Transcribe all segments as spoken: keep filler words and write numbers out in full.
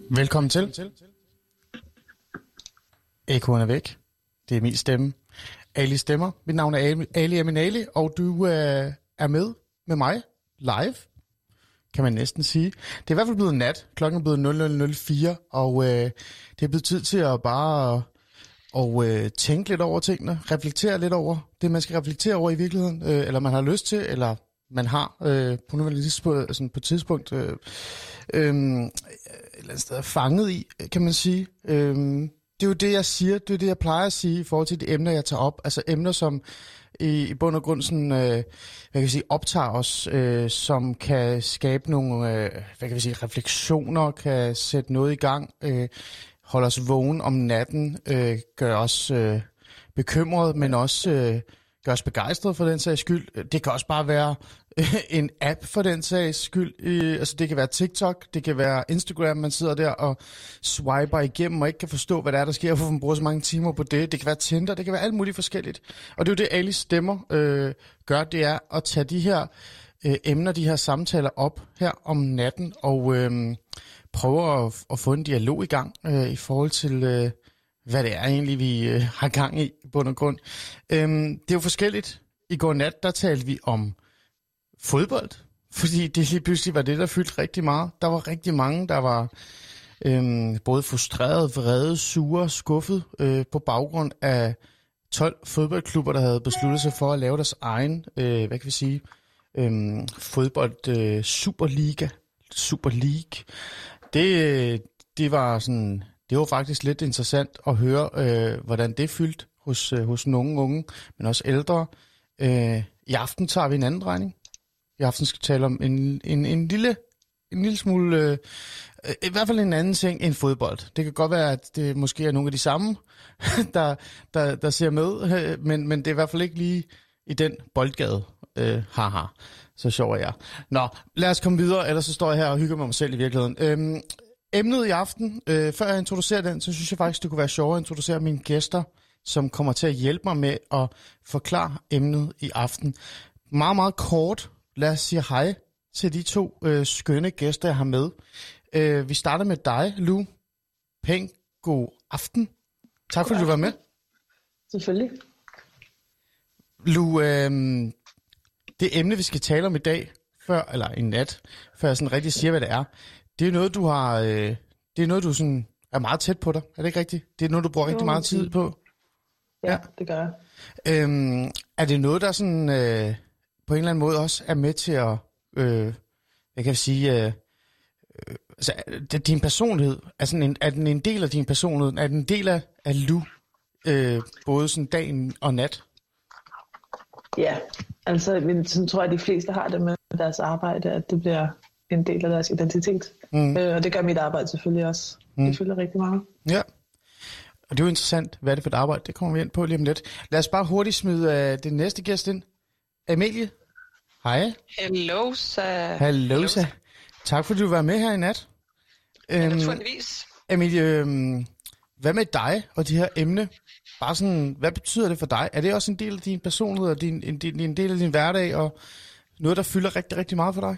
Velkommen til. Ekoen er væk. Det er min stemme. Ali stemmer. Mit navn er Ali Aminali, og du øh, er med med mig live, kan man næsten sige. Det er i hvert fald blevet nat. Klokken er blevet nul nul nul fire, og øh, det er blevet tid til at bare og, øh, tænke lidt over tingene, reflektere lidt over det, man skal reflektere over i virkeligheden, øh, eller man har lyst til, eller man har øh, på nuværende på, altså på et tidspunkt øh, øh, et eller andet sted fanget i, kan man sige. Øh, det er jo det, jeg siger, det er det, jeg plejer at sige i forhold til de emner, jeg tager op. Altså emner, som i, i bund og grund sådan, øh, hvad kan jeg sige, optager os, øh, som kan skabe nogle øh, hvad kan jeg sige, refleksioner, kan sætte noget i gang, øh, holde os vågen om natten, øh, gør os øh, bekymrede, men også øh, gør os begejstrede for den sags skyld. Det kan også bare være øh, en app for den sags skyld. Øh, altså det kan være TikTok, det kan være Instagram, man sidder der og swiper igennem og ikke kan forstå, hvad der er, der sker, hvorfor man bruger så mange timer på det. Det kan være Tinder, det kan være alt muligt forskelligt. Og det er jo det, Ali stemmer øh, gør, det er at tage de her øh, emner, de her samtaler op her om natten og øh, prøve at, at få en dialog i gang øh, i forhold til Øh, hvad det er egentlig, vi øh, har gang i, i bund og grund. Øhm, det er jo forskelligt. I går nat, der talte vi om fodbold, fordi det lige pludselig var det, der fyldte rigtig meget. Der var rigtig mange, der var øhm, både frustreret, vrede, sure, skuffet øh, på baggrund af tolv fodboldklubber, der havde besluttet sig for at lave deres egen, øh, hvad kan vi sige, øh, fodbold øh, Superliga, Super League. Det, det var sådan... Det var faktisk lidt interessant at høre, øh, hvordan det fyldte hos, øh, hos nogle unge, men også ældre. Øh, I aften tager vi en anden drejning. I aften skal vi tale om en, en, en, lille, en lille smule, øh, i hvert fald en anden ting end fodbold. Det kan godt være, at det måske er nogle af de samme, der, der, der ser med, øh, men, men det er i hvert fald ikke lige i den boldgade. Øh, haha, så sjov er jeg. Nå, lad os komme videre, ellers så står jeg her og hygger mig, mig selv i virkeligheden. Øh, Emnet i aften, øh, før jeg introducerer den, så synes jeg faktisk, det kunne være sjovere at introducere mine gæster, som kommer til at hjælpe mig med at forklare emnet i aften. Meget, meget kort, lad os sige hej til de to øh, skønne gæster, jeg har med. Øh, vi starter med dig, Lu. Pæn god aften. Tak fordi du var med. Selvfølgelig. Lu, øh, det emne, vi skal tale om i dag, før, eller i nat, før jeg sådan rigtig siger, hvad det er, det er noget, du har, øh, det er noget, du sådan er meget tæt på dig. Er det ikke rigtigt? Det er noget, du bruger jo, rigtig meget tid på. Ja, ja. Det gør jeg. Øhm, er det noget, der sådan øh, på en eller anden måde også er med til at, øh, jeg kan sige, øh, øh, altså det, din personlighed, er, sådan en, er den en del af din personlighed? Er den en del af, af Lu, øh, både sådan dagen og nat? Ja, altså men sådan tror jeg, at de fleste har det med deres arbejde, at det bliver en del af deres identitet. Mm. Øh, og det gør mit arbejde selvfølgelig også. Mm. Det fylder rigtig meget. Ja, og det er jo interessant. Hvad er det for et arbejde? Det kommer vi ind på lige om lidt. Lad os bare hurtigt smide uh, den næste gæst ind. Amelie. Hej. Hello, så. Hello, så. Tak fordi du var med her i nat. Ja, naturligvis. Um, Amelie, um, hvad med dig og de her emne? Bare sådan, hvad betyder det for dig? Er det også en del af din personlighed, og din, en, en del af din hverdag, og noget, der fylder rigtig, rigtig meget for dig?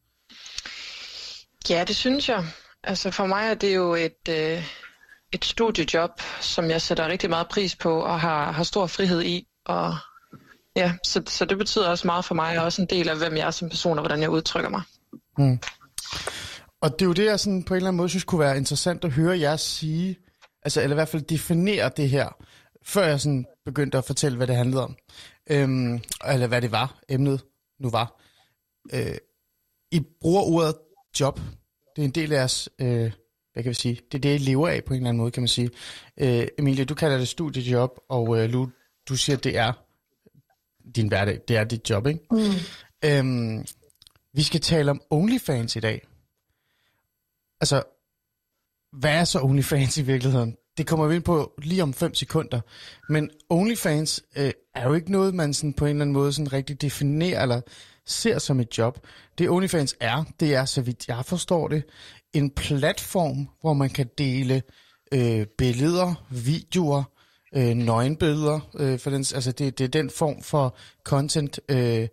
Ja, det synes jeg. Altså for mig er det jo et, øh, et studiejob, som jeg sætter rigtig meget pris på og har, har stor frihed i. Og ja, så, så det betyder også meget for mig, og også en del af, hvem jeg er som person og hvordan jeg udtrykker mig. Mm. Og det er jo det, jeg sådan på en eller anden måde synes kunne være interessant at høre jer sige, altså eller i hvert fald definere det her, før jeg sådan begyndte at fortælle, hvad det handlede om. Øhm, eller hvad det var, emnet nu var. Øh, I bruger ordet job. Det er en del af jeres, øh, hvad kan vi sige, det er det, I lever af på en eller anden måde, kan man sige. Øh, Emilie, du kalder det studiejob, og øh, Lu, du siger, at det er din hverdag, det er dit job, ikke? Mm. Øhm, vi skal tale om OnlyFans i dag. Altså, hvad er så OnlyFans i virkeligheden? Det kommer vi ind på lige om fem sekunder. Men OnlyFans øh, er jo ikke noget, man sådan på en eller anden måde sådan rigtig definerer eller ser som et job. Det OnlyFans er, det er, så vidt jeg forstår det, en platform, hvor man kan dele øh, billeder, videoer, øh, nøgenbilleder. Øh, for den, altså det, det er den form for content, øh,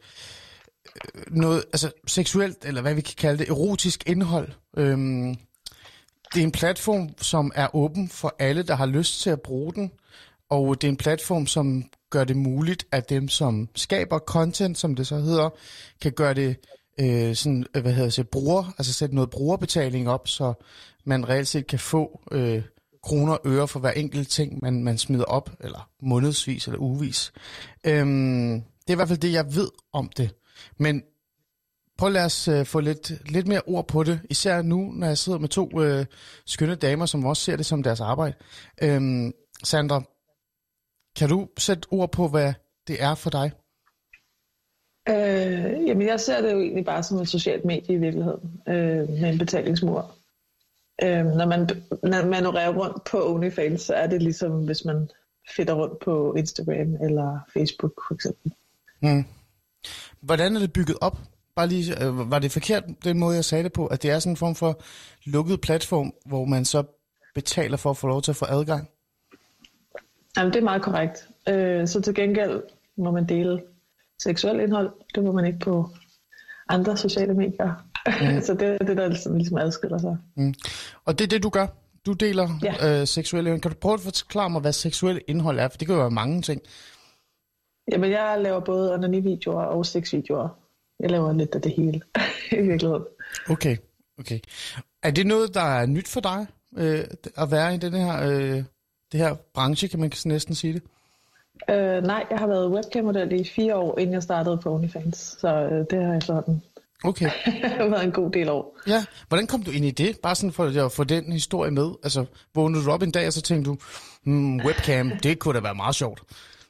noget altså seksuelt, eller hvad vi kan kalde det, erotisk indhold. Øh, det er en platform, som er åben for alle, der har lyst til at bruge den, og det er en platform, som gør det muligt, at dem, som skaber content, som det så hedder, kan gøre det øh, sådan, hvad hedder det, bruger, altså sætte noget brugerbetaling op, så man reelt set kan få øh, kroner og øre for hver enkelt ting, man, man smider op, eller månedsvis eller ugevis. Øhm, det er i hvert fald det, jeg ved om det. Men prøv at lade os øh, få lidt, lidt mere ord på det, især nu, når jeg sidder med to øh, skønne damer, som også ser det som deres arbejde. Øhm, Sandra, kan du sætte ord på, hvad det er for dig? Øh, jamen, jeg ser det jo egentlig bare som et socialt medie i virkeligheden, øh, med en betalingsmur. Øh, når man når man manøvrerer rundt på OnlyFans, så er det ligesom, hvis man fedter rundt på Instagram eller Facebook, for eksempel. Hmm. Hvordan er det bygget op? Bare lige, øh, var det forkert, den måde, jeg sagde det på, at det er sådan en form for lukket platform, hvor man så betaler for at få lov til at få adgang? Jamen, det er meget korrekt. Øh, så til gengæld må man dele seksuelt indhold. Det må man ikke på andre sociale medier. Mm. Så det er det, der ligesom, ligesom adskiller sig. Mm. Og det er det, du gør? Du deler ja. øh, seksuelle indhold. Kan du prøve at forklare mig, hvad seksuelle indhold er? For det kan jo være mange ting. Jamen, jeg laver både onani-videoer og sexvideoer. Jeg laver lidt af det hele, i virkeligheden. Okay, okay. Er det noget, der er nyt for dig, øh, at være i den her, øh, det her branche, kan man næsten sige det? Øh, nej, jeg har været webcam-model i fire år, inden jeg startede på OnlyFans. Så øh, det har jeg sådan... Okay. Det har været en god del år. Ja, hvordan kom du ind i det? Bare sådan for at få den historie med. Altså, vågnede du op en dag, og så tænkte du, hmm, webcam, det kunne da være meget sjovt.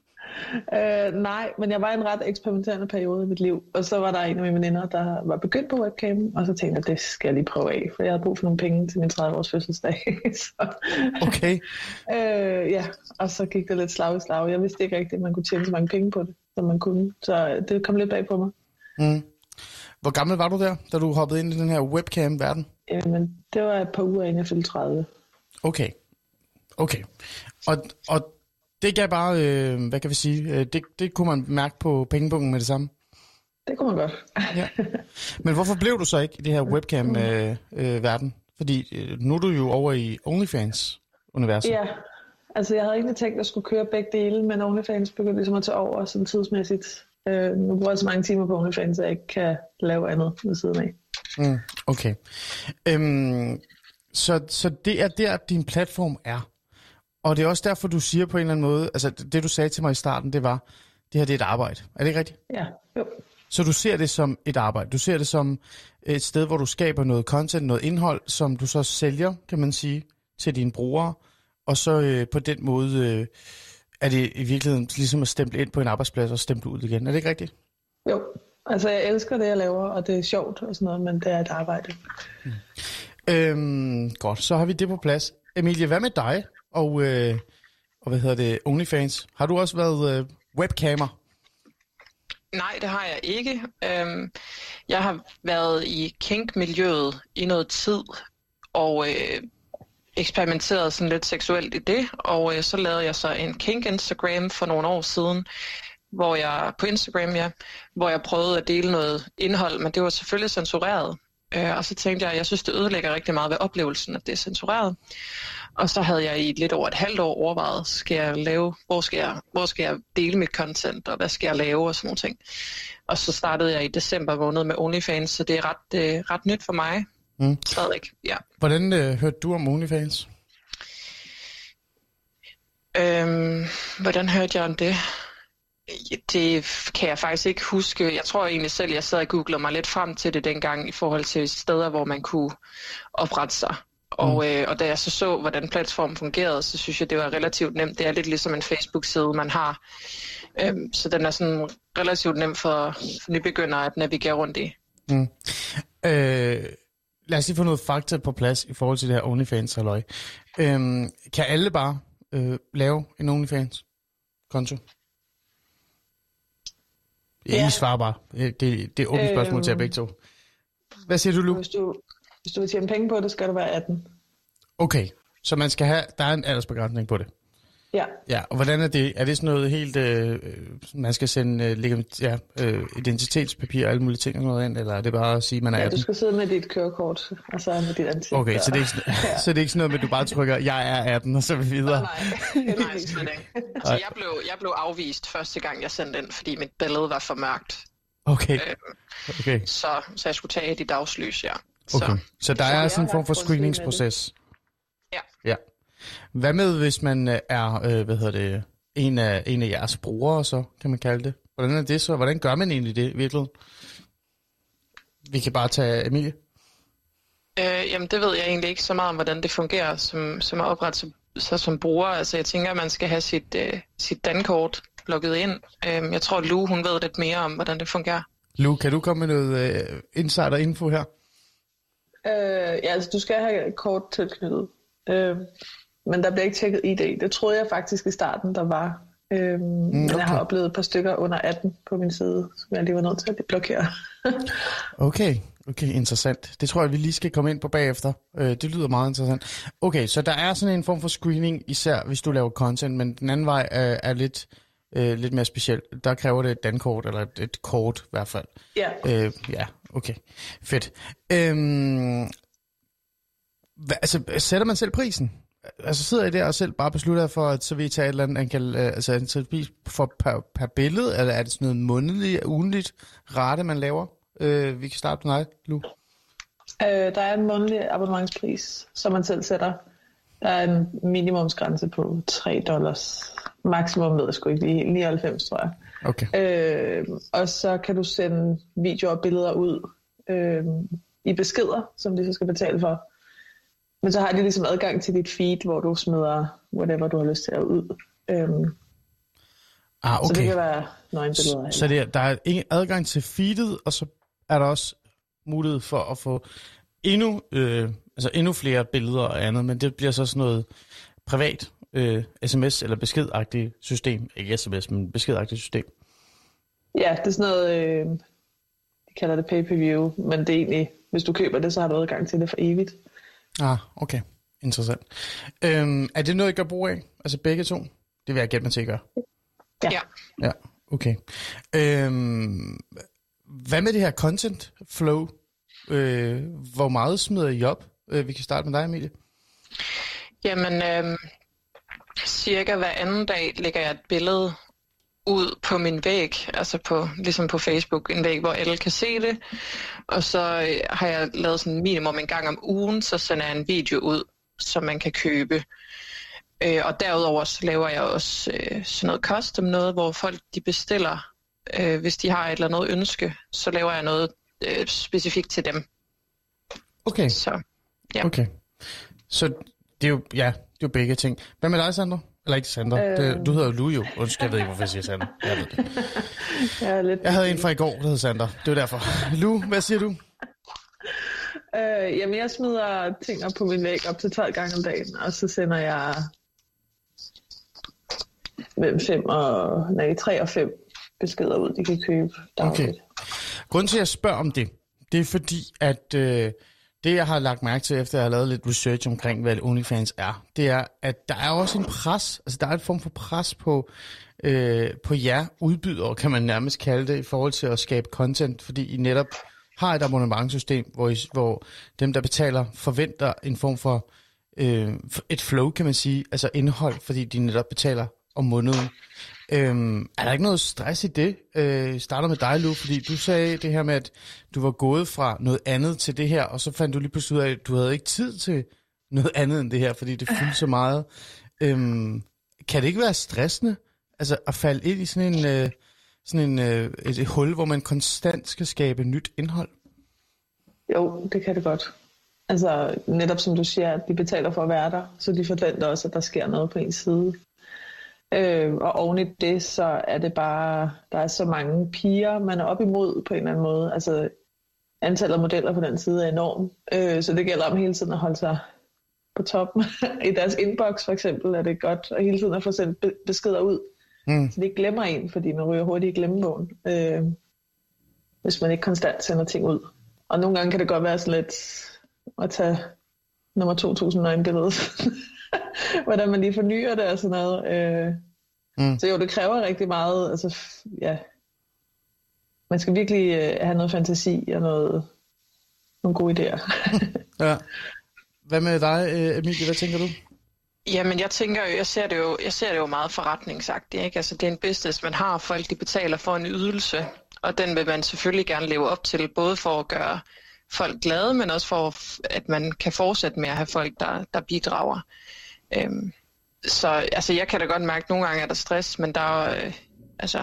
Øh, nej, men jeg var i en ret eksperimenterende periode i mit liv, og så var der en af mine veninder, der var begyndt på webcam, og så tænkte jeg, det skal jeg lige prøve af, for jeg havde brug for nogle penge til min tredive års fødselsdag. så, okay. øh, ja, og så gik det lidt slag i slag. Jeg vidste ikke rigtigt, at man kunne tjene så mange penge på det, som man kunne, så det kom lidt bag på mig. Mm. Hvor gammel var du der, da du hoppede ind i den her webcam-verden? Jamen, det var et par uger, inden jeg fyldte tredive. Okay, okay. Og, og det gav bare, øh, hvad kan vi sige, det, det kunne man mærke på pengepunkten med det samme? Det kunne man godt. ja. Men hvorfor blev du så ikke i det her webcam-verden? Øh, øh, Fordi øh, nu er du jo over i OnlyFans-universet. Ja, altså jeg havde egentlig tænkt, at jeg skulle køre begge dele, men OnlyFans begyndte ligesom at tage over sådan tidsmæssigt. Øh, nu bruger jeg så mange timer på OnlyFans, at jeg ikke kan lave andet ved siden af. Mm, okay. Øhm, så, så det er der, din platform er. Og det er også derfor, du siger på en eller anden måde, altså det du sagde til mig i starten, det var, det her det er et arbejde. Er det ikke rigtigt? Ja, jo. Så du ser det som et arbejde. Du ser det som et sted, hvor du skaber noget content, noget indhold, som du så sælger, kan man sige, til dine brugere. Og så øh, på den måde øh, er det i virkeligheden ligesom at stemple ind på en arbejdsplads og stemple ud igen. Er det ikke rigtigt? Jo. Altså jeg elsker det, jeg laver, og det er sjovt og sådan noget, men det er et arbejde. Mm. Øhm, godt, så har vi det på plads. Emilie, hvad med dig? Og, øh, og hvad hedder det, OnlyFans? Har du også været øh, webcamer? Nej, det har jeg ikke. Øhm, jeg har været i kink-miljøet i noget tid, og øh, eksperimenteret sådan lidt seksuelt i det. Og øh, så lavede jeg så en kink-Instagram for nogle år siden, hvor jeg på Instagram, ja, hvor jeg prøvede at dele noget indhold, men det var selvfølgelig censureret. Øh, og så tænkte jeg, at jeg synes, det ødelægger rigtig meget ved oplevelsen, at det er censureret. Og så havde jeg i lidt over et halvt år overvejet, skal jeg lave, hvor skal jeg, hvor skal jeg dele mit content, og hvad skal jeg lave, og sådan nogle ting. Og så startede jeg i december måned med OnlyFans, så det er ret, øh, ret nyt for mig. Mm. Stadig, ja. Hvordan øh, hørte du om OnlyFans? Øhm, hvordan hørte jeg om det? Det kan jeg faktisk ikke huske. Jeg tror egentlig selv, jeg sad og googlede mig lidt frem til det dengang, i forhold til steder, hvor man kunne oprette sig. Og, mm. øh, og da jeg så så, hvordan platformen fungerede, så synes jeg, det var relativt nemt. Det er lidt ligesom en Facebook-side, man har. Øhm, så den er sådan relativt nem for, for nybegyndere at navigere rundt i. Mm. Øh, lad os lige få noget fakta på plads i forhold til det her OnlyFans-halløj. Øhm, kan alle bare øh, lave en OnlyFans-konto? Ja. I svarer bare. Det, det er åbent spørgsmål øhm, til jer begge to. Hvad siger du, Lu? Hvis du, hvis du vil tjene penge på det, skal du være atten. Okay, så man skal have, der er en aldersbegrænsning på det? Ja. Ja, og hvordan er det? Er det sådan noget helt, øh, man skal sende øh, ja, øh, identitetspapir og alle mulige ting og noget ind, eller er det bare at sige, at man er Ja, atten? du skal sidde med dit kørekort, og så med dit ansigt. Okay, så det, er ikke, ja. så det er ikke sådan noget med, at du bare trykker, jeg er atten, og så er vi videre? Nej, nej. Nej, slet ikke. Altså, jeg, blev, jeg blev afvist første gang, jeg sendte ind, fordi mit billede var for mørkt. Okay. Øh, okay. Så, så jeg skulle tage et i dagslys, ja. Så, okay. så der så er sådan en form for screeningsproces? Ja. Ja. Hvad med, hvis man er, øh, hvad hedder det, en af, en af jeres brugere, så kan man kalde det? Hvordan er det så? Hvordan gør man egentlig det virkelig? Vi kan bare tage Emilie. Øh, jamen, det ved jeg egentlig ikke så meget om, hvordan det fungerer som, som at oprette sig som bruger. Altså, jeg tænker, at man skal have sit, øh, sit dankort logget ind. Øh, jeg tror, Lu, hun ved lidt mere om, hvordan det fungerer. Lu, kan du komme med noget øh, insider-info her? Øh, ja, altså, du skal have et kort tilknyttet. Øh, men der bliver ikke tjekket I D. Det troede jeg faktisk i starten, der var. Øh, mm, okay. Men jeg har oplevet et par stykker under atten på min side, som jeg lige var nødt til at blokere. Okay, okay, interessant. Det tror jeg, vi lige skal komme ind på bagefter. Øh, det lyder meget interessant. Okay, så der er sådan en form for screening, især hvis du laver content, men den anden vej er, er lidt, øh, lidt mere speciel. Der kræver det et dankort, eller et, et kort i hvert fald. Ja. Øh, ja, okay. Fedt. Øhm, hvad, altså, sætter man selv prisen? Altså sidder I der og selv bare beslutter for, at så vil I tage et eller andet antal, altså en pris for per, per billede, eller er det sådan noget månedligt, ugenligt rate, man laver? Øh, vi kan starte med dig, Lu. Øh, der er en månedlig abonnementspris, som man selv sætter. Der er en minimumsgrænse på tre dollars. Maksimum ved jeg sgu ikke lige, nioghalvfems tror jeg. Okay. Øh, og så kan du sende videoer og billeder ud øh, i beskeder, som de så skal betale for. Men så har de ligesom adgang til dit feed, hvor du smider whatever, du har lyst til at ud. Øhm, ah, okay. Så det kan være nøgenbilleder. Så, så det er, der er ingen adgang til feedet, og så er der også mulighed for at få endnu, øh, altså endnu flere billeder og andet, men det bliver så sådan noget privat øh, sms- eller beskedagtigt system. Ikke sms, men beskedagtigt system. Ja, det er sådan noget, øh, de kalder det pay-per-view, men det er egentlig, hvis du køber det, så har du adgang til det for evigt. Ah, okay. Interessant. Øhm, er det noget, I gør brug af? Altså begge to? Det vil jeg gætte mig til at gøre. Ja. Ja. Ja, okay. Øhm, hvad med det her content flow? Øh, hvor meget smider I op? Øh, vi kan starte med dig, Emilie. Jamen, øh, cirka hver anden dag lægger jeg et billede ud på min væg, altså på, ligesom på Facebook, en væg, hvor alle kan se det. Og så øh, har jeg lavet sådan minimum en gang om ugen, så sender jeg en video ud, som man kan købe. Øh, og derudover så laver jeg også øh, sådan noget custom noget, hvor folk de bestiller, øh, hvis de har et eller andet ønske, så laver jeg noget øh, specifikt til dem. Okay. Så, ja. Okay. Så det er jo, ja, det er jo begge ting. Hvad med dig, Sandra? Eller ikke Sandra. Øh... Det, du hedder jo Lu jo. Undskyld, jeg ved ikke, hvorfor jeg siger Sandra. Jeg ved det. Jeg, lidt jeg havde en fra i går, der hed Sandra. Det var derfor. Lu, hvad siger du? Øh, jamen, jeg smider ting op på min væg op til tolv gange om dagen, og så sender jeg mellem fem og, nej, tre og fem beskeder ud, de kan købe dagligt. Okay. Grunden til, at jeg spørger om det, det er fordi, at øh, det, jeg har lagt mærke til, efter jeg har lavet lidt research omkring, hvad OnlyFans er, det er, at der er også en pres, altså der er en form for pres på, øh, på jer udbydere, kan man nærmest kalde det, i forhold til at skabe content, fordi I netop har et abonnementssystem, hvor, I, hvor dem, der betaler, forventer en form for øh, et flow, kan man sige, altså indhold, fordi de netop betaler om måneden. Øhm, er der ikke noget stress i det? Øh, jeg starter med dig, Lu, fordi du sagde det her med, at du var gået fra noget andet til det her, og så fandt du lige pludselig ud af, at du havde ikke tid til noget andet end det her, fordi det fyldte så meget. Øhm, kan det ikke være stressende, altså at falde ind i sådan en, øh, sådan en øh, et, et hul, hvor man konstant skal skabe nyt indhold? Jo, det kan det godt. Altså netop som du siger, at de betaler for at være der, så de forventer også, at der sker noget på ens side. Øh, og oven i det, så er det bare, der er så mange piger, man er op imod på en eller anden måde. Altså antallet af modeller på den side er enormt, øh, så det gælder om hele tiden at holde sig på toppen. I deres inbox for eksempel er det godt at hele tiden at få sendt be- beskeder ud, mm. så de ikke glemmer en, fordi man ryger hurtigt i glemmebogen, øh, hvis man ikke konstant sender ting ud. Og nogle gange kan det godt være sådan lidt at tage nummer to tusind nøgenbillede. hvordan man lige fornyer det og sådan noget. Øh, mm. Så jo, det kræver rigtig meget. Altså, ja. Man skal virkelig øh, have noget fantasi og noget, nogle gode idéer. Ja. Hvad med dig, Emilie? Hvad tænker du? Jamen, jeg tænker jo, jeg ser det jo, jeg ser det jo meget forretningsagtigt, ikke? Altså, det er en business, man har. Folk, de betaler for en ydelse, og den vil man selvfølgelig gerne leve op til, både for at gøre folk glade, men også for, at man kan fortsætte med at have folk, der, der bidrager. Øhm, så altså, jeg kan da godt mærke, at nogle gange er der stress, men der er øh, altså...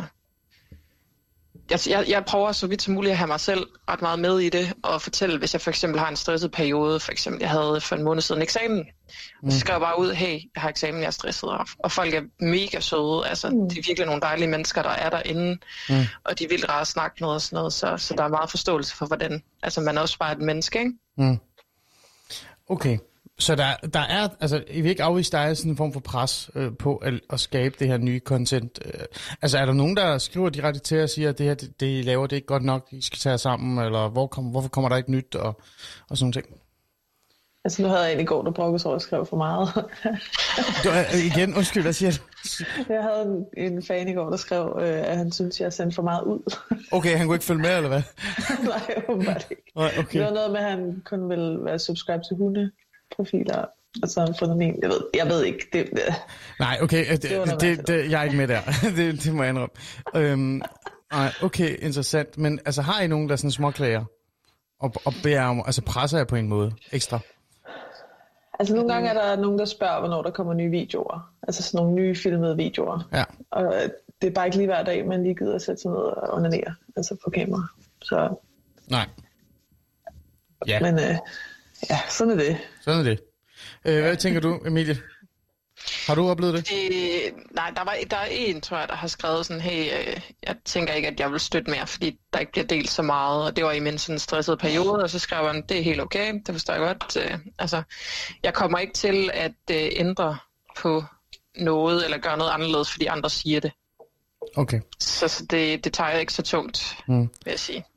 Jeg, jeg, jeg prøver så vidt som muligt at have mig selv ret meget med i det, og fortælle, hvis jeg for eksempel har en stresset periode, for eksempel jeg havde for en måned siden eksamen, mm. så skrev jeg bare ud, hey, jeg har eksamen, jeg er stresset, og folk er mega søde, altså mm. de er virkelig nogle dejlige mennesker, der er derinde, mm. og de vil rart at snakke noget og sådan noget, så, så der er meget forståelse for, hvordan, altså man er også bare et menneske, ikke? Mm. Okay. Så der, der er, altså, I vil ikke afvise, der er sådan en form for pres øh, på at, at skabe det her nye content. Øh, altså, er der nogen, der skriver direkte til og siger, at det her, det, det I laver, det er ikke godt nok, I skal tage jer sammen, eller hvor kom, hvorfor kommer der ikke nyt, og, og sådan ting? Altså, nu havde jeg en i går, der brokkede sig over at skrive for meget. du, igen, undskyld, hvad siger du? Jeg havde en, en fan i går, der skrev, øh, at han synes, jeg sendte for meget ud. Okay, han kunne ikke følge med, eller hvad? Nej, åbenbart ikke. Nej, okay. Det var noget med, at han kun ville være subscribe til hunde. Profiler, og så har han fundet min. Jeg ved, jeg ved ikke. Det, det. Nej, okay, det, det, det, det, jeg er ikke med der. det, det må jeg indrømme. Øhm, nej, okay, interessant. Men altså, har I nogen, der sådan småklager og, og beder om, altså presser jeg på en måde ekstra? Altså, nogle gange er der nogen, der spørger, hvornår der kommer nye videoer. Altså sådan nogle nye filmede videoer. Ja. Og det er bare ikke lige hver dag, man lige gider at sætte sig ned og onanere, altså på kamera. Så... Nej. Ja. Men... Øh, Ja, sådan er det. Sådan er det. Øh, hvad tænker du, Emilie? Har du oplevet det? Øh, nej, der, var, der er en, tror jeg, der har skrevet sådan, hey, øh, jeg tænker ikke, at jeg vil støtte mere, fordi der ikke bliver delt så meget, og det var i min sådan stressede periode, og så skrev han, det er helt okay, det forstår jeg godt. Øh, altså, jeg kommer ikke til at øh, ændre på noget, eller gøre noget anderledes, fordi andre siger det. Okay. Så, så det, det tager jeg ikke så tungt, mm. vil jeg sige.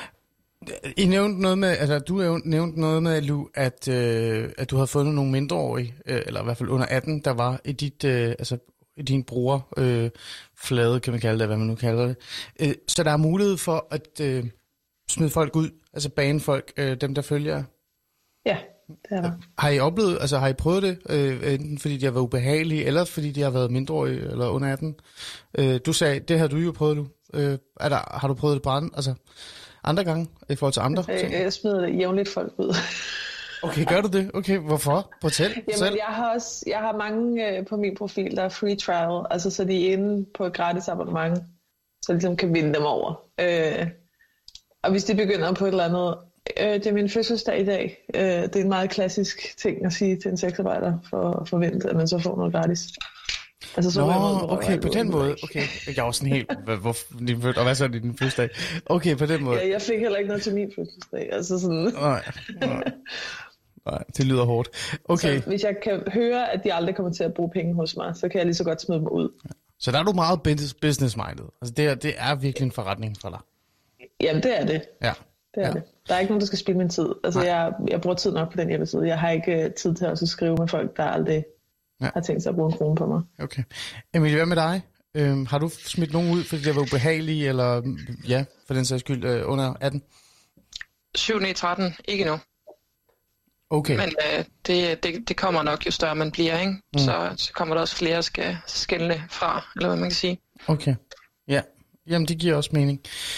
I nævnte noget med, altså du nævnte noget med, Lu, at, øh, at du havde fundet nogle mindreårige, øh, eller i hvert fald under atten, der var i dit, øh, altså i din bruger øh, flade, kan man kalde det, hvad man nu kalder det. Øh, så der er mulighed for at øh, smide folk ud, altså bane folk, øh, dem der følger. Ja, det er der. Har I oplevet, altså har I prøvet det, øh, enten fordi de har været ubehagelige, eller fordi de har været mindreårige, eller under atten? Øh, du sagde, det har du jo prøvet, Lu. Øh, er der, har du prøvet det brænde, altså... Andre gange, i forhold til andre jeg, ting? Jeg smider jævnligt folk ud. Okay, gør du det? Okay, hvorfor? Fortæl Jamen, selv. jeg har også, jeg har mange øh, på min profil, der er free trial, altså så de er inde på et gratis abonnement, så ligesom kan vinde dem over. Øh, og hvis de begynder på et eller andet, øh, det er min fødselsdag i dag, øh, det er en meget klassisk ting at sige til en sexarbejder, for at forvente, at man så får noget gratis. Altså, så Nå, måde, okay, på den måde. Okay, jeg var sådan helt, hvor, og hvad så er det din fødselsdag? Okay, på den måde. Ja, jeg fik heller ikke noget til min fødselsdag, altså sådan. Nej, nej. Nej, det lyder hårdt. Okay. Så hvis jeg kan høre, at de aldrig kommer til at bruge penge hos mig, så kan jeg lige så godt smide dem ud. Så der er du meget business-minded. Altså det er, det er virkelig en forretning for dig. Jamen, det er det. Ja. Det er ja. det. Der er ikke nogen, der skal spilde min tid. Altså, jeg, jeg bruger tid nok på den hjemmeside. Jeg har ikke uh, tid til at skrive med folk, der aldrig ja. har tænkt sig at bruge en krone på mig. Okay. Emilie, hvad med dig? Øhm, har du smidt nogen ud, fordi det var ubehagelige, eller ja, for den sags skyld, øh, under atten? syv ni tretten, ikke nu. Okay. Men øh, det, det, det kommer nok, jo større man bliver, ikke? Mm. Så, så kommer der også flere, der skal skælne fra, eller hvad man kan sige. Okay, ja. Jamen, det giver også mening.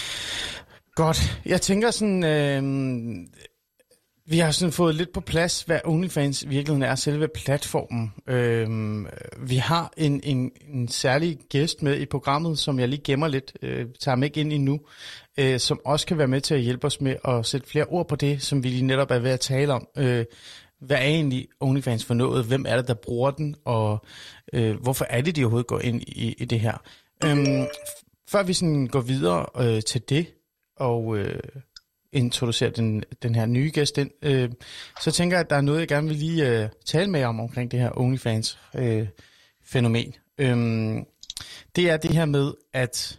Godt. Jeg tænker sådan, øh, vi har sådan fået lidt på plads, hvad OnlyFans i virkeligheden er, selve platformen. Øh, vi har en, en, en særlig gæst med i programmet, som jeg lige gemmer lidt, øh, tager mig ikke ind endnu, øh, som også kan være med til at hjælpe os med at sætte flere ord på det, som vi lige netop er ved at tale om. Øh, hvad er egentlig OnlyFans for noget? Hvem er det, der bruger den? Og øh, hvorfor er det, de overhovedet går ind i, i det her? Øh, før vi sådan går videre øh, til det, og øh, introducerer den, den her nye gæst ind, øh, så tænker jeg, at der er noget, jeg gerne vil lige øh, tale med om omkring det her OnlyFans-fænomen. Øh, øh, det er det her med, at,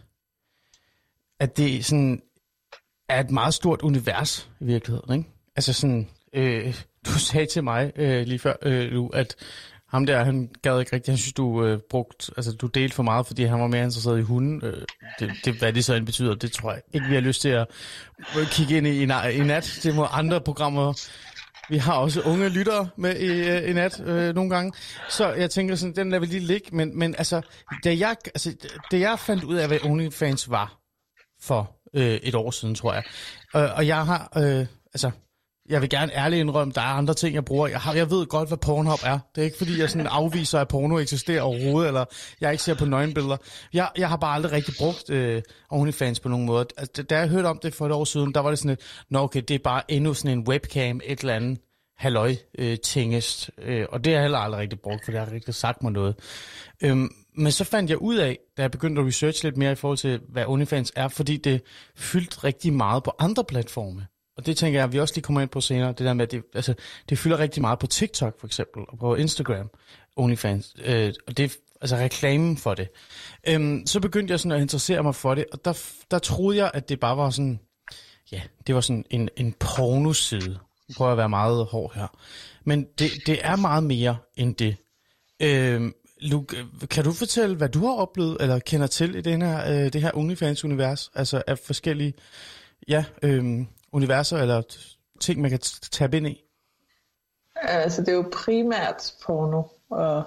at det sådan er et meget stort univers i virkeligheden, ikke? Altså sådan, øh, du sagde til mig øh, lige før, øh, Lu, at Ham der, han gad ikke rigtigt. Han synes, du øh, brugt, altså du delte for meget, fordi han var mere interesseret i hunden. Øh, det, det, hvad det så end betyder, det tror jeg ikke, vi har lyst til at kigge ind i i, i nat. Det må andre programmer. Vi har også unge lyttere med i, i nat øh, nogle gange. Så jeg tænker sådan, den lader vi lige ligge. Men, men altså, da jeg, altså, da jeg fandt ud af, hvad OnlyFans var for øh, et år siden, tror jeg. Øh, og jeg har, øh, altså... Jeg vil gerne ærligt indrømme, der er andre ting, jeg bruger. Jeg, har, jeg ved godt, hvad Pornhub er. Det er ikke, fordi jeg sådan afviser, at porno eksisterer overhovedet, eller jeg ikke ser på nøgenbilleder. Jeg, jeg har bare aldrig rigtig brugt øh, OnlyFans på nogen måde. Altså, da jeg hørte om det for et år siden, der var det sådan et, nå okay, det er bare endnu sådan en webcam, et eller andet halløj øh, tingest. Øh, og det har jeg heller aldrig rigtig brugt, for det har rigtig sagt mig noget. Øhm, men så fandt jeg ud af, da jeg begyndte at researche lidt mere i forhold til, hvad OnlyFans er, fordi det fyldte rigtig meget på andre platforme. Og det tænker jeg, at vi også lige kommer ind på senere, det der med, at det, altså, det fylder rigtig meget på TikTok for eksempel, og på Instagram, OnlyFans, øh, og det er altså reklamen for det. Øhm, så begyndte jeg sådan at interessere mig for det, og der, der troede jeg, at det bare var sådan, ja, det var sådan en, en pornoside. Nu prøver jeg at være meget hård her. Men det, det er meget mere end det. Øhm, Luke, kan du fortælle, hvad du har oplevet, eller kender til i den her, øh, det her OnlyFans-univers, altså af forskellige, ja, øhm, universer eller ting, man kan tabe ind i? Altså, det er jo primært porno og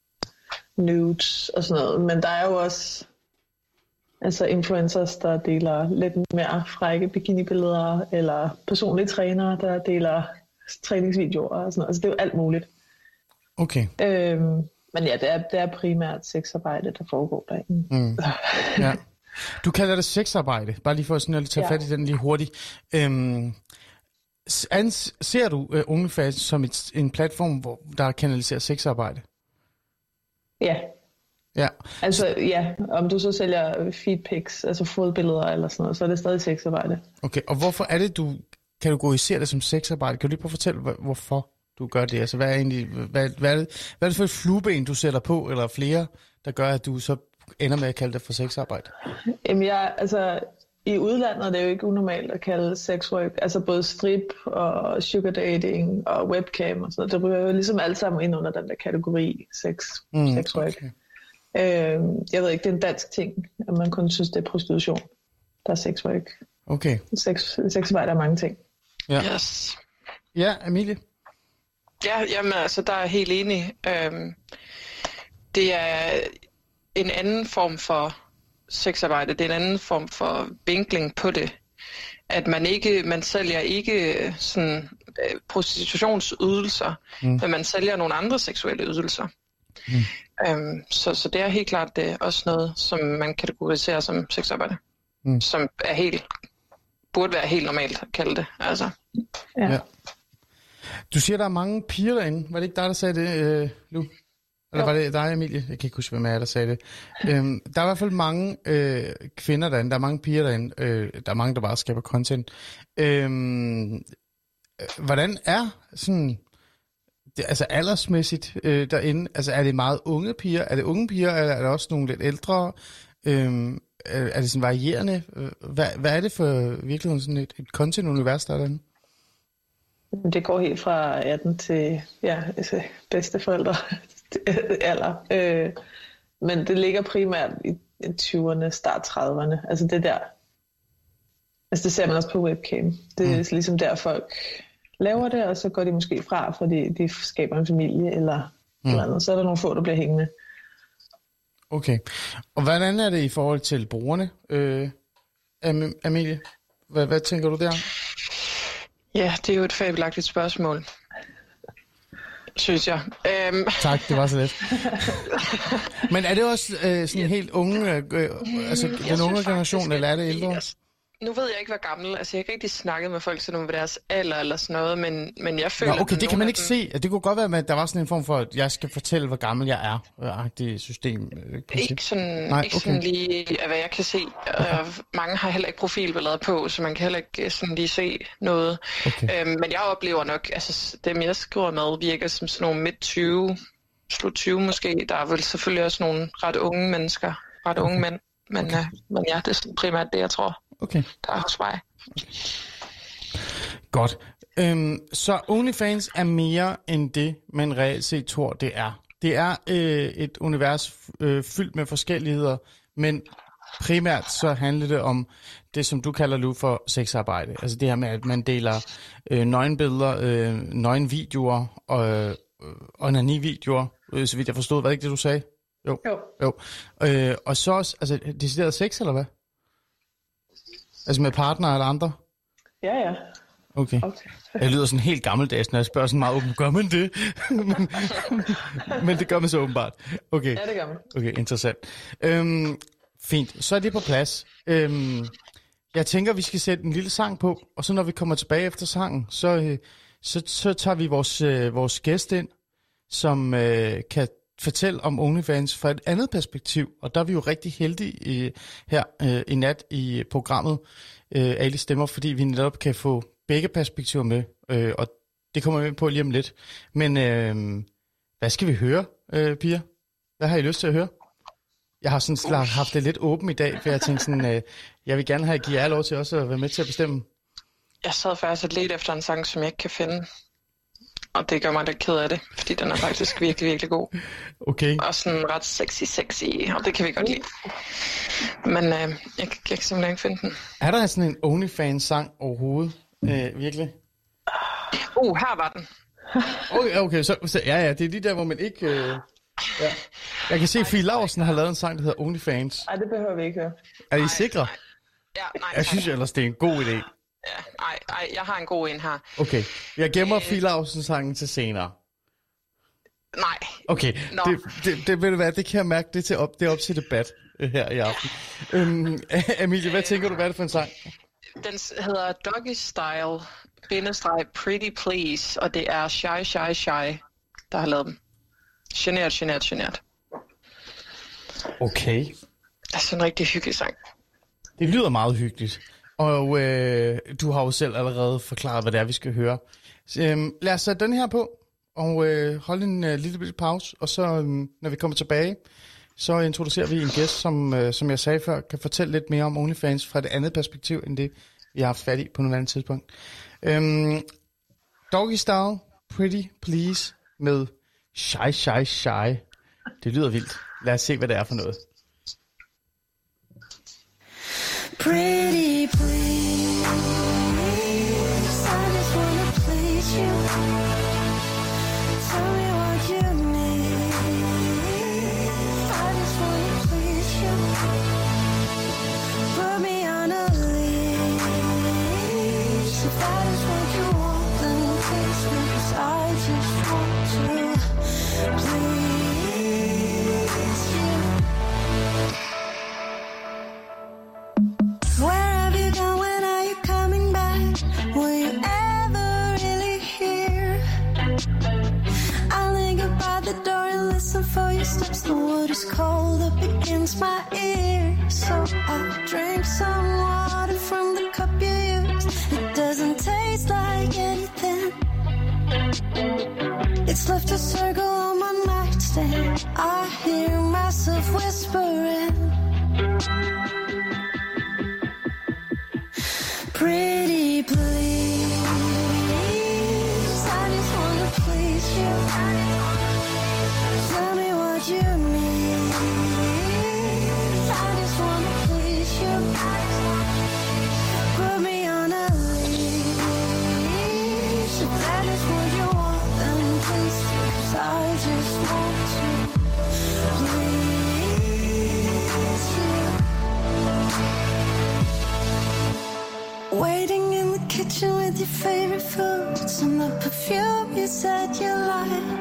nudes og sådan noget, men der er jo også altså influencers, der deler lidt mere frække bikinibilleder, eller personlige trænere, der deler træningsvideoer og sådan noget. Altså, det er jo alt muligt. Okay. Øhm, men ja, det er, det er primært sexarbejde, der foregår derinde. Mm. Ja. Du kalder det sexarbejde, bare lige for sådan at tage ja. fat i den lige hurtigt. Øhm, ser du uh, OnlyFans som et, en platform, hvor der kanaliserer sexarbejde? Ja. Ja. Altså ja, om du så sælger feedpics, altså fodbilleder eller sådan noget, så er det stadig sexarbejde. Okay, og hvorfor er det, du kategoriserer det som sexarbejde? Kan du lige prøve at fortælle, hvorfor du gør det? Altså hvad er, egentlig, hvad, hvad, er det, hvad er det for et flueben, du sætter på, eller flere, der gør, at du så ender med at kalde det for sexarbejde? Jamen jeg, altså i udlandet er det jo ikke unormalt at kalde sexwork, altså både strip og sugar dating og webcam og sådan noget. Det ryger jo ligesom alt sammen ind under den der kategori sex, mm, sexwork. Okay. Øh, jeg ved ikke, det er en dansk ting, at man kun synes, det er prostitution, der er sexwork. Okay. Sex, sexarbejde er mange ting. Ja. Yes. Ja, Emilie? Ja, jamen altså, der er jeg helt enig. Øhm, det er en anden form for sexarbejde, det er en anden form for vinkling på det. At man ikke, man sælger ikke sådan øh, prostitutionsydelser, mm. men man sælger nogle andre seksuelle ydelser. Mm. Øhm, så, så det er helt klart det er også noget, som man kategoriserer som sexarbejde, mm. som er helt, burde være helt normalt at kalde det. Altså. Ja. Ja. Du siger, der er mange piger derinde. Var det ikke dig, der sagde det, øh, Lu? Eller jo. Var det dig, Emilie? Jeg kan ikke huske, hvem er der sagde det. øhm, der er i hvert fald mange øh, kvinder derinde. Der er mange piger derinde. Øh, der er mange, der bare skaber content. Øhm, hvordan er sådan... Det, altså aldersmæssigt øh, derinde, altså er det meget unge piger? Er det unge piger, eller er det også nogle lidt ældre? Øhm, er, er det sådan varierende? Hvad, hvad er det for virkelig sådan et, et content-univers, der er derinde? Det går helt fra atten til ja, altså bedsteforældre alder. Øh, men det ligger primært i tyverne, start trediverne. Altså det der. Altså det ser man også på webcam. Det er mm. ligesom der folk laver det, og så går de måske fra, fordi de skaber en familie eller mm. eller andet. Så er der nogle få, der bliver hængende. Okay. Og hvordan er det i forhold til brugerne, øh, Am- Amelie? Hvad, hvad tænker du der? Ja, det er jo et fabelagtigt spørgsmål, synes jeg. Øhm. Tak, det var så let. Men er det også øh, sådan helt unge, øh, altså jeg den unge generation, faktisk, eller er det ældre? Altså, nu ved jeg ikke, hvor gammel. Altså, jeg har ikke rigtig snakket med folk sådan om deres alder eller sådan noget, men, men jeg føler... Nå, okay, det kan man ikke dem... se. Det kunne godt være, at der var sådan en form for, at jeg skal fortælle, hvor gammel jeg er. Det system. Ikke sådan, Nej, ikke okay. sådan lige, af hvad jeg kan se. Okay. Uh, mange har heller ikke profilbilleder på, så man kan heller ikke sådan lige se noget. Okay. Uh, men jeg oplever nok, altså dem jeg skriver med, virker som sådan nogle midt tyve, slut tyve måske. Der er vel selvfølgelig også nogle ret unge mennesker, ret unge okay. mænd. Men, okay. uh, men ja, det er primært det, jeg tror. Okay. Der er hos mig. Godt. Øhm, så OnlyFans er mere end det, man reelt set tror, det er. Det er øh, et univers øh, fyldt med forskelligheder, men primært så handler det om det, som du kalder nu for sexarbejde. Altså det her med, at man deler øh, nøgenbilleder, øh, nøgenvideoer og øh, onani-videoer, øh, så vidt jeg forstod. Var det ikke det, du sagde? Jo. Jo. jo. Øh, og så også, altså, decideret sex, eller hvad? Altså med partner eller andre? Ja, ja. Okay. okay. Jeg lyder sådan helt gammeldags, når jeg spørger sådan meget åbent, gør man det? men, men det gør man så åbenbart. Okay. Ja, det gør man. Okay, interessant. Øhm, fint, så er det på plads. Øhm, jeg tænker, vi skal sætte en lille sang på, og så når vi kommer tilbage efter sangen, så, øh, så, så tager vi vores, øh, vores gæst ind, som øh, kan fortælle om OnlyFans fra et andet perspektiv. Og der er vi jo rigtig heldige øh, her øh, i nat i programmet øh, Ali Stemmer, fordi vi netop kan få begge perspektiver med, øh, og det kommer vi med på lige om lidt. Men øh, hvad skal vi høre, øh, piger? Hvad har I lyst til at høre? Jeg har sådan slag, haft det lidt åbent i dag, for jeg tænkte sådan, øh, jeg vil gerne have at give jer lov til også at være med til at bestemme. Jeg sad faktisk og ledte efter en sang, som jeg ikke kan finde. Og det gør mig lidt ked af det, fordi den er faktisk virkelig, virkelig god. Okay. Og sådan ret sexy, sexy, og det kan vi godt lide. Men øh, jeg, jeg kan simpelthen ikke finde den. Er der sådan en OnlyFans-sang overhovedet? Øh, virkelig? Uh, her var den. Okay, okay så, så ja, ja, det er lige der, hvor man ikke... Øh, ja. Jeg kan se, at Fie Laursen har lavet en sang, der hedder OnlyFans. Nej, det behøver vi ikke høre. Er I sikre? Ja, nej. Jeg synes ellers, det er en god idé. Ja, nej, nej, jeg har en god en her. Okay, jeg gemmer øh... Fie Laursen-sangen til senere. Nej. Okay, det, det, det, ved du hvad, det kan jeg mærke, det er, til op, det er op til debat øh, her i aften. øhm, Emilie, hvad tænker du, hvad er det for en sang? Den hedder Doggy Style, bindestreg Pretty Please, og det er Shy Shy Shy, der har lavet dem. Genert, genert, genert. Okay. Det er sådan en rigtig hyggelig sang. Det lyder meget hyggeligt. Og øh, du har jo selv allerede forklaret, hvad det er, vi skal høre. Så, øh, lad os sætte den her på, og øh, holde en øh, lille, lille pause. Og så, øh, når vi kommer tilbage, så introducerer vi en gæst, som, øh, som jeg sagde før, kan fortælle lidt mere om OnlyFans fra et andet perspektiv, end det, vi har haft fat i på noget andet tidspunkt. Øh, Doggy Style, Pretty Please med Shy Shy Shy. Det lyder vildt. Lad os se, hvad det er for noget. Pretty please, I just wanna please you. Tell me what you need. I just wanna please you. Put me on a leash. If that is what you want, then please me, 'cause I just want to please you. Where have you gone? When are you coming back? Will you ever really hear? I'll linger by the door and listen for your steps. The wood is cold up against my ear, so I'll drink some water from the cup you used. It doesn't taste like anything. It's left a circle on my nightstand. I hear myself whispering. Pretty please, I just wanna please you. Tell me what you need. I just wanna please you. Put me on a leash. If that is what you want, then please do, 'cause I just want to please you. Waiting in the kitchen with your favorite foods and the perfume you said you like.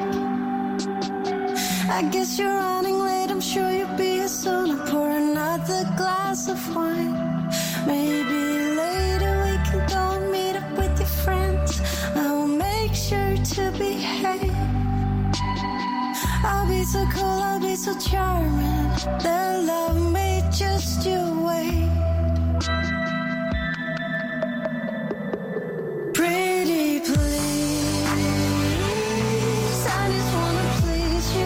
I guess you're running late, I'm sure you'll be here soon. I'll pour another glass of wine. Maybe later we can go and meet up with your friends. I will make sure to behave. I'll be so cool, I'll be so charming. Their love may just you wait. Pretty please, I just wanna please you.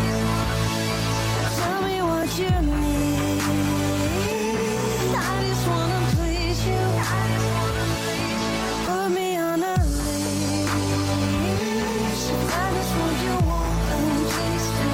Tell me what you need. I just wanna please you. Put me on a leash. If that is what you want, then please do,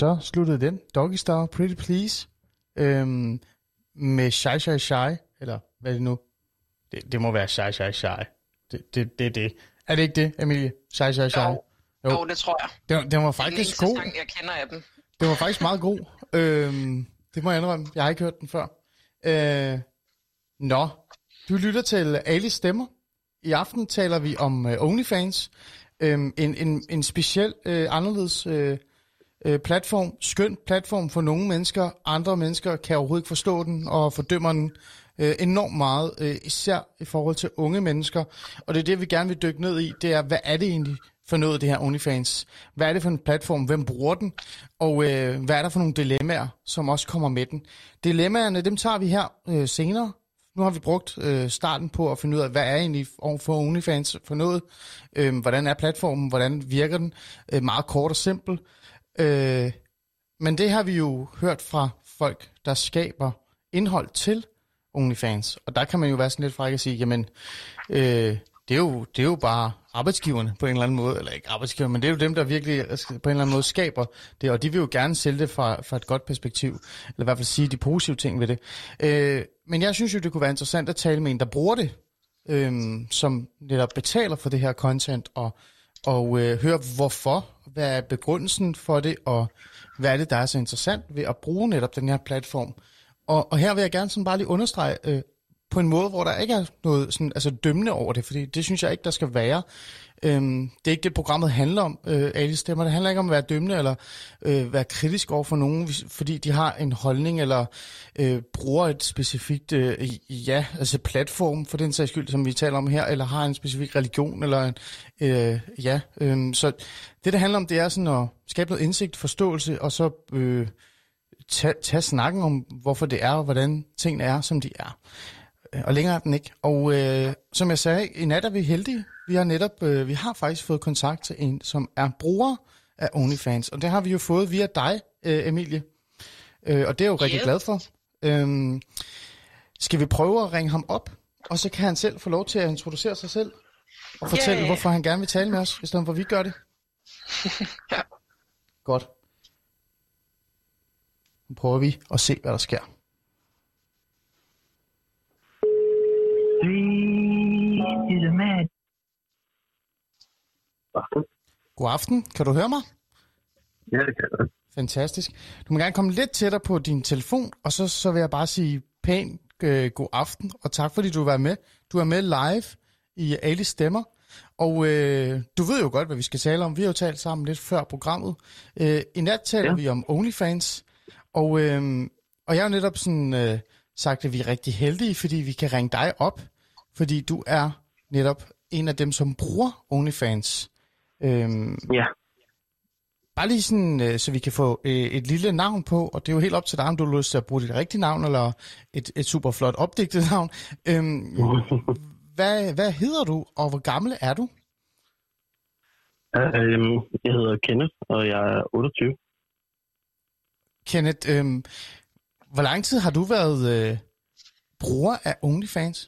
så sluttede den. Doggy Star, Pretty Please. Øhm, med Shy Shy Shy. Eller hvad er det nu? Det, det må være Shy Shy Shy. Det, det, det, det. Er det ikke det, Emilie? Shy Shy Shy? Jo, jo. jo det tror jeg. Den, den var faktisk god. Det er den god. sang, jeg kender af dem. Det var faktisk meget god. Øhm, det må jeg indrømme. Jeg har ikke hørt den før. Øh, nå, du lytter til Alis Stemmer. I aften taler vi om uh, OnlyFans. Øhm, en, en, en speciel, øh, anderledes øh, øh, platform. Skøn platform for nogle mennesker. Andre mennesker kan overhovedet ikke forstå den og fordømmer den øh, enormt meget. Øh, især i forhold til unge mennesker. Og det er det, vi gerne vil dykke ned i. Det er, hvad er det egentlig for noget, det her OnlyFans? Hvad er det for en platform? Hvem bruger den? Og øh, hvad er der for nogle dilemmaer, som også kommer med den? Dilemmaerne, dem tager vi her øh, senere. Nu har vi brugt øh, starten på at finde ud af, hvad er egentlig for OnlyFans for noget? Øh, hvordan er platformen? Hvordan virker den? Øh, meget kort og simpel. Øh, men det har vi jo hørt fra folk, der skaber indhold til OnlyFans. Og der kan man jo være sådan lidt fræk at sige, jamen, øh, det, er jo, det er jo bare arbejdsgiverne på en eller anden måde, eller ikke arbejdsgiverne, men det er jo dem, der virkelig på en eller anden måde skaber det, og de vil jo gerne sælge det fra, fra et godt perspektiv, eller i hvert fald sige de positive ting ved det. Øh, men jeg synes jo, det kunne være interessant at tale med en, der bruger det, øh, som netop betaler for det her content, og, og øh, høre hvorfor, hvad er begrundelsen for det, og hvad er det, der er så interessant ved at bruge netop den her platform. Og, og her vil jeg gerne sådan bare lige understrege, øh, på en måde, hvor der ikke er noget sådan, altså dømmende over det, fordi det synes jeg ikke, der skal være. Øhm, det er ikke det, programmet handler om, øh, Alis Stemmer. Det handler ikke om at være dømmende eller øh, være kritisk over for nogen, fordi de har en holdning eller øh, bruger et specifikt, øh, ja, altså platform for den sags skyld, som vi taler om her, eller har en specifik religion, eller en, øh, ja. Øh, så det, det handler om, det er sådan at skabe noget indsigt, forståelse, og så øh, tage, tage snakken om, hvorfor det er, og hvordan tingene er, som de er. Og længere er den ikke. Og øh, som jeg sagde, i nat er vi heldige. Vi har netop, øh, vi har faktisk fået kontakt til en, som er bruger af OnlyFans. Og det har vi jo fået via dig, øh, Emilie. Øh, og det er jeg jo rigtig yep. glad for. Øhm, skal vi prøve at ringe ham op? Og så kan han selv få lov til at introducere sig selv. Og fortælle, yeah. hvorfor han gerne vil tale med os, i stedet for at vi gør det. Ja. Godt. Nu prøver vi at se, hvad der sker. God aften. Kan du høre mig? Ja, det kan jeg. Fantastisk. Du må gerne komme lidt tættere på din telefon, og så, så vil jeg bare sige pænt øh, god aften, og tak fordi du var med. Du er med live i Alis Stemmer, og øh, du ved jo godt, hvad vi skal tale om. Vi har jo talt sammen lidt før programmet. Øh, I nat taler ja. vi om OnlyFans, og, øh, og jeg har jo netop sådan, øh, sagt, at vi er rigtig heldige, fordi vi kan ringe dig op, fordi du er netop en af dem, som bruger OnlyFans. Øhm, ja. Bare lige sådan, øh, så vi kan få øh, et lille navn på, og det er jo helt op til dig, om du har lyst til at bruge dit rigtige navn, eller et, et super flot opdigtet navn. Øhm, hvad, hvad hedder du, og hvor gammel er du? Uh, jeg hedder Kenneth, og jeg er otteogtyve. Kenneth, øh, hvor lang tid har du været øh, bruger af OnlyFans?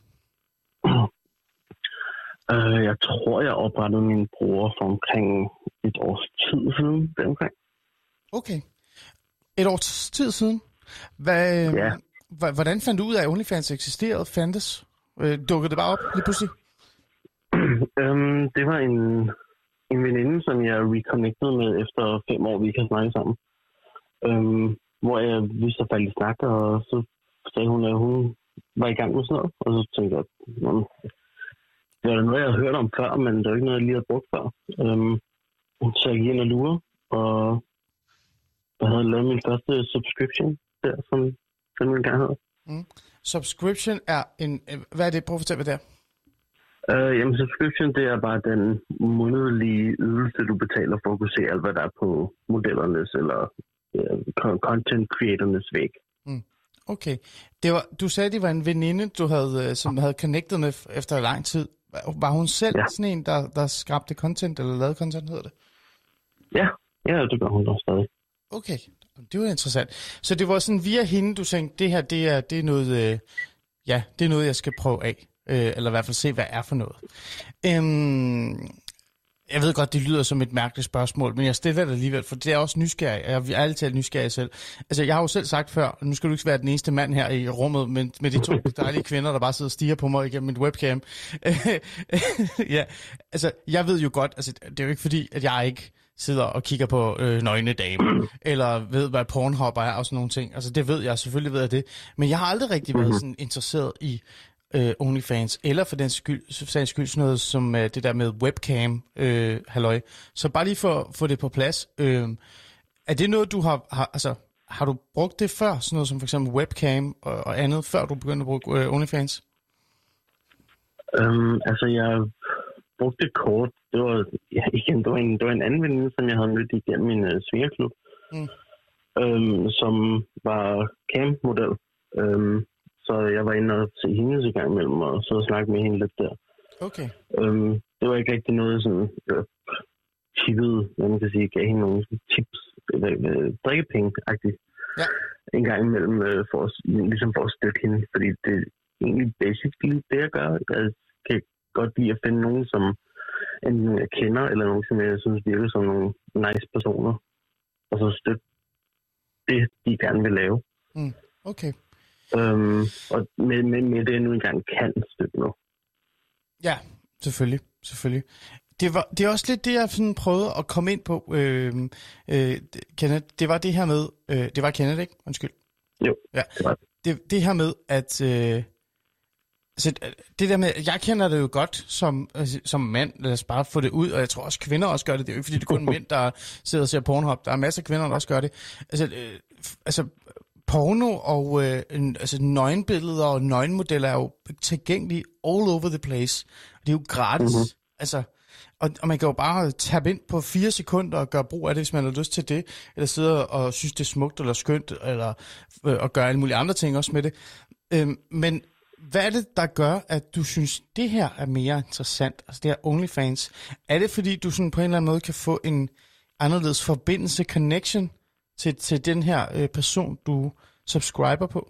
Uh, jeg tror, jeg oprettede min bruger for omkring et års tid siden. Det omkring. Okay. Et års tid siden? Hvad, ja. h- hvordan fandt du ud af, at OnlyFans eksisterede? Fandtes? Øh, dukkede det bare op lige pludselig? um, det var en, en veninde, som jeg reconnectede med efter fem år, vi ikke har snakket sammen. Um, hvor jeg vi så faldt i snak, og så sagde hun, at hun var i gang med sådan noget. Og så tænkte jeg, det var noget, jeg havde hørt om før, men det var ikke noget, jeg lige havde brugt før. Um, så jeg gik ind og lurede, og jeg havde lavet min første subscription der, som den ville gerne have. Mm. Subscription er en... Hvad er det? Prøv at fortælle, hvad det er. Uh, jamen, subscription, det er bare den månedlige ydelse, du betaler for at kunne se alt, hvad der er på modellernes eller uh, content creatornes væg. Mm. Okay. Det var, du sagde, det var en veninde, du havde, som havde connectet med efter lang tid. Var hun selv ja. sådan en, der, der skabte content, eller lavede content, hedder det? Ja, ja, det gør hun også stadig. Okay, det var interessant. Så det var sådan via hende, du tænkte, det her, det er, det er noget, øh, ja, det er noget, jeg skal prøve af. Øh, eller i hvert fald se, hvad er for noget. Øhm, Jeg ved godt, det lyder som et mærkeligt spørgsmål, men jeg stiller det alligevel, for det er også nysgerrig. Jeg er ærligt talt nysgerrig selv. Altså, jeg har jo selv sagt før, nu skal du ikke være den eneste mand her i rummet, men med de to dejlige kvinder, der bare sidder og stiger på mig igennem mit webcam. Ja, altså, jeg ved jo godt, altså, det er jo ikke fordi, at jeg ikke sidder og kigger på øh, nøgne damer, eller ved, hvad Pornhub er og sådan nogle ting. Altså, det ved jeg, selvfølgelig ved jeg det. Men jeg har aldrig rigtig været sådan interesseret i øh, OnlyFans, eller for den skyld, sagens skyld sådan noget som øh, det der med webcam, øh, halløj. Så bare lige for at få det på plads. Øh, er det noget, du har, har, altså, har du brugt det før, sådan noget som for eksempel webcam og, og andet, før du begyndte at bruge øh, OnlyFans? Um, altså, jeg brugte det kort. Det var, ja, igen, det var, en, det var en anden veninde, som jeg havde mødt igennem min uh, svigerklub, mm. um, som var cam-model. Um, så jeg var inde og se hende i gang imellem, og så og snakke med hende lidt der. Okay. Um, det var ikke rigtig noget sådan øh, tippet, hvad man kan sige, gav hende nogle tips, eller øh, drikkepenge-agtigt. Ja. En gang imellem, øh, for at, ligesom for at støtte hende, fordi det er egentlig basically det, jeg gør. Jeg kan godt lide at finde nogen, som enten jeg kender, eller nogen, som jeg synes virker som nogle nice personer, og så støtte det, de gerne vil lave. Mm. Okay. Um, og med, med, med det, jeg nu engang kan støtte noget. Ja, selvfølgelig. selvfølgelig. Det, var, det er også lidt det, jeg sådan prøvede at komme ind på, øh, øh, Kenneth. Det var det her med... Øh, det var Kenneth, ikke? Undskyld. Jo, ja. det var det. Det her med, at... Øh, altså, det der med... Jeg kender det jo godt som, altså, som mand. Lad os bare få det ud. Og jeg tror også, kvinder også gør det. Det er jo ikke, fordi det er kun mænd, der sidder og ser Pornhub. Der er masser af kvinder, der også gør det. Altså... Øh, altså porno og øh, altså nøgenbilleder og nøgenmodeller er jo tilgængelige all over the place. Det er jo gratis. Mm-hmm. Altså, og, og man kan jo bare tabe ind på fire sekunder og gøre brug af det, hvis man har lyst til det, eller sidde og synes, det er smukt eller skønt, eller øh, og gøre alle mulige andre ting også med det. Øhm, men hvad er det, der gør, at du synes, det her er mere interessant, altså det her OnlyFans? Er det, fordi du sådan på en eller anden måde kan få en anderledes forbindelse, connection, til, til den her øh, person, du subscriber på?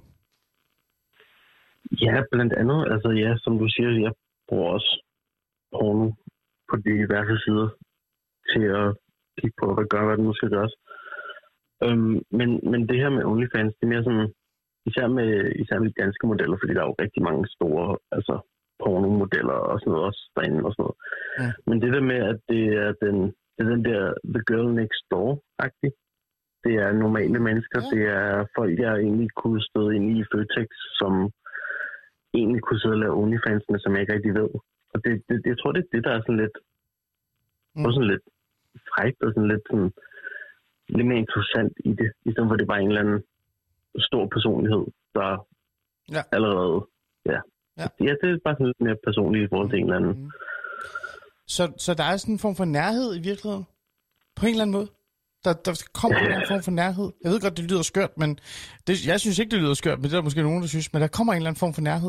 Ja, blandt andet. Altså ja, som du siger, jeg bruger også porno på de diverse sider til at kigge på, hvad gør, hvad den nu skal gøres. Øhm, men, men det her med OnlyFans, det er mere sådan, især med, især med de danske modeller, fordi der er jo rigtig mange store altså, pornomodeller og sådan noget også derinde og sådan noget. Ja. Men det der med, at det er den, det er den der The Girl Next Door-agtig. Det er normale mennesker. Ja. Det er folk, jeg egentlig kunne stå ind i Føtex, som egentlig kunne sidde og lave OnlyFans, men som jeg ikke rigtig ved. Og det, det, jeg tror, det er det, der er sådan lidt, mm. sådan lidt frækt og sådan lidt, sådan, lidt mere interessant i det, i stedet for, at det bare er en eller anden stor personlighed, der ja. allerede, ja. ja. Ja, det er bare sådan lidt mere personligt i forhold til en eller anden. Mm. Så, så der er sådan en form for nærhed i virkeligheden? På en eller anden måde? Der, der kommer en eller anden form for nærhed. Jeg ved godt, det lyder skørt, men det, jeg synes ikke, det lyder skørt, men det er der måske nogen, der synes, men der kommer en eller anden form for nærhed.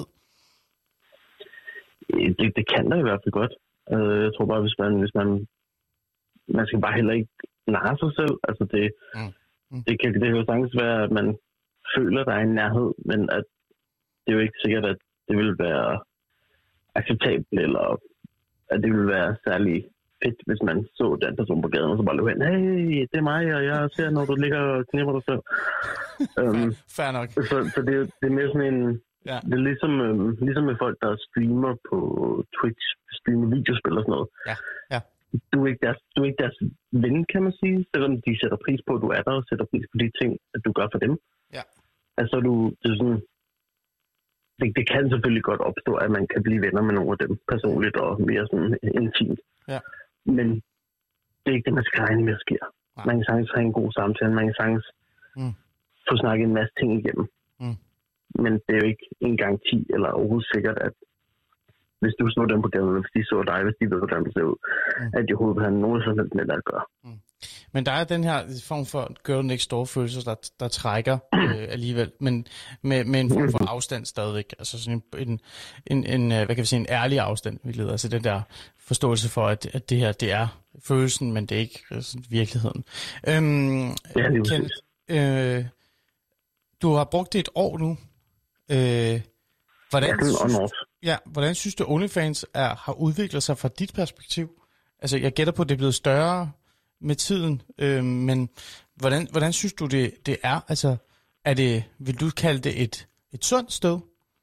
Det, det kan der i hvert fald godt. Jeg tror bare, hvis man, hvis man, man skal bare heller ikke narre sig selv. Altså det, mm. Mm. det, kan, det kan jo sagtens være, at man føler, der er en nærhed, men at det er jo ikke sikkert, at det vil være acceptabelt, eller at det vil være særlig fedt, hvis man så den person på gaden, og så bare løb hen, hey, det er mig, og jeg ser, når du ligger og knipper dig selv. um, Fair nok. Så, så det, er, det er mere sådan en, ja. Det er ligesom, øhm, ligesom med folk, der streamer på Twitch, streamer videospil og sådan noget. Ja, ja. Du er ikke deres, du er ikke deres ven, kan man sige, selvom de sætter pris på, at du er der, og sætter pris på de ting, at du gør for dem. Ja. Altså, du, det er sådan, det, det kan selvfølgelig godt opstå, at man kan blive venner med nogle af dem personligt og mere sådan intimt. Ja. Men det er ikke det, man skal regne med at sker. Nej. Man kan sagtens have en god samtale, man kan sagtens mm. få snakket en masse ting igennem. Mm. Men det er jo ikke en garanti eller overhovedet sikkert, at hvis du så dem på gaden, eller hvis de så dig, hvis de ved, hvordan det ser ud, mm. at de overhovedet har nogen sådan med at gøre. Mm. Men der er den her form for girl next door følelse, der, der trækker øh, alligevel, men med, med en form for afstand stadigvæk. Altså sådan en, en, en, en hvad kan vi sige, en ærlig afstand, vi leder. Altså den der forståelse for, at, at det her, det er følelsen, men det er ikke altså, virkeligheden. Øhm, ja, det er Kenneth, øh, du har brugt det et år nu. Øh, hvordan, ja, synes, ja, hvordan synes du, OnlyFans er, har udviklet sig fra dit perspektiv? altså jeg gætter på, at det er blevet større med tiden, øh, men hvordan, hvordan synes du, det, det er? Altså, er det, vil du kalde det et, et sundt sted?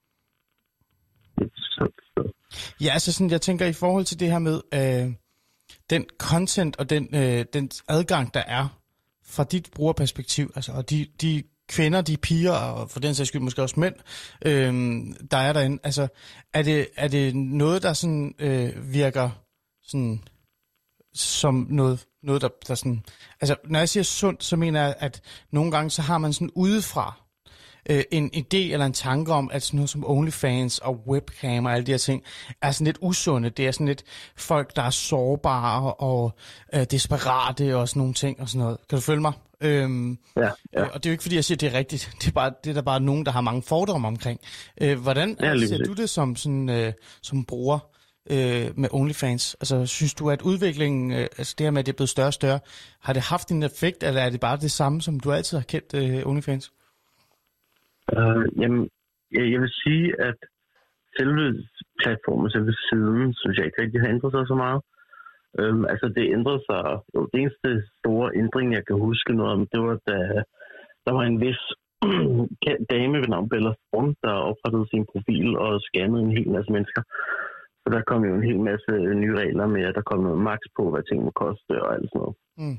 Et sundt sted? Ja, altså sådan, jeg tænker i forhold til det her med øh, den content og den, øh, den adgang, der er fra dit brugerperspektiv, altså, og de, de kvinder, de piger, og for den sags skyld måske også mænd, øh, der er derinde. Altså, er det, er det noget, der sådan øh, virker sådan som noget, noget der, der sådan... Altså, når jeg siger sundt, så mener jeg, at nogle gange, så har man sådan udefra øh, en idé eller en tanke om, at sådan noget som OnlyFans og webcam og alle de her ting, er sådan lidt usunde. Det er sådan lidt folk, der er sårbare og øh, desperate og sådan nogle ting og sådan noget. Kan du følge mig? Øhm, ja, ja. Og det er jo ikke, fordi jeg siger, at det er rigtigt. Det er, bare, det er der bare nogen, der har mange fordomme omkring. Øh, hvordan ja, ser du det som, sådan, øh, som bruger øh, med OnlyFans? Altså, synes du, at udviklingen, øh, altså det her med, at det er blevet større og større, har det haft en effekt, eller er det bare det samme, som du altid har kendt øh, OnlyFans? Uh, jamen, jeg, jeg vil sige, at selve platformen, selve siden, synes jeg ikke rigtig har ændret sig så meget. Um, altså, det ændrede sig... Jo, det eneste store ændring, jeg kan huske noget om, det var, da der var en vis dame ved navn Bella Thorne, der oprettede sin profil og scannede en hel masse mennesker. Så der kom jo en hel masse nye regler med, at der kom noget max på, hvad ting må koste og alt sådan noget. Mm.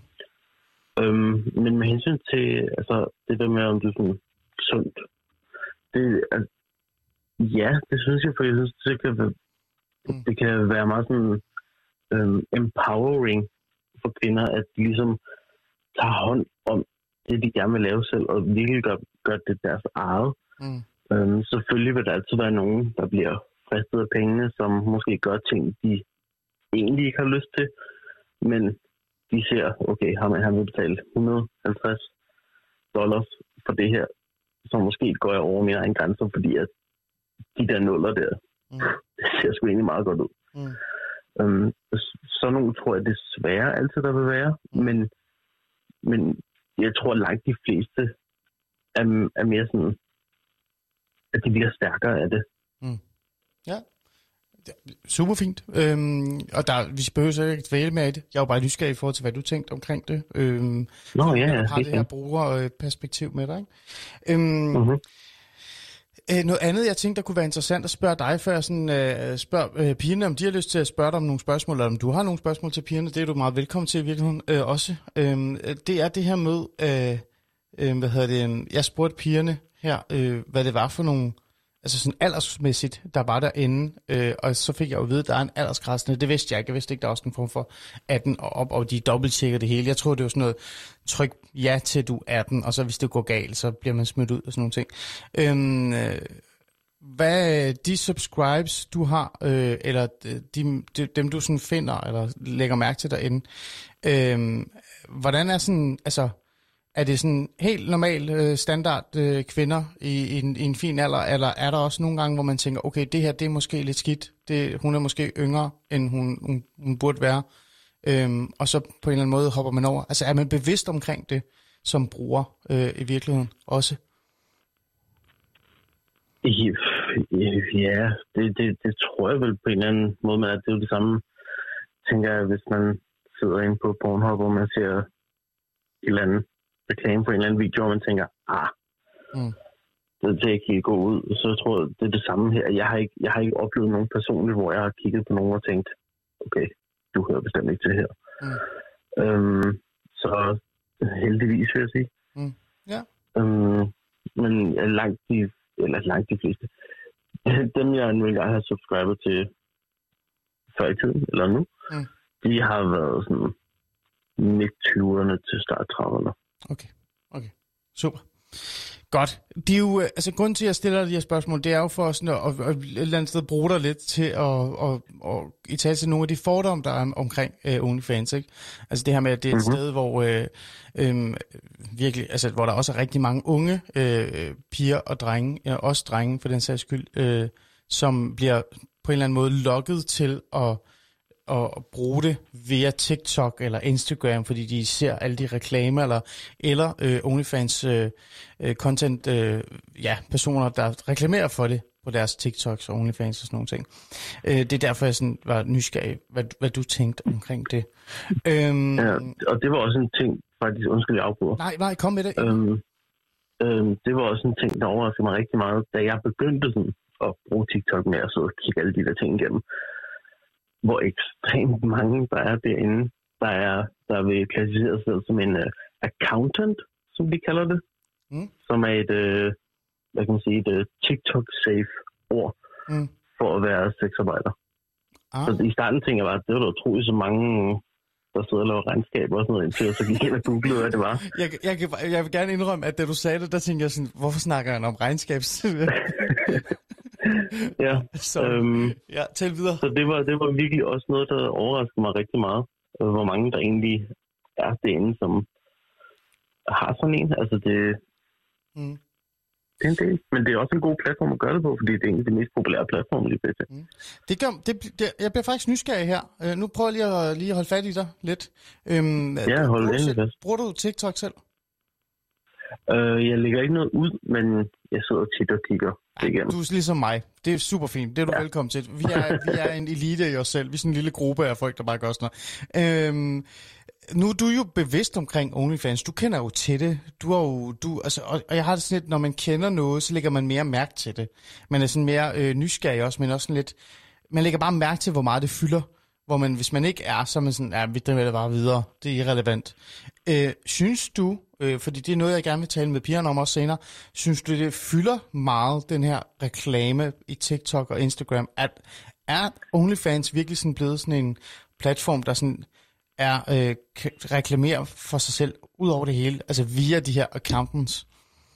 Um, men med hensyn til altså, det der med, om du er sådan sundt, det, altså, ja, det synes jeg, for jeg synes, det kan, mm. det kan være meget sådan um, empowering for kvinder, at de ligesom tager hånd om det, de gerne vil lave selv, og virkelig gør, gør det deres eget. Mm. Um, selvfølgelig vil der altid være nogen, der bliver fristet af pengene, som måske gør ting, de egentlig ikke har lyst til, men de ser, okay, ham, han vil betale et hundrede og halvtreds dollars for det her, så måske går jeg over mine egne grænser, fordi at de der nuller der, mm. det ser sgu egentlig meget godt ud. Mm. Um, så nogle tror jeg desværre altid, der vil være, mm. men, men jeg tror langt de fleste er, er mere sådan, at de bliver stærkere af det. Mm. Ja. Super fint. Øhm, og der, vi behøver så ikke dvæle med det. Jeg er jo bare nysgerrig i forhold til, hvad du tænkte omkring det. Øhm, Nå ja, jeg har det her brugerperspektiv med dig. Ikke? Øhm, uh-huh. øh, noget andet, jeg tænkte, der kunne være interessant at spørge dig, før jeg sådan, øh, spørger øh, pigerne, om de har lyst til at spørge dig om nogle spørgsmål, eller om du har nogle spørgsmål til pigerne. Det er du meget velkommen til i virkeligheden øh, også. Øhm, det er det her med, øh, øh, hvad hedder det, jeg spurgte pigerne her, øh, hvad det var for nogle altså sådan aldersmæssigt, der var derinde, øh, og så fik jeg jo at vide, at der er en aldersgrænsende. Det vidste jeg ikke. Jeg vidste ikke, der er også en form for atten og op, og de dobbelttjekker det hele. Jeg troede, det var sådan noget, tryk ja til du er atten, og så hvis det går galt, så bliver man smidt ud og sådan nogle ting. Øhm, øh, hvad de subscribes, du har, øh, eller de, de, dem, du sådan finder, eller lægger mærke til derinde, øh, hvordan er sådan, altså, er det sådan helt normal øh, standard øh, kvinder i, i, en, i en fin alder, eller er der også nogle gange, hvor man tænker, okay, det her, det er måske lidt skidt, det, hun er måske yngre, end hun, hun, hun burde være, øhm, og så på en eller anden måde hopper man over. Altså er man bevidst omkring det, som bruger øh, i virkeligheden også? Ja, det, det, det tror jeg vel på en eller anden måde, men det er jo det samme, tænker jeg, hvis man sidder inde på Pornhub, hvor man ser et eller andet reklame på en eller anden video, og man tænker, ah, mm. det ser ikke helt godt ud. Så jeg tror, det er det samme her. Jeg har ikke, jeg har ikke oplevet nogen personligt, hvor jeg har kigget på nogen og tænkt, okay, du hører bestemt ikke til her. Mm. Øhm, så heldigvis, vil jeg sige. Mm. Ja. Øhm, men langt de, eller langt de fleste, dem jeg nu engang har subscribet til før i tiden, eller nu, mm. de har været sådan midt tyverne til start trediverne. Okay, okay. Super. Godt. Det er jo, altså grunden til, at jeg stiller de her spørgsmål, det er jo for sådan at, at, at et eller andet sted bruge dig lidt til at, at, at, at i tale til nogle af de fordomme, der er omkring uh, OnlyFans, ikke? Altså det her med, at det er et mm-hmm. sted, hvor uh, um, virkelig, altså hvor der også er rigtig mange unge uh, piger og drenge, ja, også drenge for den sags skyld, uh, som bliver på en eller anden måde lokket til at og bruge det via TikTok eller Instagram, fordi de ser alle de reklamer eller, eller øh, OnlyFans øh, content, øh, ja, personer, der reklamerer for det på deres TikToks og OnlyFans og sådan nogle ting. Øh, det er derfor, jeg sådan var nysgerrig, hvad, hvad du tænkte omkring det. Øhm, ja, og det var også en ting, faktisk, undskyld, jeg afbryder. Nej, nej, kom med det. Øhm, øhm, det var også en ting, der overraskede mig rigtig meget, da jeg begyndte sådan at bruge TikTok med at sidde og kigge alle de der ting igennem. Hvor ekstremt mange, der er derinde, der er, der vil klassificere sig selv som en uh, accountant, som de kalder det. Mm. Som er et, uh, hvad kan man sige, et uh, TikTok-safe ord mm. for at være sexarbejder. Ah. Så i starten tænkte jeg bare, at det var da utroligt så mange, der sidder og laver regnskaber og sådan noget, indtil jeg så gik ind og googlede, hvad det var. Jeg, jeg, jeg vil gerne indrømme, at da du sagde det, der tænkte jeg sådan, hvorfor snakker han om regnskabs? ja, så, øhm, ja, tæl videre. Så det var, det var virkelig også noget, der overraskede mig rigtig meget. Hvor mange der egentlig er derinde, som har sådan en. Altså det, mm. det er en del. Men det er også en god platform at gøre det på, fordi det er egentlig det mest populære platform lige pt. Mm. Det gør, det, det, jeg bliver faktisk nysgerrig her. Uh, nu prøver jeg lige at, lige at holde fat i dig lidt. Um, ja, hold det fast. Bruger du TikTok selv? Uh, jeg lægger ikke noget ud, men jeg sidder tit og kigger det igennem. Du er ligesom mig. Det er super fint. Det er du ja. velkommen til. Vi er, vi er en elite i os selv. Vi er sådan en lille gruppe af folk, der bare gør sådan noget. Um, nu er du jo bevidst omkring OnlyFans. Du kender jo til det. Du har jo, du, altså, og jeg har det sådan lidt, når man kender noget, så lægger man mere mærke til det. Man er sådan mere øh, nysgerrig også, men også sådan lidt... Man lægger bare mærke til, hvor meget det fylder. Hvor man, hvis man ikke er, så er man sådan, ja, vi driver det bare videre. Det er irrelevant. Øh, synes du, øh, fordi det er noget, jeg gerne vil tale med pigerne om også senere, synes du, det fylder meget, den her reklame i TikTok og Instagram? At, er OnlyFans virkelig sådan blevet sådan en platform, der sådan er øh, reklamerer for sig selv ud over det hele, altså via de her accountants?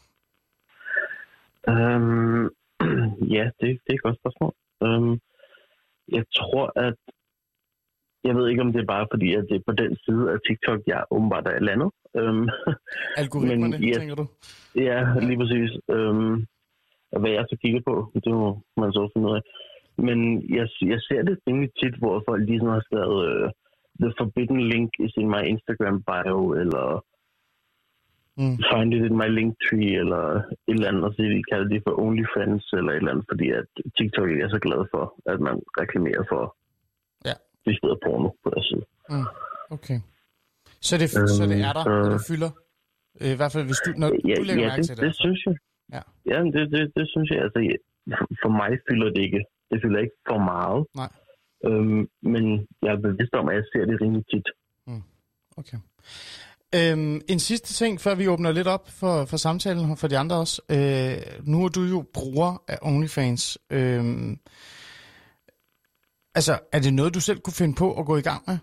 Um, ja, det, det er et godt spørgsmål. Um, jeg tror, at jeg ved ikke, om det er bare fordi, at det er på den side af TikTok, jeg åbenbart er landet. Um, Algoritmerne, men, ja, tænker du? Ja, lige præcis. Um, og hvad jeg så kigger på, det må man så finde ud af. Men jeg, jeg ser det rimelig tit, hvor folk lige sådan har skrevet uh, The Forbidden Link is in my Instagram bio, eller mm. Find it in my Linktree, eller et eller andet, og så de kalder det for OnlyFans, eller et eller andet, fordi at TikTok ikke er så glad for, at man reklamerer for ja. det stedet porno på deres side. Mm. Okay. Så det, øhm, så det er der, så... og det fylder? I hvert fald, hvis du, når ja, du lægger ja, mærke det, til det. det altså. synes jeg. Ja, ja det, det, det synes jeg. Altså, for mig fylder det ikke. Det fylder ikke for meget. Nej. Øhm, men jeg er bevidst om, at jeg ser det rimelig tit. Mm. Okay. Øhm, en sidste ting, før vi åbner lidt op for, for samtalen for de andre også. Øh, nu er du jo bruger af OnlyFans. Øh, altså, er det noget, du selv kunne finde på at gå i gang med?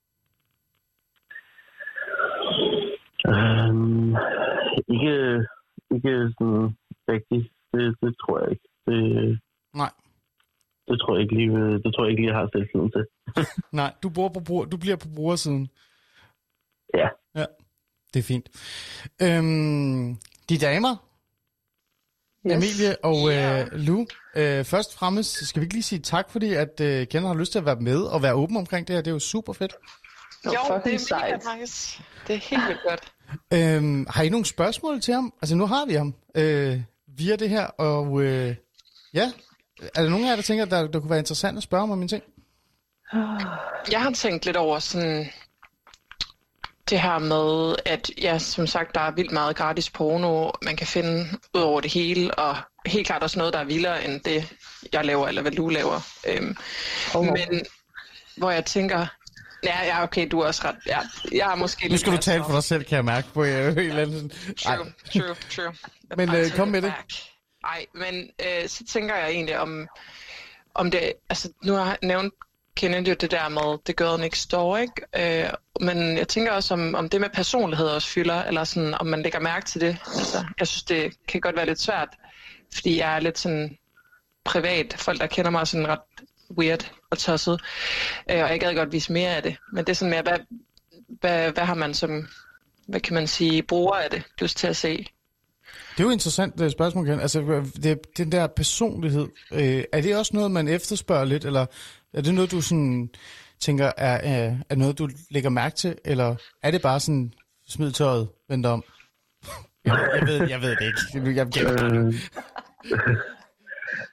Um, ikke, ikke sådan rigtigt. Det, det tror jeg ikke. Det, Nej. Det tror jeg ikke lige, det tror jeg ikke lige, jeg har selvtiden til. Nej, du, bor på bruger, du bliver på brugersiden. Ja. Ja, det er fint. Øhm, de damer, yes. Emilie og yeah. øh, Lou, øh, først og fremmest skal vi ikke lige sige tak, fordi at øh, Kender har lyst til at være med og være åben omkring det her. Det er jo super fedt. Jo, det er mega nice. Det er helt vildt godt. Øhm, har I nogle spørgsmål til ham? Altså nu har vi ham øh, via det her, og øh, ja, er der nogen af jer, der tænker, at der, der kunne være interessant at spørge om mine ting? Jeg har tænkt lidt over sådan det her med, at ja, som sagt, der er vildt meget gratis porno, man kan finde ud over det hele, og helt klart også noget, der er vildere end det, jeg laver, eller hvad du laver. Øhm, oh. Men hvor jeg tænker, ja, ja, okay, du er også ret, ja, jeg er måske nu skal du tale for dig selv, kan jeg mærke på en eller anden. True, true, true. Men øh, kom med det. Nej, men øh, så tænker jeg egentlig om, om det, altså nu har jeg nævnt, kender jo det der med The Girl Next Door, ikke? Øh, men jeg tænker også, om, om det med personlighed også fylder, eller sådan, om man lægger mærke til det. Altså, jeg synes, det kan godt være lidt svært, fordi jeg er lidt sådan privat. Folk, der kender mig, er sådan ret weird og tosset, øh, og jeg gad godt vise mere af det. Men det er sådan mere, hvad, hvad, hvad har man som, hvad kan man sige, bruger af det, lyst til at se? Det er jo interessant det spørgsmål, Ken. Altså, det, den der personlighed, øh, er det også noget, man efterspørger lidt, eller er det noget, du sådan tænker, er, er, er noget, du lægger mærke til, eller er det bare sådan, smid tøjet, vent om? jeg, jeg, ved, jeg ved det ikke. Jeg, jeg, jeg, øh,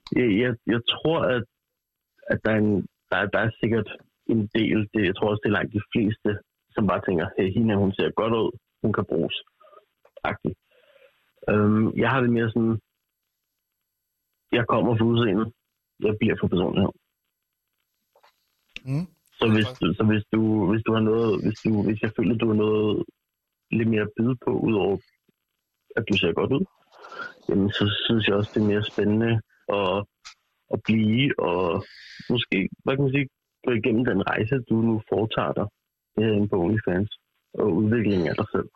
jeg, jeg, jeg tror, at, at der, er en, der, er, der er sikkert en del, det, jeg tror også, det er langt de fleste, som bare tænker, hey, hende, hun ser godt ud, hun kan bruges. Agtigt. Øhm, jeg har det mere sådan, jeg kommer for udseendet, jeg bliver for personlighed. Mm. Så hvis, så hvis du, hvis du har noget, hvis du, hvis jeg føler, at du har noget lidt mere at byde på, udover at du ser godt ud, jamen så synes jeg også, det er mere spændende at, at blive, og måske, hvad kan man sige, gå igennem den rejse, du nu foretager dig herinde på OnlyFans, og udviklingen af dig selv.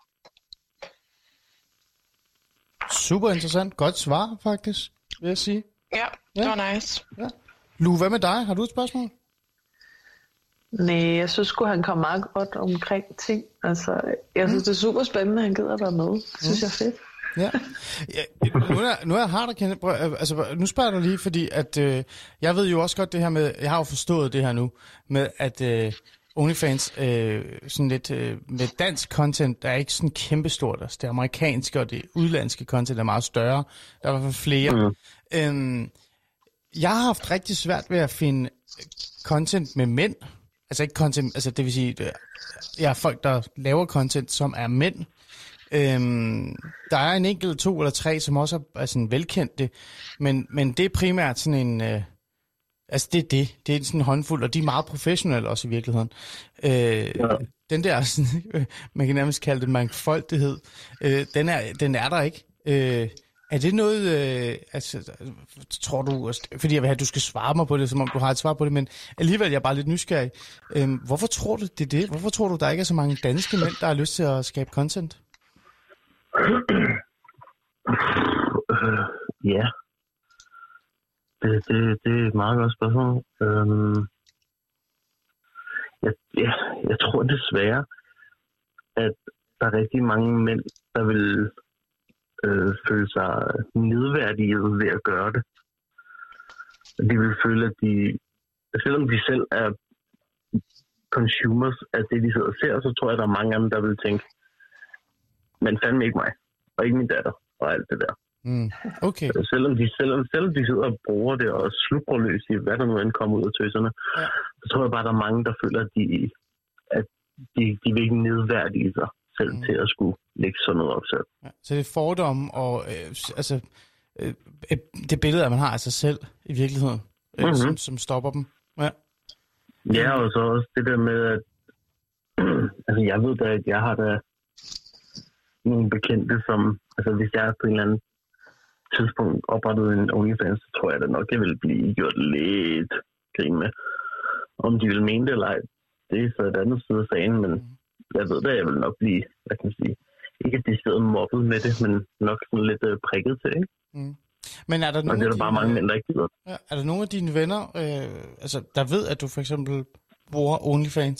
Super interessant. Godt svar, faktisk, vil jeg sige. Ja, det ja. var nice. Ja. Lu, hvad med dig? Har du et spørgsmål? Nej, jeg synes sgu, han kom meget godt omkring ting. Altså, jeg synes, mm. det er super spændende, at han gider at være med. Det synes mm. jeg er fedt. Ja. ja nu, er, nu er jeg har der kendt, altså nu spørger jeg dig lige, fordi at øh, jeg ved jo også godt det her med, jeg har jo forstået det her nu, med at øh, OnlyFans øh, sådan lidt øh, med dansk content, der er ikke sådan kæmpestort, altså det amerikanske og det udlandske content er meget større, der er i hvert fald flere. Mm. Øhm, jeg har haft rigtig svært ved at finde content med mænd, altså ikke content, altså det vil sige, jeg er folk, der laver content, som er mænd. Øhm, der er en enkelt, to eller tre, som også er, er sådan velkendte, men, men det er primært sådan en, øh, altså det er det, det er sådan en håndfuld, og de er meget professionelle også i virkeligheden. Øh, ja. Den der, sådan, øh, man kan nærmest kalde det mangfoldighed, øh, den, er, den er der ikke. Øh, er det noget, øh, altså, tror du, fordi jeg vil have, at du skal svare mig på det, som om du har et svar på det, men alligevel er jeg bare lidt nysgerrig. Øh, hvorfor tror du, det er det? Hvorfor tror du, der ikke er så mange danske mænd, der har lyst til at skabe content? øh, ja. Det, det, det er et meget godt spørgsmål. Øhm, jeg, jeg, jeg tror desværre, at der er rigtig mange mænd, der vil øh, føle sig nedværdiget ved at gøre det. De vil føle, at de, selvom de selv er consumers af det, de sidder og ser, så tror jeg, at der er mange af dem, der vil tænke, men fandme ikke mig, og ikke min datter, og alt det der. Mm, okay. Selvom de, selvom, selvom de sidder og bruger det og slubrer løs i, hvad der nu end kommer ud af tøserne, ja. Så tror jeg bare, der er mange, der føler, at de, at de, de vil ikke nedværdige sig selv mm. til at skulle lægge sådan noget op selv. Ja, så det er fordomme og øh, altså, øh, det billede, at man har af sig selv i virkeligheden, øh, mm-hmm. som, som stopper dem. Ja. Ja, og så også det der med, at altså, jeg ved da, at jeg har da nogle bekendte, som, altså hvis jeg på en eller anden tidspunkt oprettede en OnlyFans, så tror jeg da nok, jeg vil blive gjort lidt grin med. Om de vil mene det eller ej, det er så et andet side af sagen, men jeg ved da, jeg vil nok blive, hvad kan man sige, ikke at de sidder mobbet med det, men nok sådan lidt øh, prikket til, ikke? Mm. Men er der og det er der bare mange mænd, der ikke gider. Ja, er der nogle af dine venner, øh, altså, der ved, at du for eksempel bruger OnlyFans?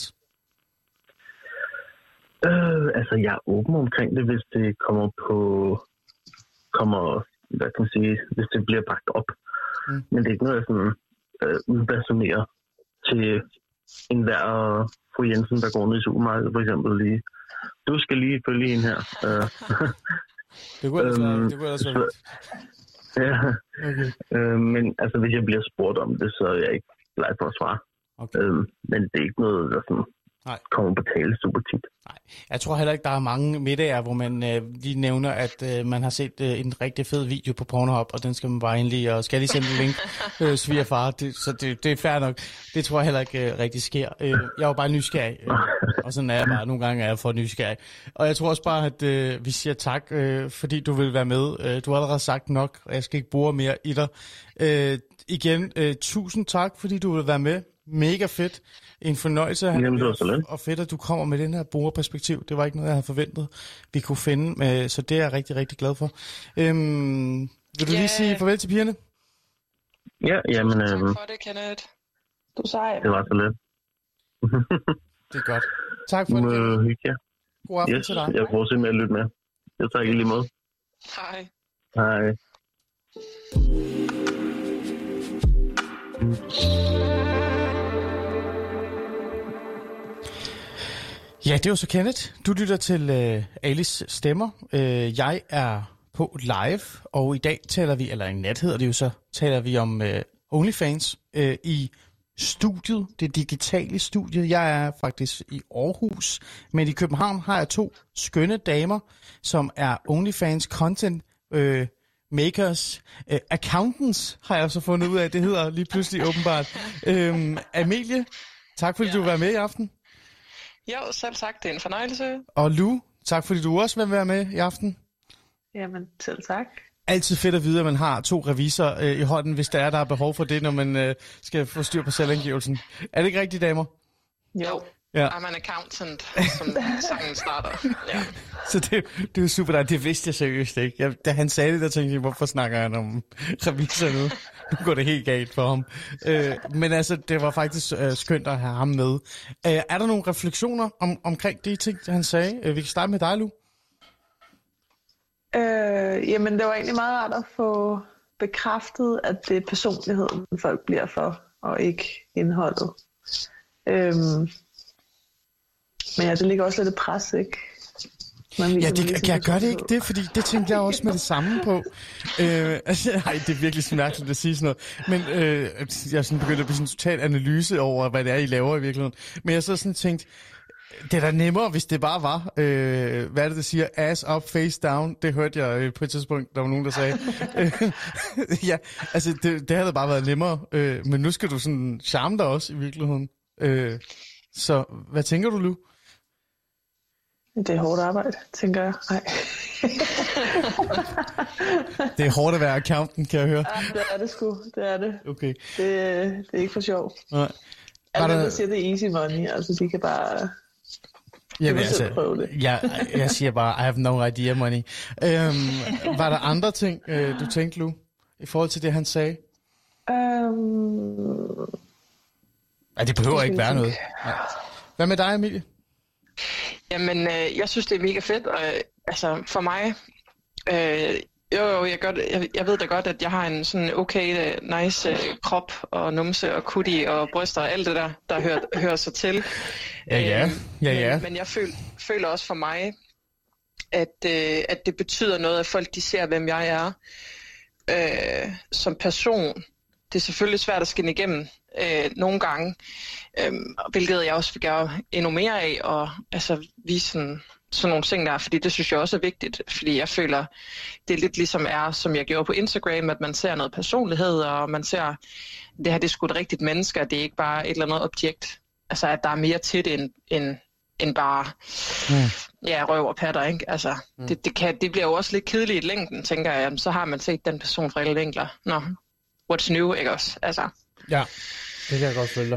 Øh, altså, jeg er åben omkring det, hvis det kommer på, kommer, hvad kan man sige, hvis det bliver bragt op. Mm. Men det er ikke noget, jeg sådan øh, udbasunerer til enhver fru Jensen, der går ned i supermarkedet, for eksempel lige. Du skal lige følge hende her. Øh. Det kunne ellers være, det kunne ellers være. Ja, okay. øh, men altså, hvis jeg bliver spurgt om det, så er jeg ikke bleg for at svare. Okay. Øh, men det er ikke noget, der sådan Nej. kommer på tale super tit. Nej, jeg tror heller ikke, der er mange middager, hvor man øh, lige nævner, at øh, man har set øh, en rigtig fed video på Pornhub, og den skal man bare endelig, og skal lige sende en link, øh, svigerfar, det, så det, det er fair nok. Det tror jeg heller ikke øh, rigtig sker. Øh, jeg er jo bare nysgerrig, øh, og sådan er jeg bare. Nogle gange er jeg for nysgerrig. Og jeg tror også bare, at øh, vi siger tak, øh, fordi du vil være med. Øh, du har allerede sagt nok, og jeg skal ikke bore mere i dig. Øh, igen, øh, tusind tak, fordi du vil være med. Mega fedt. En fornøjelse at Jamen, have, og fedt, at du kommer med den her brugerperspektiv. Det var ikke noget, jeg havde forventet, vi kunne finde, så det er jeg rigtig, rigtig glad for. Øhm, vil du yeah. lige sige farvel til pigerne? Ja, jamen... Tak øhm, for det, Kenneth. Du er sej. Det var så lidt. Det er godt. Tak for det. Uh, hygge jer. God aften yes, til dig. Jeg prøver simpelthen at lytte med. Jeg tager ikke lige måde. Hej. Hej. Ja, det var så Kenneth. Du lytter til øh, Alis stemmer. Øh, jeg er på live, og i dag taler vi, eller i nat hedder det jo så, taler vi om øh, OnlyFans øh, i studiet, det digitale studie. Jeg er faktisk i Aarhus, men i København har jeg to skønne damer, som er OnlyFans content øh, makers, øh, accountants, har jeg så fundet ud af, det hedder lige pludselig åbenbart. Øhm, Amelie, tak fordi ja. du var med i aften. Jo, selv tak, det er en fornøjelse. Og Lu, tak fordi du også vil være med i aften. Jamen, selv tak. Altid fedt at vide, at man har to revisorer øh, i hånden, hvis der er, der er behov for det, når man øh, skal få styr på selvangivelsen. Er det ikke rigtigt, damer? Jo, ja. I'm an accountant, som sangen starter. Ja. Så det, det er jo super dejligt. Det vidste jeg seriøst ikke. Jeg, da han sagde det, der tænkte jeg, hvorfor snakker han om revisor nu? Nu går det helt galt for ham. Øh, men altså, det var faktisk øh, skønt at have ham med. Øh, er der nogle refleksioner om, omkring de ting, han sagde? Øh, vi kan starte med dig, Lu. Øh, jamen, det var egentlig meget rart at få bekræftet, at det er personligheden, folk bliver for, og ikke indholdet. Øhm, men ja, det ligger også lidt et pres, ikke? Ja, det, kan jeg gøre det ikke det, fordi det tænkte jeg også med det samme på. Øh, altså, ej, det er virkelig mærkeligt at sige sådan noget. Men øh, jeg er sådan begyndt at blive sådan en total analyse over, hvad det er, I laver i virkeligheden. Men jeg har så sådan tænkt, det er da nemmere, hvis det bare var, øh, hvad er det, der siger, ass up, face down. Det hørte jeg øh, på et tidspunkt, der var nogen, der sagde. Ja, altså, det, det havde da bare været nemmere. Øh, men nu skal du sådan charme dig også i virkeligheden. Øh, så hvad tænker du, Lu? Det er hårdt arbejde, tænker jeg. Ej. Det er hårdt at være accountant, kan jeg høre. Ja, det er det sgu. Det er det. Okay. Det, det er ikke for sjov. Nej. Alle, der siger, det er easy money, altså de kan bare... Jamen, altså, prøve det. Jeg, jeg siger bare, I have no idea money. Øhm, var der andre ting, øh, du tænkte, Lu, i forhold til det, han sagde? Um... Ej, det behøver det ikke være tænke. Noget. Nej. Hvad med dig, Emilie? Jamen, øh, jeg synes, det er mega fedt, og øh, altså, for mig... Øh, Jo, jo, jeg, gør det. Jeg, jeg ved da godt, at jeg har en sådan okay, nice uh, krop og numse og kutti og bryster og alt det der, der hører, hører sig til. Ja, ja. ja, ja. Men, men jeg føl, føler også for mig, at, uh, at det betyder noget, at folk de ser, hvem jeg er uh, som person. Det er selvfølgelig svært at skinne igennem uh, nogle gange, um, hvilket jeg også vil gøre endnu mere af, og altså vise sådan... sådan nogle ting der, fordi det synes jeg også er vigtigt, fordi jeg føler, det er lidt ligesom er, som jeg gjorde på Instagram, at man ser noget personlighed, og man ser, det her det er sgu et rigtigt menneske, og det er ikke bare et eller andet objekt. Altså, at der er mere til det, end, end, end bare, mm. ja, røv og patter, ikke? Altså, mm. det, det, kan, det bliver jo også lidt kedeligt i længden, tænker jeg, så har man set den person fra alle vinkler. Nå, what's new, ikke også? Altså. Ja, det kan jeg godt følge dig.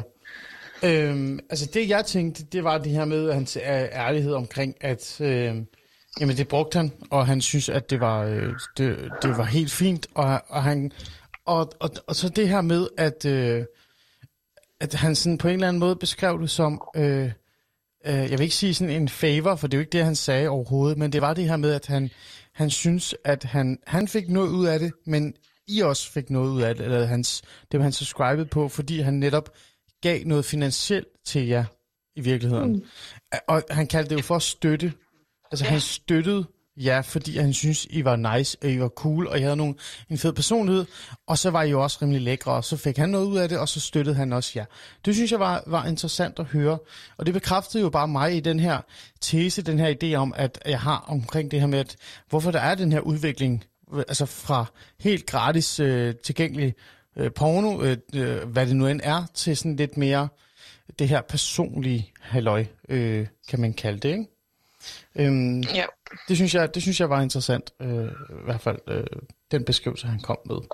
Øhm, altså det jeg tænkte, det var det her med hans ærlighed omkring, at øh, jamen det brugte han, og han synes, at det var øh, det, det var helt fint, og, og han og, og, og så det her med, at øh, at han sådan på en eller anden måde beskrev det som, øh, øh, jeg vil ikke sige sådan en favor, for det er jo ikke det, han sagde overhovedet, men det var det her med, at han han synes, at han han fik noget ud af det, men I også fik noget ud af det, eller hans det var han subscribed på, fordi han netop gav noget finansielt til jer i virkeligheden. Mm. Og han kaldte det jo for at støtte. Altså ja. Han støttede jer, fordi han synes, I var nice, og I var cool, og I havde nogle, en fed personlighed. Og så var I jo også rimelig lækre, og så fik han noget ud af det, og så støttede han også jer. Det synes jeg var, var interessant at høre. Og det bekræftede jo bare mig i den her tese, den her idé om, at jeg har omkring det her med, at hvorfor der er den her udvikling, altså fra helt gratis øh, tilgængelig porno, øh, øh, hvad det nu end er, til sådan lidt mere det her personlige halløj, øh, kan man kalde det, ikke? Øhm, ja. det, synes jeg, det synes jeg var interessant, øh, i hvert fald øh, den beskrivelse, han kom med.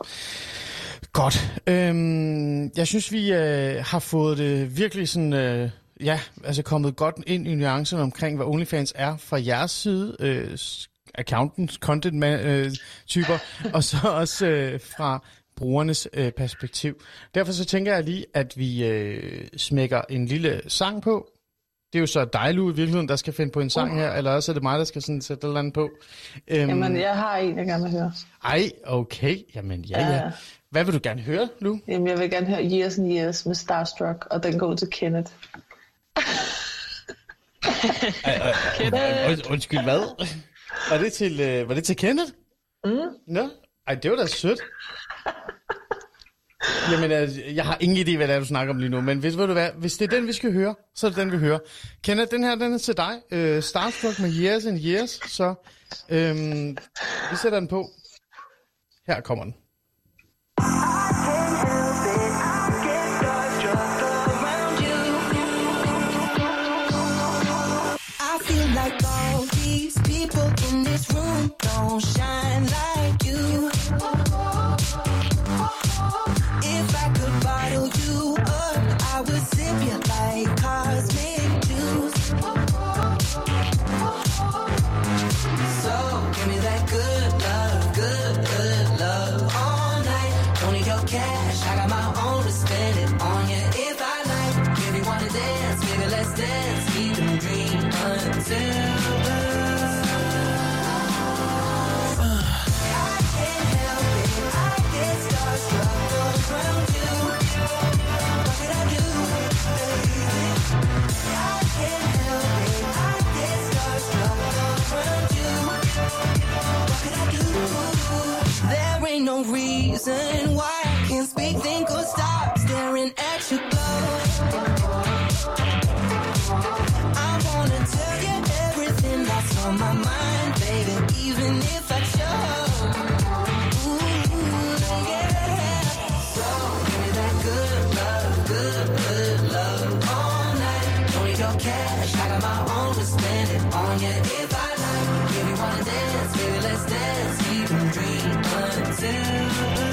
Godt. Øhm, jeg synes, vi øh, har fået det virkelig sådan, øh, ja, altså kommet godt ind i nuancerne omkring, hvad OnlyFans er fra jeres side, øh, accountants, content-typer, øh, og så også øh, fra brugernes øh, perspektiv. Derfor så tænker jeg lige, at vi øh, smækker en lille sang på. Det er jo så dig, Lu, i virkeligheden, der skal finde på en sang her, eller også er det mig, der skal sådan sætte et eller andet på. Øhm, Jamen, jeg har en, jeg gerne vil høre. Ej, okay. Jamen, ja, ja. Hvad vil du gerne høre, Lu? Jamen, jeg vil gerne høre Years and Years med Starstruck, og den går til Kenneth. Ej, øh, Kenneth. Und, undskyld, hvad? Var det til, øh, var det til Kenneth? Mm. Nå, ej, det var da sødt. Jamen, jeg har ingen idé, hvad det er, du snakker om lige nu, men hvis, ved du hvad, hvis det er den, vi skal høre, så er det den, vi hører. Kenneth, den her, den er til dig. Uh, Starstruck med Years and Years, så øhm, vi sætter den på. Her kommer den. I feel like all these people in this room don't shine like you. If I could bottle you up, I would sip you like cosmic juice. So give me that good love, good, good love all night. Don't need your cash, I got my own to spend it on you if I like. If you wanna dance, baby, let's dance. Keep them dream until no reason why I can't speak, think or stop staring at your glow. I wanna tell you everything that's on my mind, baby, even if I chose. Ooh, yeah. So give me that good love, good, good love all night. Don't need your cash, I got my own to spend it on you if I like. If you wanna dance, baby, let's dance. Keep them dream until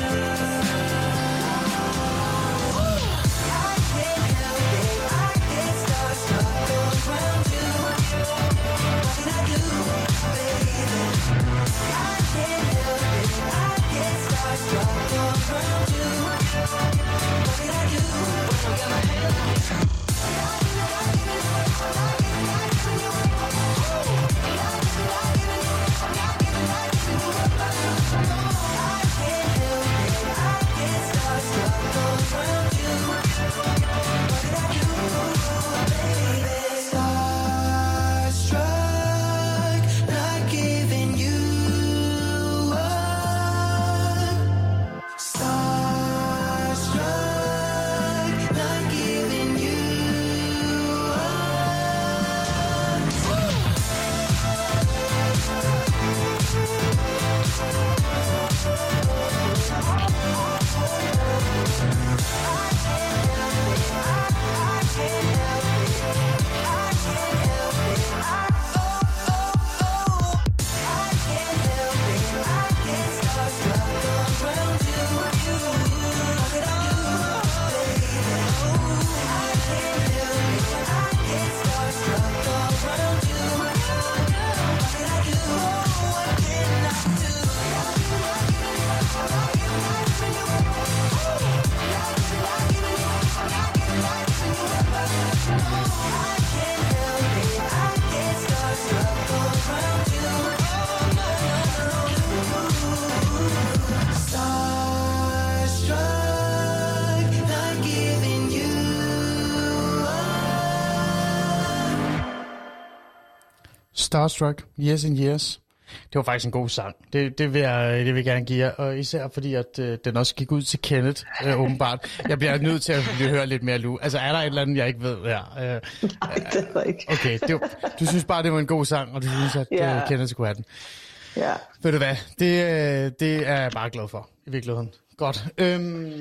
Starstruck, Years and Years. Det var faktisk en god sang. Det, det, vil, jeg, det vil jeg gerne give jer. Og især fordi, at øh, den også gik ud til Kenneth, øh, åbenbart. Jeg bliver nødt til at høre lidt mere Lu. Altså, er der et eller andet, jeg ikke ved her? Øh, Nej, det er ikke. Okay, det var, du synes bare, det var en god sang, og du synes, at Ja. øh, Kenneth skulle have den. Ja. Ved du hvad? Det, øh, det er jeg bare glad for, i virkeligheden. Godt. Øhm,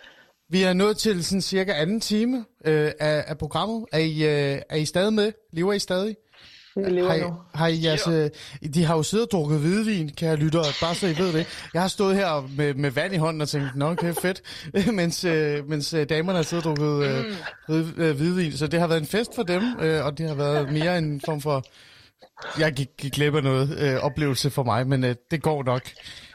vi er nået til sådan cirka anden time øh, af, af programmet. Er I, øh, er I stadig med? Lever I stadig? Vi lever har I, nu. har I jeres, øh, de har jo siddet og drukket hvidvin, kan jeg lytte, bare så I ved det. Jeg har stået her med, med vand i hånden og tænkt, nå okay, fedt, mens, øh, mens øh, damerne har siddet og drukket øh, hvid, øh, hvidvin. Så det har været en fest for dem, øh, og det har været mere en form for, jeg gik, gik glip af noget øh, oplevelse for mig, men øh, det går nok.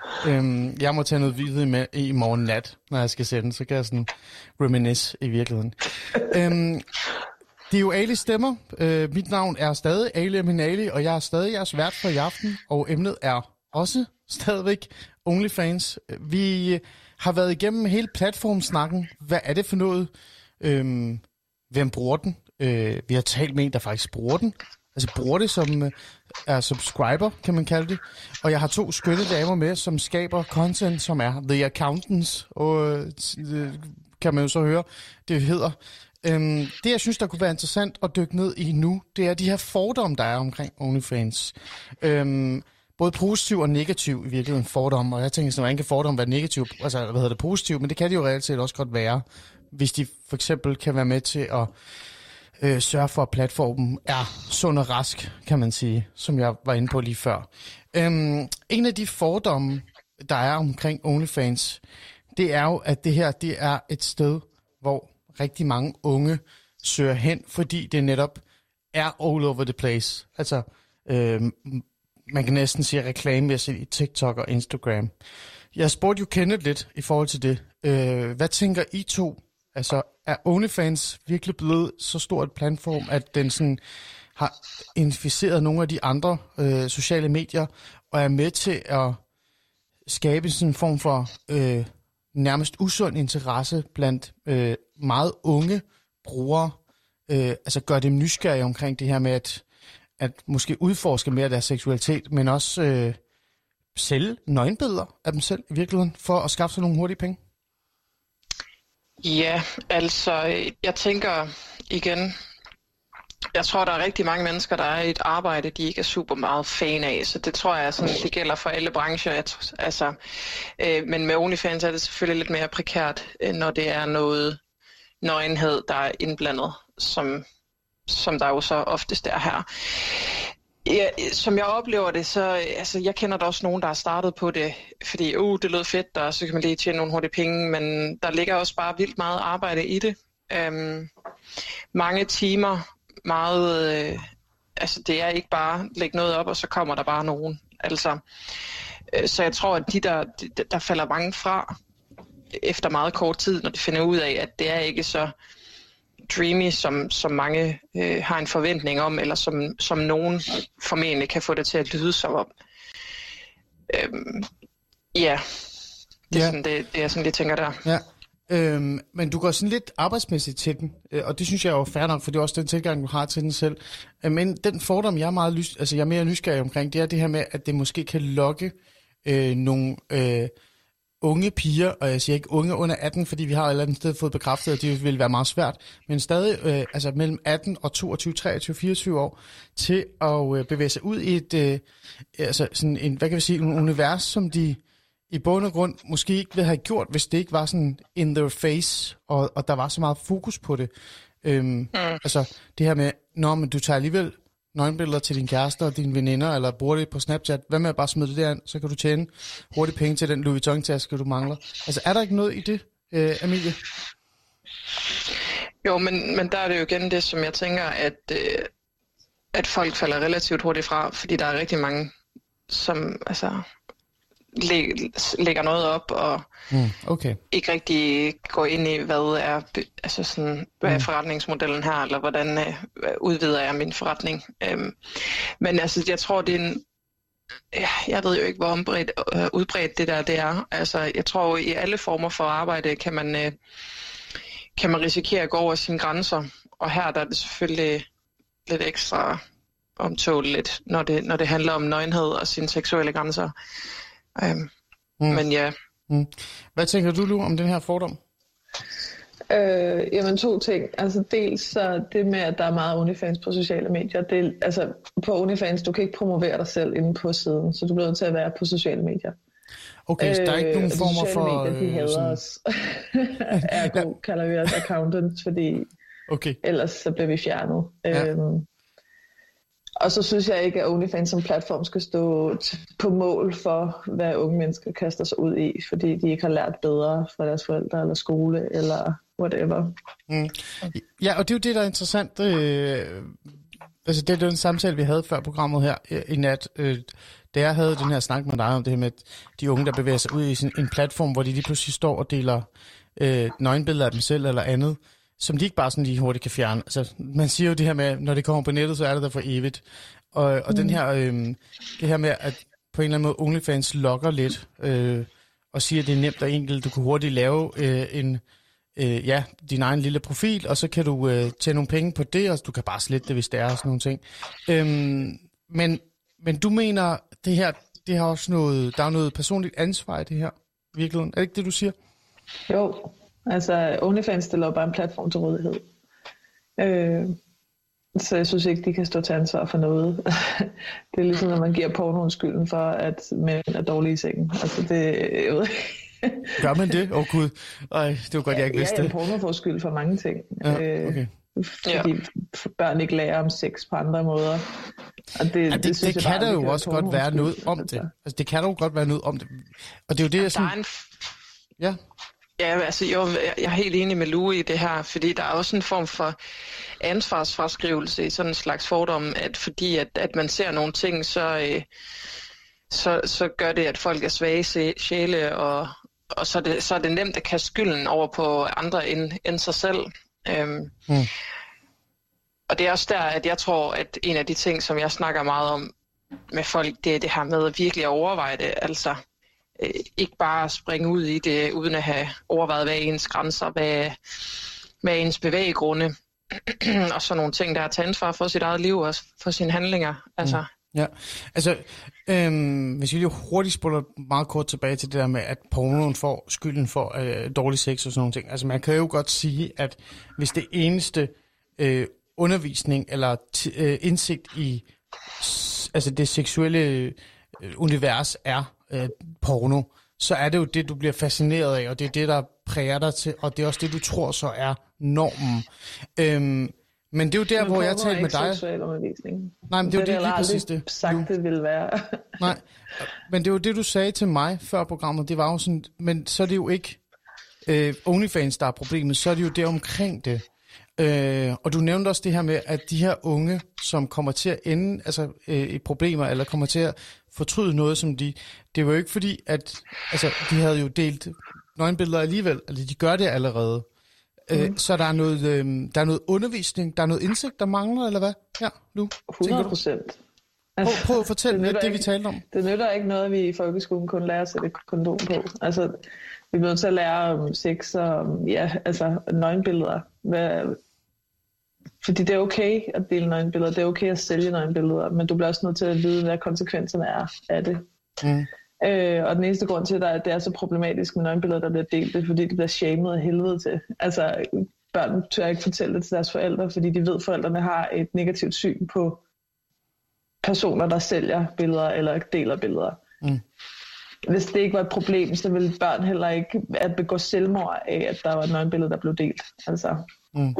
Øhm, jeg må tage noget hvidvin med i morgen nat, når jeg skal sende, så kan jeg sådan reminisce i virkeligheden. øhm, Det er jo Ali Stemmer. Øh, mit navn er stadig Ali Amin Ali, og jeg er stadig jeres vært for i aften, og emnet er også stadigvæk OnlyFans. Vi har været igennem hele platformsnakken. Hvad er det for noget? Øhm, hvem bruger den? Øh, vi har talt med en, der faktisk bruger den. altså bruger det som øh, er subscriber, kan man kalde det. Og jeg har to skønne damer med, som skaber content, som er The Accountants, og øh, kan man jo så høre, det hedder. Øhm, det, jeg synes, der kunne være interessant at dykke ned i nu, det er de her fordomme, der er omkring OnlyFans. Øhm, både positiv og negativ i virkeligheden fordomme, og jeg tænker sådan, hvordan kan fordomme være negativ, altså hvad hedder det, positiv, men det kan de jo reelt set også godt være, hvis de for eksempel kan være med til at øh, sørge for, at platformen er sund og rask, kan man sige, som jeg var inde på lige før. Øhm, en af de fordomme, der er omkring OnlyFans, det er jo, at det her, det er et sted, hvor rigtig mange unge søger hen, fordi det netop er all over the place. Altså, øh, man kan næsten sige reklamemæssigt i TikTok og Instagram. Jeg spurgte jo Kenneth lidt i forhold til det. Øh, hvad tænker I to? Altså, er OnlyFans virkelig blevet så stor et platform, at den sådan har inficeret nogle af de andre øh, sociale medier, og er med til at skabe sådan en form for øh, nærmest usund interesse blandt øh, meget unge brugere, øh, altså gør dem nysgerrige omkring det her med at, at måske udforske mere deres seksualitet, men også øh, sælge nøgenbilleder af dem selv i virkeligheden, for at skaffe sig nogle hurtige penge? Ja, altså, jeg tænker igen, jeg tror, der er rigtig mange mennesker, der er i et arbejde, de ikke er super meget fan af, så det tror jeg, sådan, det gælder for alle brancher. Altså, øh, men med OnlyFans er det selvfølgelig lidt mere prekært, når det er noget nøgenhed, der er indblandet, som, som der jo så oftest er her. Ja, som jeg oplever det, så altså, jeg kender der også nogen, der har startet på det, fordi uh, det lød fedt, og så kan man lige tjene nogle hurtige penge, men der ligger også bare vildt meget arbejde i det. Um, mange timer, meget, øh, altså det er ikke bare lægge noget op, og så kommer der bare nogen. Altså, øh, så jeg tror, at de der, de, der falder mange fra efter meget kort tid, når de finder ud af, at det er ikke så dreamy, som, som mange øh, har en forventning om, eller som, som nogen formentlig kan få det til at lyde som om. Øhm, ja, det er, ja. Sådan, det, det er sådan, det tænker der. Ja. Øhm, men du går sådan lidt arbejdsmæssigt til den, og det synes jeg er jo fair nok, for det er også den tilgang, du har til den selv. Men den fordom, jeg er, meget lys, altså jeg er mere nysgerrig omkring, det er det her med, at det måske kan lokke øh, nogle øh, unge piger, og jeg siger ikke unge under atten, fordi vi har et eller andet sted fået bekræftet, at det vil være meget svært, men stadig øh, altså mellem atten og toogtyve, treogtyve, fireogtyve år, til at øh, bevæge sig ud i et, øh, altså sådan en, hvad kan vi sige, en univers, som de i bund og grund måske ikke ville have gjort, hvis det ikke var sådan in their face, og, og der var så meget fokus på det. Øhm, mm. Altså det her med, når men du tager alligevel nøgenbilleder til din kæreste og dine veninder, eller bruger det på Snapchat, hvad med at bare smide det derind, så kan du tjene hurtigt penge til den Louis Vuitton-taske, du mangler. Altså er der ikke noget i det, øh, Amelie? Jo, men, men der er det jo igen det, som jeg tænker, at, øh, at folk falder relativt hurtigt fra, fordi der er rigtig mange, som altså lægger noget op og mm, okay. ikke rigtig går ind i, hvad er, altså sådan, hvad er forretningsmodellen her, eller hvordan øh, udvider jeg min forretning. Øhm, men altså, jeg tror, det er en, jeg ved jo ikke, hvor ombredt, øh, udbredt det der det er. Altså, jeg tror, i alle former for arbejde kan man, øh, kan man risikere at gå over sine grænser, og her der er det selvfølgelig lidt ekstra omtåleligt, når det, når det handler om nøgenhed og sine seksuelle grænser. Um, mm. Men ja. Mm. Hvad tænker du, Lu, om den her fordom? Øh, jamen to ting. Altså dels så det med, at der er meget OnlyFans på sociale medier. Det, altså på OnlyFans, du kan ikke promovere dig selv inde på siden, så du bliver nødt til at være på sociale medier. Okay, så der er ikke nogen øh, former for... Medier, de hader sådan... os. Ergo kalder vi os accountants, fordi okay. ellers så bliver vi fjernet. Ja. Øhm, Og så synes jeg ikke, at OnlyFans som platform skal stå på mål for, hvad unge mennesker kaster sig ud i, fordi de ikke har lært bedre fra deres forældre eller skole eller whatever. Mm. Ja, og det er jo det, der er interessant. Øh, altså det er den samtale, vi havde før programmet her øh, i nat, øh, da jeg havde den her snak med dig om det her med de unge, der bevæger sig ud i sådan en platform, hvor de lige pludselig står og deler øh, nøgenbilleder af dem selv eller andet, som de ikke bare sådan lige hurtigt kan fjerne. Altså, man siger jo det her med, når det kommer på nettet, så er det der for evigt. Og, og mm. den her, øh, det her med, at på en eller anden måde OnlyFans lokker lidt, øh, og siger, at det er nemt og enkelt. Du kan hurtigt lave øh, en, øh, ja, din egen lille profil, og så kan du øh, tjene nogle penge på det, og du kan bare slette det, hvis det er, og sådan nogle ting. Øhm, men, men du mener, det her, det har også noget, der er noget personligt ansvar i det her, i virkeligheden. Er det ikke det, du siger? Jo, altså OnlyFans stiller jo bare en platform til rådighed. Øh, så jeg synes ikke, de kan stå til ansvar for noget. Det er ligesom, når man giver pornoen skylden for, at mænd er dårlige i sengen. Altså det, jeg ved Gør man det? Åh oh, gud, Ej, det var godt, jeg ikke vidste ja, det. Ja, porno får skyld for mange ting. Ja, okay. øh, fordi ja. børn ikke lærer om sex på andre måder. Og det, ja, det, det, det kan der jo også godt være noget om altså. det. Altså, det kan der jo godt være noget om det. Og det er jo det, jeg sådan... En... Ja. Ja, altså jo, jeg er helt enig med Lue i det her, fordi der er også en form for ansvarsfraskrivelse i sådan en slags fordom, at fordi at, at man ser nogle ting, så, øh, så, så gør det, at folk er svage sjæle, og, og så, er det, så er det nemt at kaste skylden over på andre end, end sig selv. Øhm, mm. Og det er også der, at jeg tror, at en af de ting, som jeg snakker meget om med folk, det er det her med at virkelig overveje det, altså øh, ikke bare springe ud i det, uden at have overvejet, hvad er ens grænser, hvad, hvad er ens bevæggrunde, og så nogle ting, der er at tage ansvar for sit eget liv og for sine handlinger. Altså. Mm. Ja, altså, øhm, hvis vi lige hurtigt spoler meget kort tilbage til det der med, at pornoen får skylden for øh, dårlig sex og sådan nogle ting. Altså, man kan jo godt sige, at hvis det eneste øh, undervisning eller t- øh, indsigt i s- altså det seksuelle øh, univers er øh, porno, så er det jo det, du bliver fascineret af, og det er det, der præger dig til, og det er også det, du tror så er normen. Øhm, Men det er jo der, men hvor jeg talte med dig. Seksuel undervisning. Nej, men det er jo det, lige præcis det. Sagt, det ville være. Nej, men det var det, du sagde til mig før programmet. Det var jo sådan, men så er det jo ikke øh, OnlyFans, der er problemet. Så er det jo det omkring det. Øh, og du nævnte også det her med, at de her unge, som kommer til at ende altså, øh, i problemer, eller kommer til at fortryde noget, som de... Det var jo ikke fordi, at altså, de havde jo delt nøgenbilleder alligevel. Eller de gør det allerede. Mm. Så der er, noget, øh, der er noget undervisning, der er noget indsigt, der mangler, eller hvad? Ja, nu. hundrede procent. Altså, prøv, prøv at fortælle lidt det, det, vi talte om. Det nytter ikke noget, at vi i folkeskolen kun lærer at sætte kondom på. Altså, vi er nødt til at lære om sex og ja, altså, nøgenbilleder. Hvad, fordi det er okay at dele nøgenbilleder, det er okay at sælge nøgenbilleder, men du bliver også nødt til at vide, hvad konsekvenserne er af det. Mm. Øh, og den eneste grund til, at det er så problematisk med nøgenbilleder, der bliver delt, det er, fordi det bliver shamed af helvede til. Altså, børn tør ikke fortælle det til deres forældre, fordi de ved, at forældrene har et negativt syn på personer, der sælger billeder eller deler billeder. Mm. Hvis det ikke var et problem, så ville børn heller ikke at begå selvmord af, at der var et nøgenbillede, der blev delt. Altså. Mm.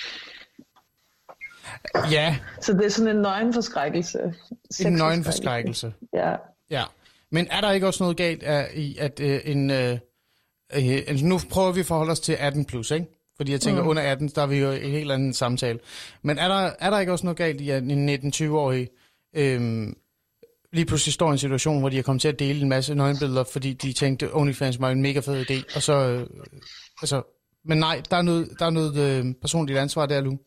Ja. Så det er sådan en nøgenforskrækkelse. En nøgenforskrækkelse. Ja. Ja. Men er der ikke også noget galt af, i, at øh, en... Øh, øh, nu prøver vi at forholde os til atten plus, ikke? Fordi jeg tænker, mm. under atten, der er vi jo en helt anden samtale. Men er der, er der ikke også noget galt i, at en nitten-tyve-årig øh, lige pludselig står i en situation, hvor de er kommet til at dele en masse nøgenbilleder, fordi de tænkte, OnlyFans var en mega fed idé, og så... Øh, altså, men nej, der er noget, der er noget øh, personligt ansvar der, Lu.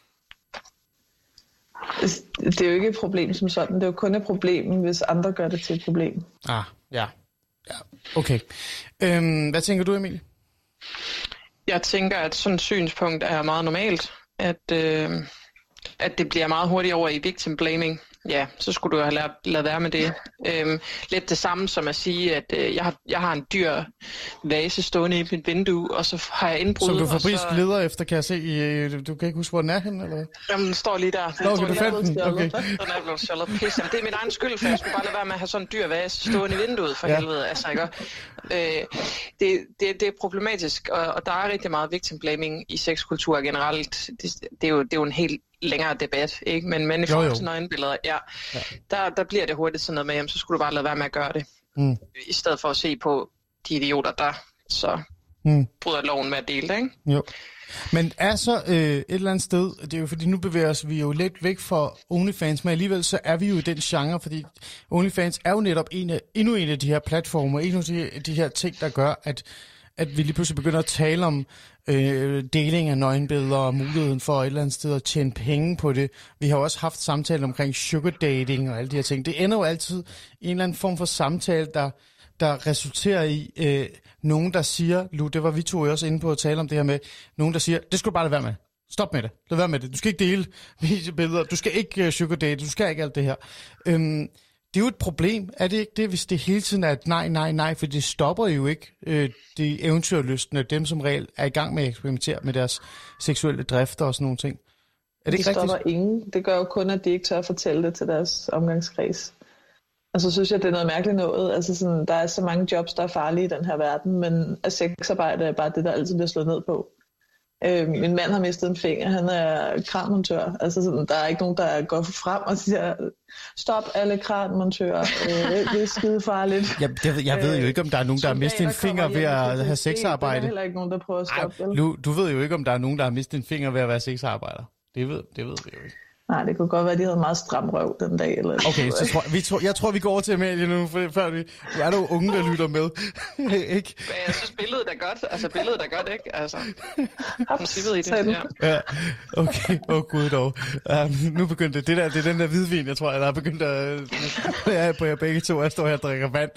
Det er jo ikke et problem som sådan. Det er jo kun et problem, hvis andre gør det til et problem. Ah, ja. Ja, okay. Øhm, hvad tænker du, Emil? Jeg tænker, at sådan et synspunkt er meget normalt. At, øh, at det bliver meget hurtigt over i victim blaming. Ja, så skulle du have lavet, lavet være med det. Øhm, lidt det samme som at sige, at øh, jeg, har, jeg har en dyr vase stående i mit vindue, og så har jeg indbrud. Som du fabrisk så... leder efter, kan jeg se. I, du kan ikke huske, hvor den er henne, eller hvad? Jamen, den står lige der. Nå, okay, du fandt den. Okay. Den er blevet stjålet. Pis. Jamen, det er min egen skyld, for jeg skulle bare lade være med at have sådan en dyr vase stående i vinduet, for ja. helvede. Altså, ikke? Øh, det, det, det er problematisk, og, og der er rigtig meget victim blaming i sexkultur generelt. Det, det, er jo, det er jo en helt længere debat, ikke? Men, men i forhold til nøgenbilleder, ja, ja. Der, der bliver det hurtigt sådan noget med, jamen, så skulle du bare lade være med at gøre det. Mm. I stedet for at se på de idioter, der så mm. bryder loven med at dele det, ikke? Jo. Men altså øh, et eller andet sted, det er jo fordi, nu bevæger os vi jo lidt væk fra OnlyFans, men alligevel så er vi jo i den genre, fordi OnlyFans er jo netop en af, endnu en af de her platformer, endnu af de, de her ting, der gør, at at vi lige pludselig begynder at tale om øh, deling af nøgenbilleder og muligheden for et eller andet sted at tjene penge på det. Vi har også haft samtaler omkring sugar dating og alle de her ting. Det ender jo altid i en eller anden form for samtale, der der resulterer i øh, nogen, der siger, Lu, det var vi to også inde på at tale om det her med, nogen, der siger, det skal du bare lade være med. Stop med det. Lad være med det. Du skal ikke dele videobilleder. Du skal ikke uh, sugar date. Du skal ikke alt det her. Øhm, det er jo et problem. Er det ikke det, hvis det hele tiden er et nej, nej, nej? For det stopper jo ikke øh, de eventyrlystne, dem som regel er i gang med at eksperimentere med deres seksuelle drifter og sådan nogle ting. Er det, det ikke stopper rigtigt? ingen. Det gør jo kun, at de ikke tør at fortælle det til deres omgangskreds. Og så synes jeg, det er noget mærkeligt noget. Altså sådan, der er så mange jobs, der er farlige i den her verden, men at sexarbejde er bare det, der altid bliver slået ned på. Øh, min mand har mistet en finger, han er kranmontør. Altså sådan, der er ikke nogen, der går frem og siger, stop alle kranmontører, øh, det er skide farligt. Jeg, jeg, jeg ved jo ikke, om der er nogen, der har mistet en finger ved at have sexarbejde. Der er heller ikke nogen, der prøver at stoppe. Ej, Lu, du ved jo ikke, om der er nogen, der har mistet en finger ved at være sexarbejder. Det ved, det ved vi jo ikke. Nej, det kunne godt være, at de havde meget stram røv den dag. Eller okay, så tror, vi tror, jeg tror, vi går over til Amalie nu, før vi... Nu er der jo unge, der lytter med. Ikke? Jeg synes, billedet er godt. Altså, billedet er godt, ikke? Altså, princippet i det, ja. Ja, okay. Åh, oh, gud dog. Um, nu begyndte det. Det, der, det er den der hvidvin, jeg tror, der er begyndt at... Jeg er på jer begge to, jeg står her og drikker vand.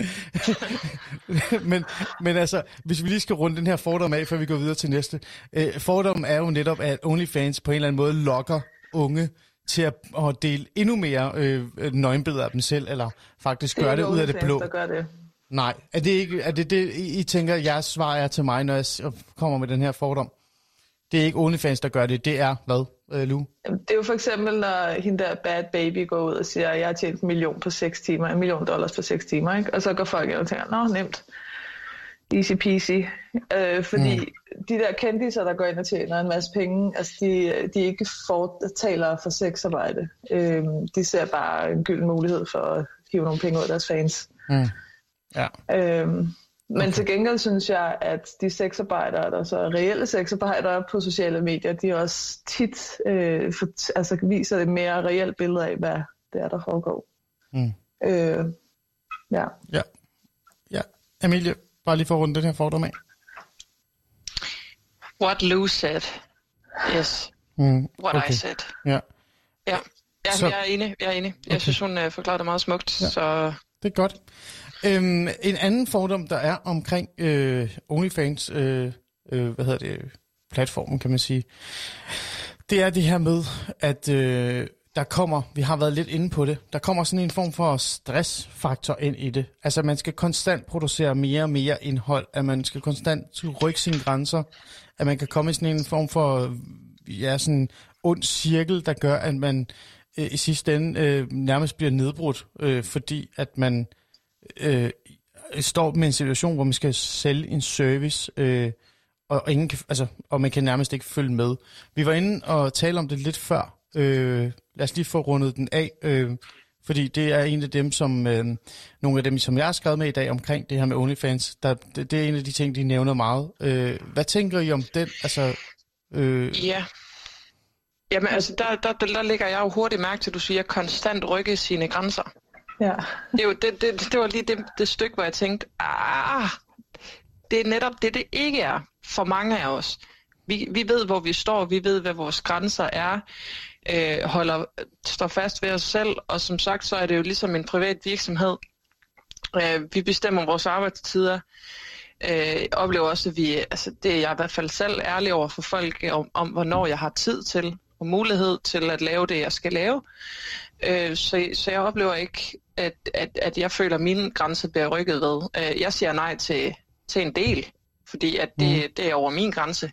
men, men altså, hvis vi lige skal runde den her fordom af, før vi går videre til næste. Øh, fordommen er jo netop, at OnlyFans på en eller anden måde lokker unge til at, at dele endnu mere øh, nøgenbilleder af dem selv, eller faktisk gøre det, det ud af det blå. Der gør det. Nej, er det ikke er det, det I, I tænker, jeres svar er til mig, når jeg kommer med den her fordom? Det er ikke OnlyFans, der gør det, det er hvad, øh, Lu? Det er jo for eksempel, når hende der Bad Baby går ud og siger, at jeg har tjent en million på seks timer, en million dollars på seks timer, ikke? Og så går folk ind og tænker, nå, nemt. Easy peasy. Øh, fordi mm. de der kendiser, der går ind og tjener en masse penge, altså de, de ikke fortaler for sexarbejde. Øh, de ser bare en gylden mulighed for at hive nogle penge ud af deres fans. Mm. Ja. Øh, men okay. Til gengæld synes jeg, at de sexarbejdere, der så er reelle sexarbejdere på sociale medier, de også tit øh, for, altså viser et mere reelt billede af, hvad det er, der foregår. Mm. Øh, ja. Ja. Ja. Amalie, bare lige for at runde den her fordom af. What Lou said. Yes. Mm, What okay. I said. Ja. Ja, ja så... jeg er enig. Jeg er enig. Jeg okay. synes, hun uh, forklarede det meget smukt. Ja. Så... Det er godt. Øhm, en anden fordom, der er omkring øh, OnlyFans, øh, øh, hvad hedder det, platformen, kan man sige, det er det her med, at øh, der kommer, vi har været lidt inde på det, der kommer sådan en form for stressfaktor ind i det. Altså, man skal konstant producere mere og mere indhold, at man skal konstant rykke sine grænser, at man kan komme i sådan en form for, ja, sådan ond cirkel, der gør, at man øh, i sidste ende øh, nærmest bliver nedbrudt, øh, fordi at man øh, står med en situation, hvor man skal sælge en service, øh, og, ingen kan, altså, og man kan nærmest ikke følge med. Vi var inde og tale om det lidt før. Øh, lad os lige få rundet den af, øh, fordi det er en af dem, som øh, nogle af dem, som jeg har skrevet med i dag omkring det her med OnlyFans, der, det, det er en af de ting, de nævner meget. Øh, hvad tænker I om den? Altså, øh... Ja. Jamen altså, der, der, der, der ligger jeg jo hurtigt mærke til, at du siger, konstant rykke sine grænser. Ja. Det, er jo, det, det, det var lige det, det stykke, hvor jeg tænkte, ah, det er netop det, det ikke er for mange af os. Vi, vi ved, hvor vi står, vi ved, hvad vores grænser er, øh, holder, står fast ved os selv, og som sagt, så er det jo ligesom en privat virksomhed. Øh, vi bestemmer vores arbejdstider. Øh, oplever også, at vi, altså det er jeg i hvert fald selv ærlig over for folk, om, om hvornår jeg har tid til, og mulighed til at lave det, jeg skal lave. Øh, så, så jeg oplever ikke, at, at, at jeg føler, at mine grænser bliver rykket ved. Øh, jeg siger nej til, til en del, fordi at det, mm. det er over min grænse.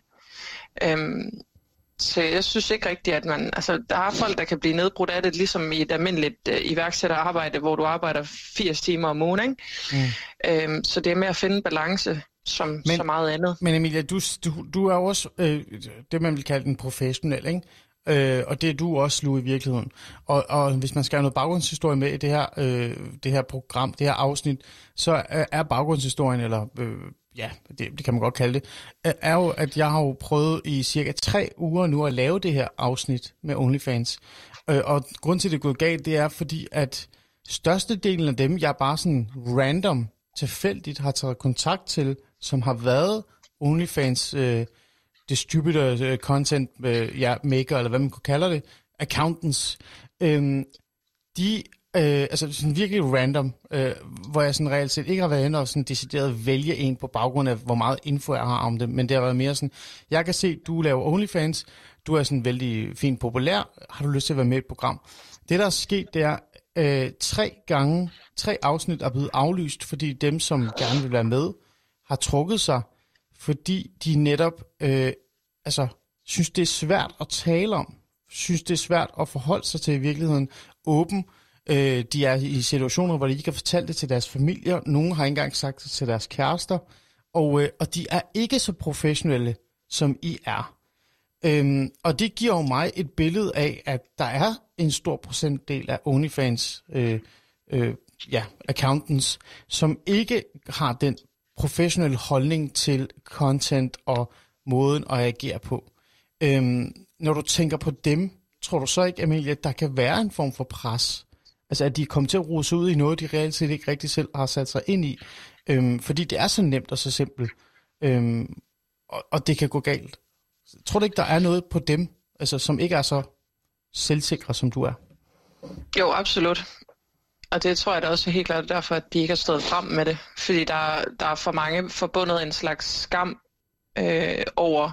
Øhm, så jeg synes ikke rigtigt, at man... Altså, der er folk, der kan blive nedbrudt af det, ligesom i et almindeligt uh, iværksætterarbejde, hvor du arbejder firs timer om ugen, ikke? Mm. Øhm, så det er med at finde balance, som men, så meget andet. Men Emilia, du, du, du er også øh, det, man vil kalde en professionel, ikke? Øh, og det er du også, Lu, i virkeligheden. Og, og hvis man skal have noget baggrundshistorie med i det her, øh, det her program, det her afsnit, så er, er baggrundshistorien, eller øh, ja, det, det kan man godt kalde det, er jo, at jeg har jo prøvet i cirka tre uger nu at lave det her afsnit med OnlyFans. Øh, og grund til, at det er gået galt, det er fordi, at størstedelen af dem, jeg bare sådan random, tilfældigt har taget kontakt til, som har været OnlyFans øh, distributor, content, øh, ja, maker, eller hvad man kunne kalde det, accountants, øh, de, øh, altså sådan virkelig random, øh, hvor jeg sådan reelt set ikke har været inde og sådan decideret vælge en på baggrund af, hvor meget info jeg har om det, men det har været mere sådan, jeg kan se, du laver OnlyFans, du er sådan vældig fint populær, har du lyst til at være med i et program? Det, der er sket, det er, øh, tre gange, tre afsnit er blevet aflyst, fordi dem, som gerne vil være med, har trukket sig, fordi de netop, øh, altså, synes, det er svært at tale om, synes, det er svært at forholde sig til i virkeligheden åben. Øh, de er i situationer, hvor de ikke har fortalt det til deres familier. Nogle har ikke engang sagt det til deres kærester. Og, øh, og de er ikke så professionelle, som I er. Øhm, og det giver jo mig et billede af, at der er en stor procentdel af OnlyFans øh, øh, ja, accountants, som ikke har den professionelle holdning til content og måden at agere på. Øhm, når du tænker på dem, tror du så ikke, Amelia, at der kan være en form for pres? Altså, at de kommer til at ruse ud i noget, de reelt set ikke rigtig selv har sat sig ind i. Øhm, fordi det er så nemt og så simpelt. Øhm, og, og det kan gå galt. Tror du ikke, der er noget på dem, altså, som ikke er så selvsikre, som du er? Jo, absolut. Og det tror jeg da også er helt klart derfor, at de ikke har stået frem med det. Fordi der, der er for mange forbundet en slags skam øh, over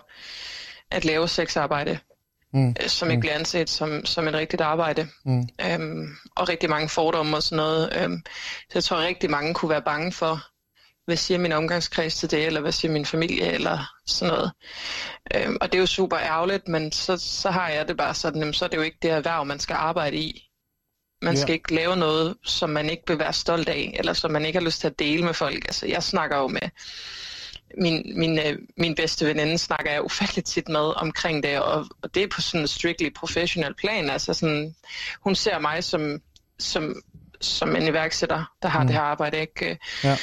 at lave sexarbejde, mm. øh, som ikke mm. bliver anset som, som et rigtigt arbejde. Mm. Øhm, og rigtig mange fordomme og sådan noget. Øhm, så jeg tror, rigtig mange kunne være bange for, hvad siger min omgangskreds til det, eller hvad siger min familie, eller sådan noget. Øhm, og det er jo super ærgerligt, men så, så har jeg det bare sådan, jamen, så er det jo ikke det erhverv, man skal arbejde i. Man yeah. skal ikke lave noget, som man ikke vil være stolt af, eller som man ikke har lyst til at dele med folk. Altså, jeg snakker jo med min, min, min bedste veninde, snakker jeg ufatteligt tit med omkring det, og, og det er på sådan en strictly professional plan. Altså sådan, hun ser mig som, som, som en iværksætter, der har mm. det her arbejde, ikke? Ja.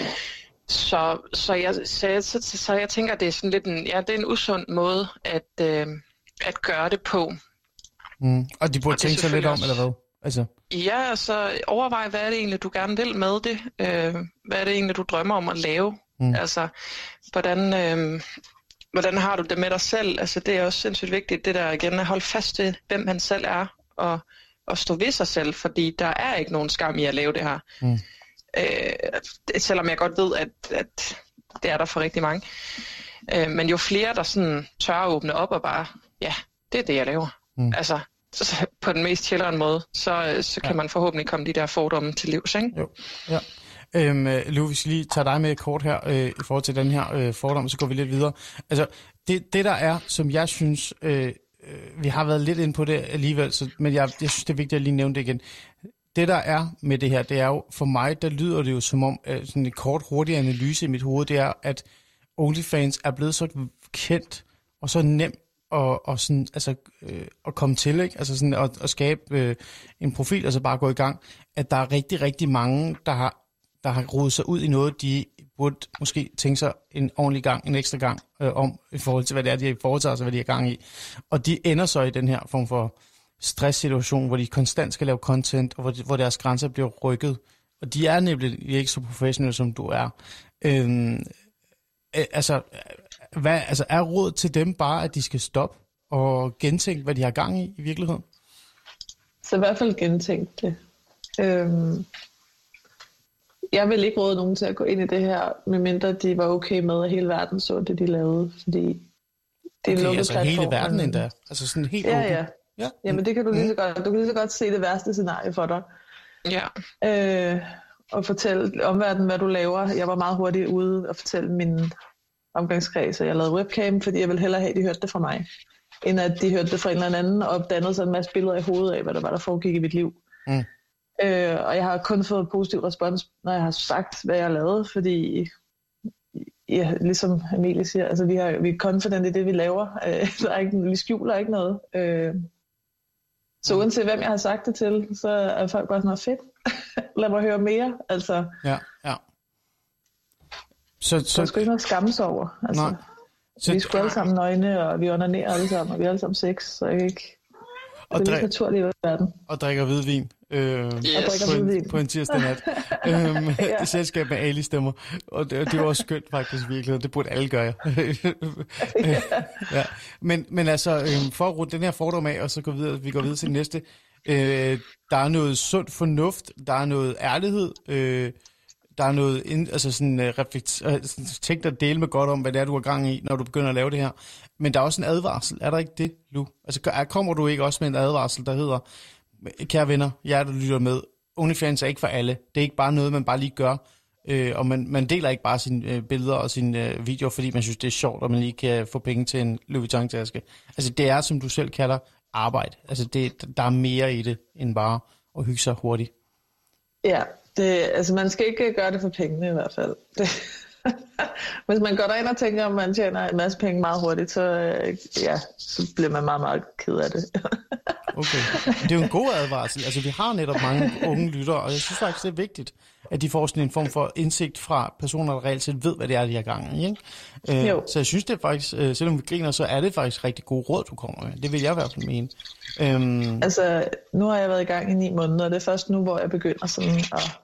Så, så, jeg, så, jeg, så, så jeg tænker, at det er sådan lidt en, ja, det er en usund måde at, øh, at gøre det på. Mm. Og de burde og tænke sig lidt om, eller hvad? Altså. Ja, så overvej, hvad er det egentlig, du gerne vil med det? Øh, hvad er det egentlig, du drømmer om at lave? Mm. Altså, hvordan, øh, hvordan har du det med dig selv? Altså, det er også sindssygt vigtigt, det der igen, at holde fast til, hvem man selv er, og, og stå ved sig selv, fordi der er ikke nogen skam i at lave det her. Mm. Øh, selvom jeg godt ved, at, at det er der for rigtig mange. Øh, men jo flere, der sådan tør at åbne op og bare, ja, det er det, jeg laver. Mm. Altså, så, på den mest chilleren måde, så, så kan ja. man forhåbentlig komme de der fordomme til livs, ikke? Jo, ja. Øhm, Lou, hvis vi lige tager dig med kort her øh, i forhold til den her øh, fordom, så går vi lidt videre. Altså, det, det der er, som jeg synes, øh, øh, vi har været lidt inde på det alligevel, så, men jeg, jeg synes, det er vigtigt at lige nævne det igen. Det, der er med det her, det er jo, for mig, der lyder det jo som om, øh, sådan en kort, hurtig analyse i mit hoved, det er, at OnlyFans er blevet så kendt og så nemt og, og sådan, altså, øh, at komme til, ikke? Altså sådan at, at skabe øh, en profil, og så bare gå i gang, at der er rigtig, rigtig mange, der har, der har rodet sig ud i noget, de burde måske tænke sig en ordentlig gang, en ekstra gang øh, om, i forhold til, hvad det er, de foretager sig, hvad de er gang i. Og de ender så i den her form for stresssituation, hvor de konstant skal lave content, og hvor, de, hvor deres grænser bliver rykket. Og de er nemlig ikke så professionelle, som du er. Øhm, øh, altså, hvad, altså, er råd til dem bare, at de skal stoppe og gentænke, hvad de har gang i i virkeligheden? Så i hvert fald gentænke det. Øhm, jeg vil ikke råde nogen til at gå ind i det her, medmindre de var okay med, at hele verden så det, de lavede. Fordi det er okay, en lukket altså platform. Hele verden endda? Altså sådan helt ja, åben? ja. Ja. Jamen det kan du lige så godt. Du kan lige så godt se det værste scenarie for dig. Ja. Øh, og fortælle omverdenen, hvad du laver. Jeg var meget hurtigt ude og fortælle min omgangskreds, og jeg lavede webcam, fordi jeg ville hellere have, at de hørte det fra mig, end at de hørte det fra en eller anden, og dannede sig en masse billeder i hovedet af, hvad der var, der foregik i mit liv. Mm. Øh, og jeg har kun fået positiv respons, når jeg har sagt, hvad jeg lavede, fordi ja, ligesom Amelie siger, altså vi, har, vi er confident i det, vi laver. Øh, der er ikke, vi skjuler ikke noget. Øh, så uanset hvem jeg har sagt det til, så er folk bare sådan noget fedt. Lad mig høre mere. Altså, ja, ja. Så, så... Der er sgu ikke noget at skamme sig over. Altså, nej. Så... Vi er sgu alle sammen nøgne, og vi onanerer alle sammen, og vi er alle sammen sex, så jeg ikke... Og det er drik... naturligt i verden. Og drikker hvidvin. Øh, yes. Og drikker på, hvidvin. En, på en tirsdag nat. øhm, ja. Selskab med Ali stemmer. Og det, det var også skønt faktisk virkelig. Det burde alle gøre. ja. ja. Men, men altså, øhm, for at runde den her fordom af, og så går vi videre, vi går videre til næste. Øh, der er noget sund fornuft. Der er noget ærlighed. Øh, der er noget, ind, altså sådan, uh, reflekt, uh, tænk dig at dele med godt om, hvad det er, du har gang i, når du begynder at lave det her. Men der er også en advarsel, er der ikke det, Lu? Altså kommer du ikke også med en advarsel, der hedder, kære venner, jer der lytter med, OnlyFans er ikke for alle. Det er ikke bare noget, man bare lige gør. Øh, og man, man deler ikke bare sine øh, billeder og sine øh, videoer, fordi man synes, det er sjovt, og man lige kan få penge til en Louis Vuitton-taske. Altså det er, som du selv kalder, arbejde. Altså det, der er mere i det, end bare at hygge sig hurtigt. Ja, det, altså man skal ikke gøre det for pengene i hvert fald. Det, hvis man går derind og tænker, at man tjener en masse penge meget hurtigt, så, øh, ja, så bliver man meget, meget ked af det. Okay, det er jo en god advarsel. Altså vi har netop mange unge lyttere, og jeg synes faktisk, det er vigtigt, at de får sådan en form for indsigt fra personer, der reelt set ved, hvad det er, de har gang i. Ikke? Øh, så jeg synes, det er faktisk, øh, selvom vi griner, så er det faktisk rigtig gode råd, du kommer med. Det vil jeg i hvert fald mene. Øhm... Altså, nu har jeg været i gang i ni måneder, og det er først nu, hvor jeg begynder sådan at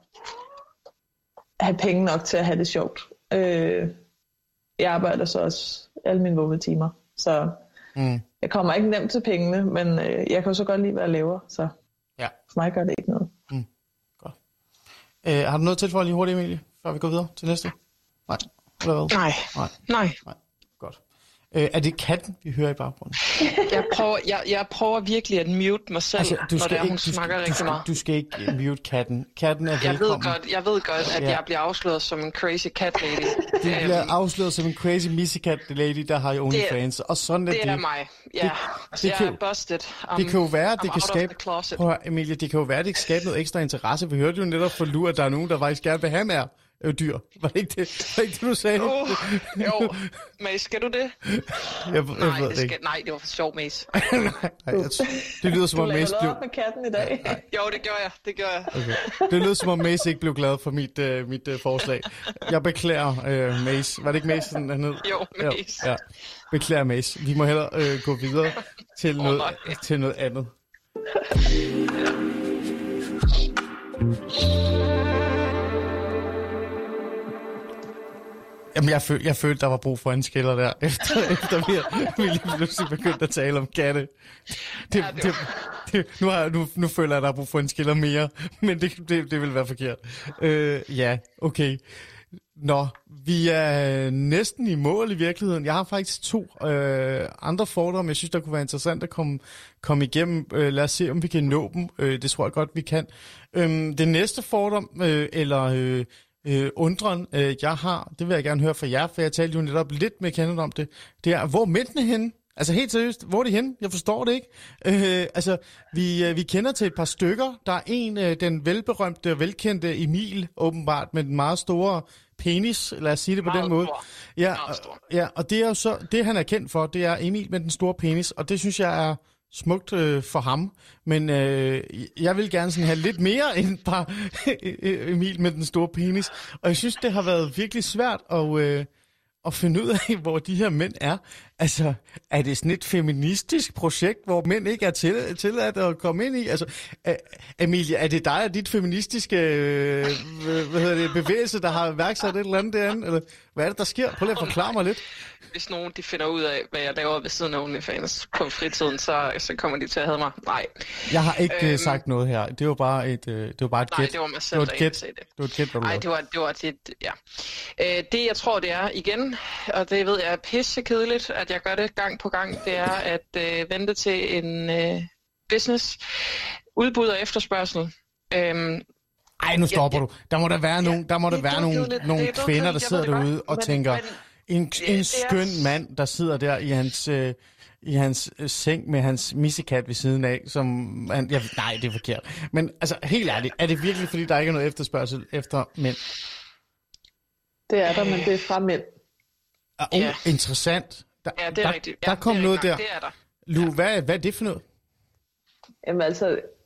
have penge nok til at have det sjovt. Øh, jeg arbejder så også alle mine vågne timer, så mm. jeg kommer ikke nemt til pengene, men øh, jeg kan jo så godt lide, hvad jeg laver, så ja. For mig gør det ikke noget. Mm. Godt. Øh, har du noget tilføje lige hurtigt, Emilie, før vi går videre til næste? Nej. Eller hvad? Nej. Nej. Nej. Nej. Godt. Øh, er det katten, vi hører i baggrunden? Jeg prøver, jeg, jeg prøver virkelig at mute mig selv, altså, når det er, hun ikke, snakker du, rigtig skal, meget. Du skal ikke mute katten. Katten er jeg velkommen. Ved godt, jeg ved godt, at ja. jeg bliver afsløret som en crazy cat lady. Du bliver afsløret som en crazy missy cat lady, der har jo OnlyFans. Og sådan er det. Det er mig, ja. Det, det jeg kan, er busted. Um, det kan jo være, at det I'm kan skabe... Prøv at, Emilie, det kan jo være, at det kan skabe noget ekstra interesse. Vi hørte jo netop for Lu, at der er nogen, der faktisk gerne vil have mere dyr. Var det ikke det, var det, ikke det du sagde? Uh, jo, Mace, skal du det? Jeg, jeg nej, ved det skal, nej, det var for sjov, Mace. nej, nej, det lyder som om Mace blev... Du med katten i dag. Jo, det gør jeg, det gør jeg. Okay. Det lyder som om Mace ikke blev glad for mit, uh, mit uh, forslag. Jeg beklager uh, Mace. Var det ikke Mace, sådan han hed? Jo, Mace. Ja, ja. Beklager Mace. Vi må hellere uh, gå videre til, oh, noget, til noget andet. Jamen, jeg følte, jeg følte, der var brug for en skiller der, efter, efter vi, vi lige pludselig begyndte at tale om katte. Det, ja, det, det, det, nu, har, nu, nu føler jeg, der er brug for en skiller mere, men det, det, det vil være forkert. Øh, ja, okay. Nå, vi er næsten i mål i virkeligheden. Jeg har faktisk to øh, andre fordomme, jeg synes, der kunne være interessant at komme, komme igennem. Øh, lad os se, om vi kan nå dem. Øh, det tror jeg godt, vi kan. Øh, det næste fordom, øh, eller... Øh, Øh, undren, øh, jeg har, det vil jeg gerne høre fra jer, for jeg talte jo netop lidt med Kenneth om det, det er, hvor er mændene henne? Altså helt seriøst, hvor er de henne? Jeg forstår det ikke. Øh, altså, vi, øh, vi kender til et par stykker. Der er en, øh, den velberømte og velkendte Emil, åbenbart, med den meget store penis, lad os sige det på meget den måde. Stor. Ja, ja, og det er jo så, det han er kendt for, det er Emil med den store penis, og det synes jeg er smukt øh, for ham, men øh, jeg vil gerne sådan have lidt mere end bare Emil med den store penis, og jeg synes, det har været virkelig svært at, øh, at finde ud af, hvor de her mænd er. Altså, er det sådan et feministisk projekt, hvor mænd ikke er til, tilladt at komme ind i? Altså, øh, Emilie, er det dig og dit feministiske øh, hvad hedder det, bevægelse, der har værksat et eller andet derinde? Eller hvad er det, der sker? Prøv lige at forklare mig lidt. Hvis nogen de finder ud af, hvad jeg laver ved siden af OnlyFans på fritiden, så, så kommer de til at have mig. Nej. Jeg har ikke øhm, sagt noget her. Det var bare et, øh, det var bare et gæt. Nej, det var mig selv, der ikke sagde det. Det var et gæt, Nej, det var, det var det, ja. Øh, det, jeg tror, det er igen, og det ved jeg er pissekedeligt, at jeg gør det gang på gang, det er at øh, vente til en øh, business, udbud og efterspørgsel. Øhm, Ej, nu stopper ja, du. Der må der være ja, nogen, der må der være nogle, nogle kvinder, der sidder derude og men, tænker... Men, En, en skøn mand, der sidder der i hans, øh, i hans øh, seng med hans missekat ved siden af, som... Han, ja, nej, det er forkert. Men altså, helt ærligt, er det virkelig, fordi der ikke er noget efterspørgsel efter mænd? Det er der, men det er fra mænd. Ah, oh, ja. Interessant. Der, ja, det er der, rigtigt. Ja, der kom noget der. Det er der. Lu, ja. hvad, hvad er det for noget? Jamen altså...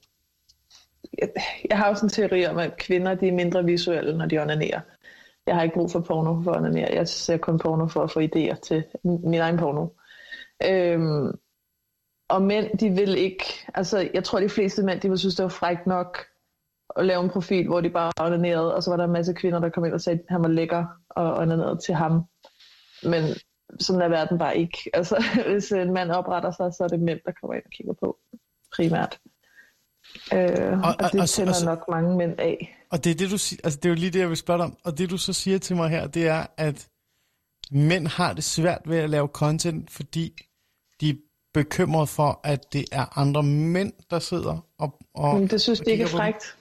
Jeg, jeg har jo sådan en teori om, at kvinder de er mindre visuelle, når de onanerer. Jeg har ikke brug for porno for at onanere. Jeg ser kun porno for at få idéer til min egen porno. Øhm, og mænd, de vil ikke... Altså, jeg tror, de fleste mænd, de vil synes, det var frækt nok at lave en profil, hvor de bare onanerede, og så var der en masse kvinder, der kom ind og sagde, at han var lækker og onanerede til ham. Men sådan er verden bare ikke. Altså, hvis en mand opretter sig, så er det mænd, der kommer ind og kigger på, primært. Øh, og, Og- og det og- tænder og- nok mange mænd af. Og det er det, du siger, altså det er jo lige det, jeg vil spørge dig om. Og det, du så siger til mig her, det er, at mænd har det svært ved at lave content, fordi de er bekymret for, at det er andre mænd, der sidder og... og Men det synes og de ikke er kigger på dem. frækt.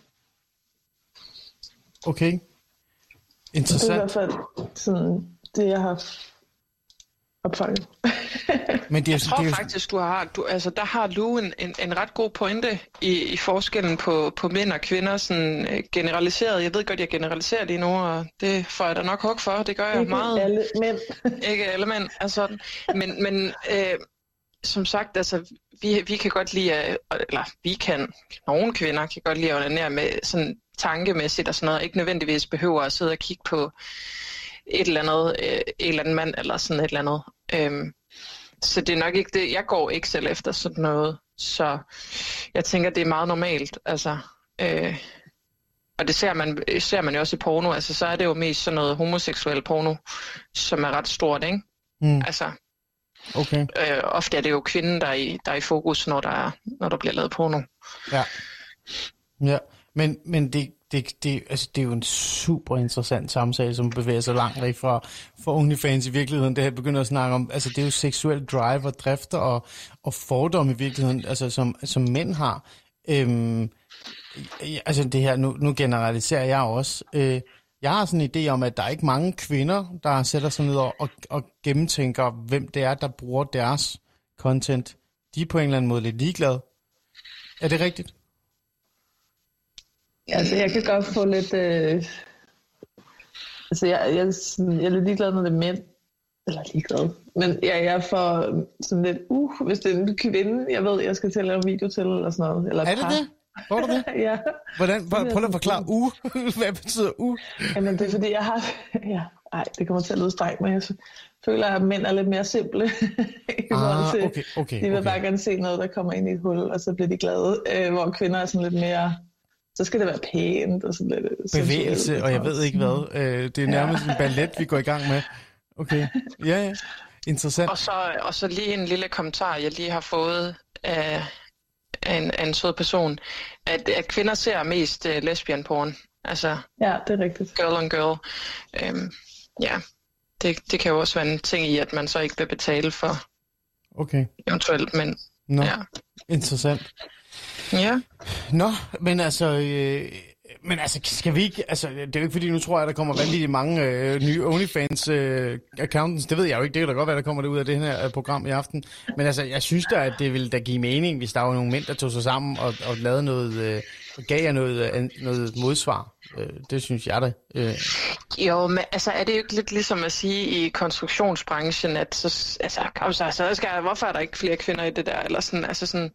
Okay. Det er i Interessant. hvert fald sådan, det, jeg har opfanget. Men det er, Jeg jo- tror det er jo, faktisk, du har, du, altså, der har Lou en, en, en ret god pointe i, i forskellen på, på mænd og kvinder, sådan øh, generaliseret. Jeg ved godt, jeg generaliserer lige nu, og det får jeg da nok hug for. Det gør jeg Ikke meget. alle mænd. Ikke alle mænd er sådan. Men, men øh, som sagt, altså, vi, vi kan godt lide, at, eller vi kan, nogle kvinder kan godt lide at onanere med sådan tankemæssigt og sådan noget, ikke nødvendigvis behøver at sidde og kigge på et eller andet, øh, en eller anden mand eller sådan et eller andet. Øhm, så det er nok ikke det, jeg går ikke selv efter sådan noget, så jeg tænker, det er meget normalt, altså, øh, og det ser man, ser man jo også i porno, altså så er det jo mest sådan noget homoseksuel porno, som er ret stort, ikke? mm, Altså, okay. øh, ofte er det jo kvinden, der er i, der er i fokus, når der, er, når der bliver lavet porno. Ja. Ja, men, men det, det, det, altså, det er jo en super interessant samtale, som bevæger sig langt væk fra, fra OnlyFans i virkeligheden. Det her begynder at snakke om, altså det er jo seksuel drive og drifter og, og fordomme i virkeligheden, altså som, som mænd har. Øhm, altså det her, nu, nu generaliserer jeg også. Øh, jeg har sådan en idé om, at der er ikke mange kvinder, der sætter sig ned og, og, og gennemtænker, hvem det er, der bruger deres content. De er på en eller anden måde lidt ligeglade. Er det rigtigt? Altså, jeg kan godt få lidt... Øh... Altså, jeg, jeg, er sådan, jeg er lidt ligeglad, når det er mænd. Eller ligeglad. Men ja, jeg får sådan lidt... Uh, hvis det er en kvinde, jeg ved, jeg skal til at lave en video til, eller sådan noget. Eller Er det par. det? Får du det? Ja. Hvordan, prøv, prøv at forklare u. Hvad betyder u? Jamen, det er fordi, jeg har... Ja, ej, det kommer til at lyde strengt, men jeg føler, at mænd er lidt mere simple. i forhold til, Ah, okay, okay, de vil okay. bare gerne se noget, der kommer ind i et hul, og så bliver de glade. Øh, hvor kvinder er sådan lidt mere... Så skal det være pænt og sådan lidt... Bevægelse, sensuelt. og jeg ved ikke hvad. Øh, Det er nærmest en ballet, vi går i gang med. Okay, ja, ja. Interessant. Og så, og så lige en lille kommentar, jeg lige har fået af, af, en, af en sød person, at, at kvinder ser mest uh, lesbian porn, altså Ja, det er rigtigt. girl on girl. Øhm, ja, det, det kan jo også være en ting i, at man så ikke vil betale for Okay, eventuelt, men nå, ja. interessant. Ja, Nå, men altså... Øh, men altså, skal vi ikke... Altså, det er jo ikke fordi, nu tror jeg, der kommer vanvittigt mange øh, nye OnlyFans-accountants. Øh, det ved jeg jo ikke. Det kan da godt være, der kommer det ud af det her øh, program i aften. Men altså, jeg synes da, at det ville da give mening, hvis der var nogle mænd, der tog sig sammen og, og lavede noget... Øh, og gav jer noget, øh, noget modsvar. Øh, det synes jeg da. Øh. jo, men altså er det jo ikke lidt ligesom at sige i konstruktionsbranchen, at så, altså, kom så, så skal, hvorfor er der ikke flere kvinder i det der, eller sådan, altså sådan...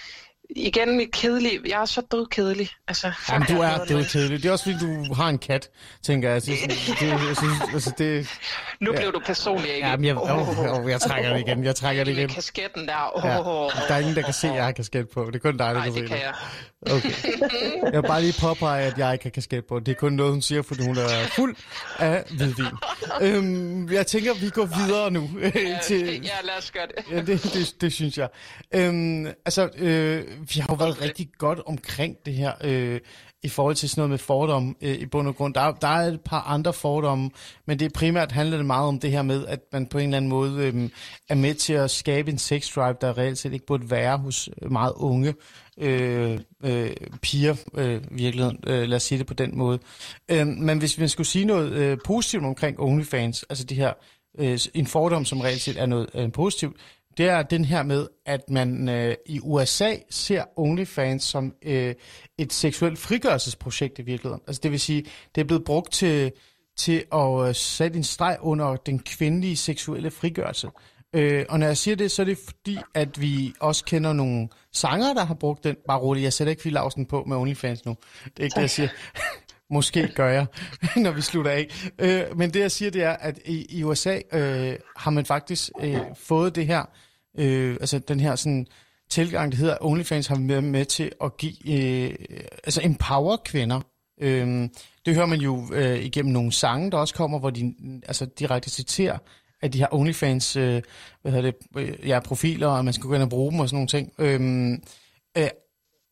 Igen, kedelig. Jeg er så død kedelig. Altså, Jamen, du jeg er hader det er det. kedelig. Det er også fordi, du har en kat, tænker jeg. Det, det, det, jeg synes, altså, det, Nu blev du personlig, ikke? ja, men jeg, åh, åh, jeg trækker det igen. Jeg trækker det Med igen. kasketten der. Oh, Ja. oh, Der er ingen, der kan se, at jeg har kasket på. Det er kun dig, der Nej, kan se det kan jeg. Okay. Jeg vil bare lige påpege, at jeg ikke har kasket på. Det er kun noget, hun siger, fordi hun er fuld af hvidvin. Øhm, jeg tænker, vi går videre nu. Ja, til, ja, lad os gøre det. ja, det, det, det synes jeg. Øhm, altså, øh, vi har jo været rigtig godt omkring det her, øh, i forhold til sådan noget med fordomme øh, i bund og grund. Der, der er et par andre fordomme, men det er primært handler det meget om det her med, at man på en eller anden måde øh, er med til at skabe en sex drive, der reelt set ikke burde være hos meget unge øh, øh, piger, øh, i virkeligheden. Øh, lad os sige det på den måde. Øh, men hvis man skulle sige noget øh, positivt omkring OnlyFans, altså det her, øh, en fordom, som reelt set er noget øh, positivt, det er den her med, at man øh, i U S A ser OnlyFans som øh, et seksuelt frigørelsesprojekt i virkeligheden. Altså det vil sige, det er blevet brugt til, til at øh, sætte en streg under den kvindelige seksuelle frigørelse. Øh, og når jeg siger det, så er det fordi, at vi også kender nogle sanger, der har brugt den. Bare roligt, jeg sætter ikke Fie Lausen på med OnlyFans nu. Det er ikke tak. Det, jeg siger. Måske gør jeg, når vi slutter af. Øh, men det, jeg siger, det er, at i, i U S A øh, har man faktisk øh, fået det her, øh, altså den her sådan tilgang, det hedder OnlyFans, har været med til at give, øh, altså empower kvinder. Øh, det hører man jo øh, igennem nogle sange, der også kommer, hvor de altså direkte citerer, at de har OnlyFans, øh, hvad hedder det, øh, ja, profiler, og man skal gå ind og bruge dem og sådan nogle ting. Øh, øh,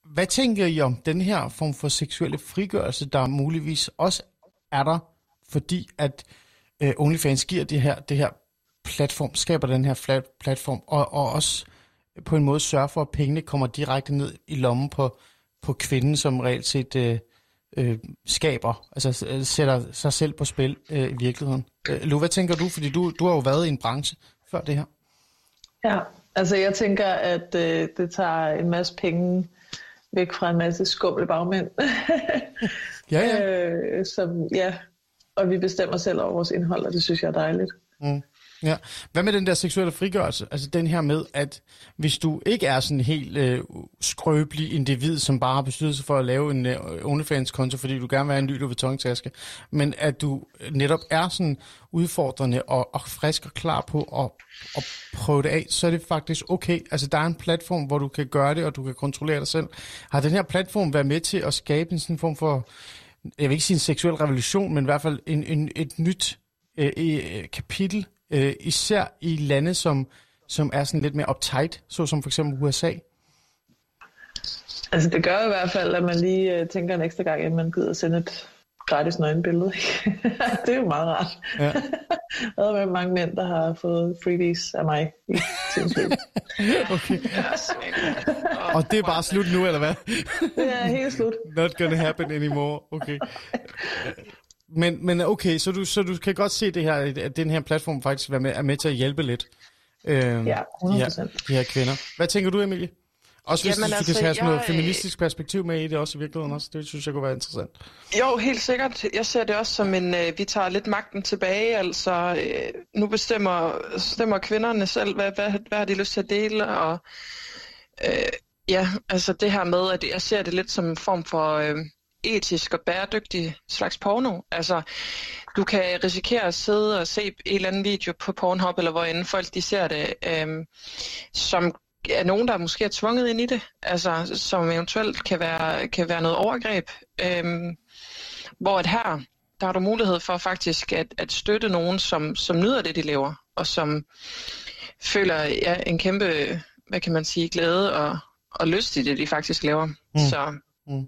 hvad tænker I om den her form for seksuelle frigørelse, der muligvis også er der, fordi at øh, OnlyFans giver det her, det her platform, skaber den her flat platform, og, og også på en måde sørger for, at pengene kommer direkte ned i lommen på, på kvinden, som reelt set øh, øh, skaber, altså øh, sætter sig selv på spil øh, i virkeligheden. Øh, Lu, hvad tænker du? Fordi du, du har jo været i en branche før det her. Ja, altså jeg tænker, at øh, det tager en masse penge væk fra en masse skumle bagmænd. ja, ja. øh, som, ja, og vi bestemmer selv over vores indhold, og det synes jeg er dejligt. Mm. Ja. Hvad med den der seksuelle frigørelse? Altså den her med, at hvis du ikke er sådan en helt øh, skrøbelig individ, som bare har besluttet sig for at lave en øh, OnlyFans-konto, fordi du gerne vil have en ny Louis Vuitton-taske, men at du netop er sådan udfordrende og, og frisk og klar på at, at prøve det af, så er det faktisk okay. Altså der er en platform, hvor du kan gøre det, og du kan kontrollere dig selv. Har den her platform været med til at skabe en sådan form for, jeg vil ikke sige en seksuel revolution, men i hvert fald en, en, et nyt øh, øh, kapitel, Øh, især i lande, som, som er sådan lidt mere uptight, såsom for eksempel U S A? Altså det gør i hvert fald, at man lige øh, tænker en ekstra gang, at man gider sende et gratis nøgenbillede. Det er jo meget rart. Ja. Der er jo mange mænd, der har fået freebies af mig i tidens løb. Okay. Og det er bare slut nu, eller hvad? Det er helt slut. Not gonna happen anymore. Okay. Men, men okay, så du, så du kan godt se det her, at den her platform faktisk er med, er med til at hjælpe lidt. Øhm, ja, hundrede procent. De her, de her kvinder. Hvad tænker du, Emilie? Også hvis Jamen, du, altså, du kan have sådan noget jeg... feministisk perspektiv med i det også i virkeligheden også. Det synes jeg kunne være interessant. Jo, helt sikkert. Jeg ser det også som en, øh, vi tager lidt magten tilbage. Altså, øh, nu bestemmer, bestemmer kvinderne selv, hvad, hvad, hvad har de lyst til at dele. Og øh, ja, altså det her med, at jeg ser det lidt som en form for... Øh, etisk og bæredygtig slags porno. Altså, du kan risikere at sidde og se en eller anden video på Pornhub, eller hvorinde folk de ser det, øhm, som er nogen, der måske er tvunget ind i det, altså, som eventuelt kan være, kan være noget overgreb. Øhm, hvor at her, der har du mulighed for faktisk at, at støtte nogen, som, som nyder det, de laver, og som føler ja, en kæmpe, hvad kan man sige, glæde og, og lyst i det, de faktisk laver. Mm. Så... Mm.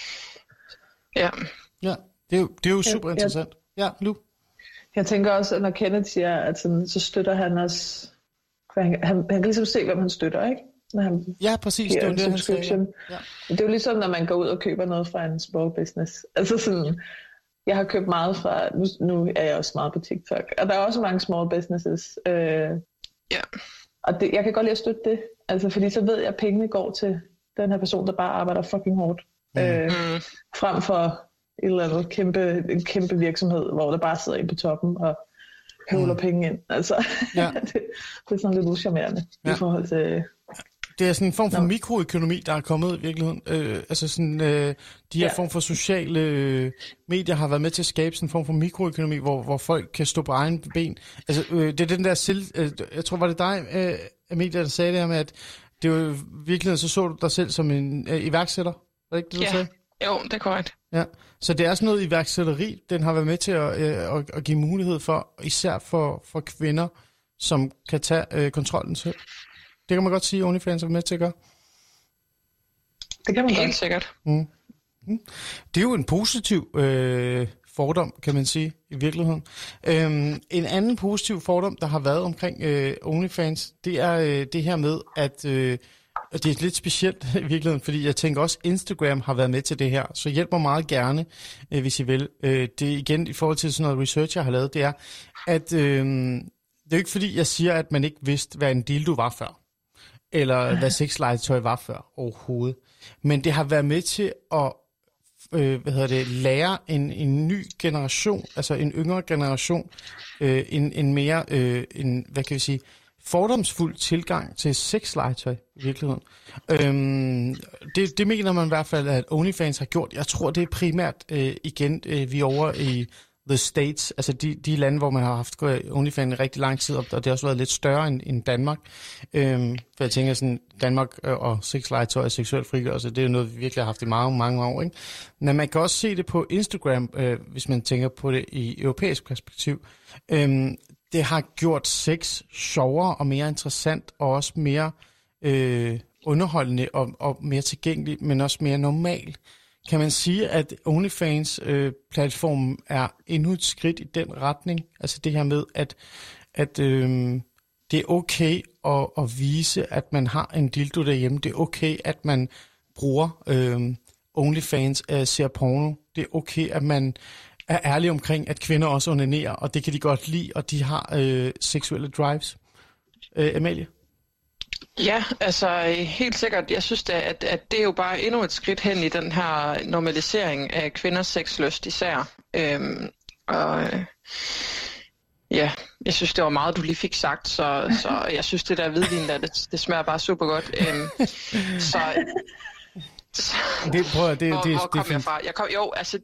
Ja. Ja, det er jo, det er jo super jeg, interessant. Ja, Lu? Jeg tænker også, at når Kenneth siger, at sådan, så støtter han også... Han, han, han kan ligesom se, hvem han støtter, ikke? Når han ja, præcis. Det er det, han siger. Ja. Det er jo ligesom, når man går ud og køber noget fra en small business. Altså sådan... Jeg har købt meget fra... Nu, nu er jeg også meget på TikTok. Og der er også mange small businesses. Øh, ja. Og det, jeg kan godt lide at støtte det. Altså, fordi så ved jeg, at pengene går til den her person, der bare arbejder fucking hårdt. Mm. Øh, frem for et eller andet kæmpe, en kæmpe virksomhed, hvor der bare sidder en på toppen og høvler mm. penge ind. Altså, ja. det, det er sådan lidt uschammerende ja. i forhold til... Det er sådan en form for no. mikroøkonomi, der er kommet i virkeligheden. Øh, altså sådan, øh, de her ja. form for sociale øh, medier har været med til at skabe sådan en form for mikroøkonomi, hvor, hvor folk kan stå på egen ben. Altså, øh, det er den der selv... Øh, jeg tror, var det dig, øh, Emilia, der sagde det her med, at det var i virkeligheden, så så du dig selv som en øh, iværksætter. Er det ikke det, du ja. sagde? Jo, det er korrekt. Ja. Så det er sådan noget iværksætteri, den har været med til at, øh, at, at give mulighed for, især for, for kvinder, som kan tage øh, kontrollen selv. Det kan man godt sige, at OnlyFans er med til at gøre. Det kan man helt godt. sikkert. Mm. Mm. Det er jo en positiv øh, fordom, kan man sige, i virkeligheden. Øhm, en anden positiv fordom, der har været omkring øh, OnlyFans, det er øh, det her med, at øh, det er lidt specielt i virkeligheden, fordi jeg tænker også, Instagram har været med til det her, så hjælp mig meget gerne, øh, hvis I vil. Øh, det igen, i forhold til sådan noget research, jeg har lavet, det er, at øh, det er jo ikke fordi, jeg siger, at man ikke vidste, hvad en dildo var før, eller hvad sexlegetøj var før overhovedet. Men det har været med til at øh, hvad hedder det, lære en, en ny generation, altså en yngre generation, øh, en, en mere, øh, en, hvad kan vi sige, fordomsfuld tilgang til sexlegetøj i virkeligheden. Øhm, det, det mener man i hvert fald, at OnlyFans har gjort. Jeg tror, det er primært øh, igen, øh, vi er over i the States, altså de, de lande, hvor man har haft OnlyFans i rigtig lang tid, og det har også været lidt større end, end Danmark. Øhm, for jeg tænker sådan, Danmark og sexlegetøj og seksuel frigørelse, det er noget, vi virkelig har haft i mange, mange år. Ikke? Men man kan også se det på Instagram, øh, hvis man tænker på det i europæisk perspektiv. Øhm, det har gjort sex sjovere og mere interessant, og også mere, øh, underholdende og, og mere tilgængelig, men også mere normal. Kan man sige, at OnlyFans-platformen øh, er endnu et skridt i den retning? Altså det her med, at, at øh, det er okay at, at vise, at man har en dildo derhjemme. Det er okay, at man bruger øh, OnlyFans, øh, ser porno. Det er okay, at man er ærlig omkring, at kvinder også onanerer, og det kan de godt lide, og de har øh, seksuelle drives. Øh, Amalie? Ja, altså helt sikkert. Jeg synes, da, at, at det er jo bare endnu et skridt hen i den her normalisering af kvinders sexlyst især. Øhm, og øh, ja, jeg synes, det var meget, du lige fik sagt, så, så jeg synes, det der hvidvin der, det, det smager bare super godt. Øhm, så, så det, prøv, det, hvor, det, hvor kom det, jeg fra? Jeg kom, jo, altså...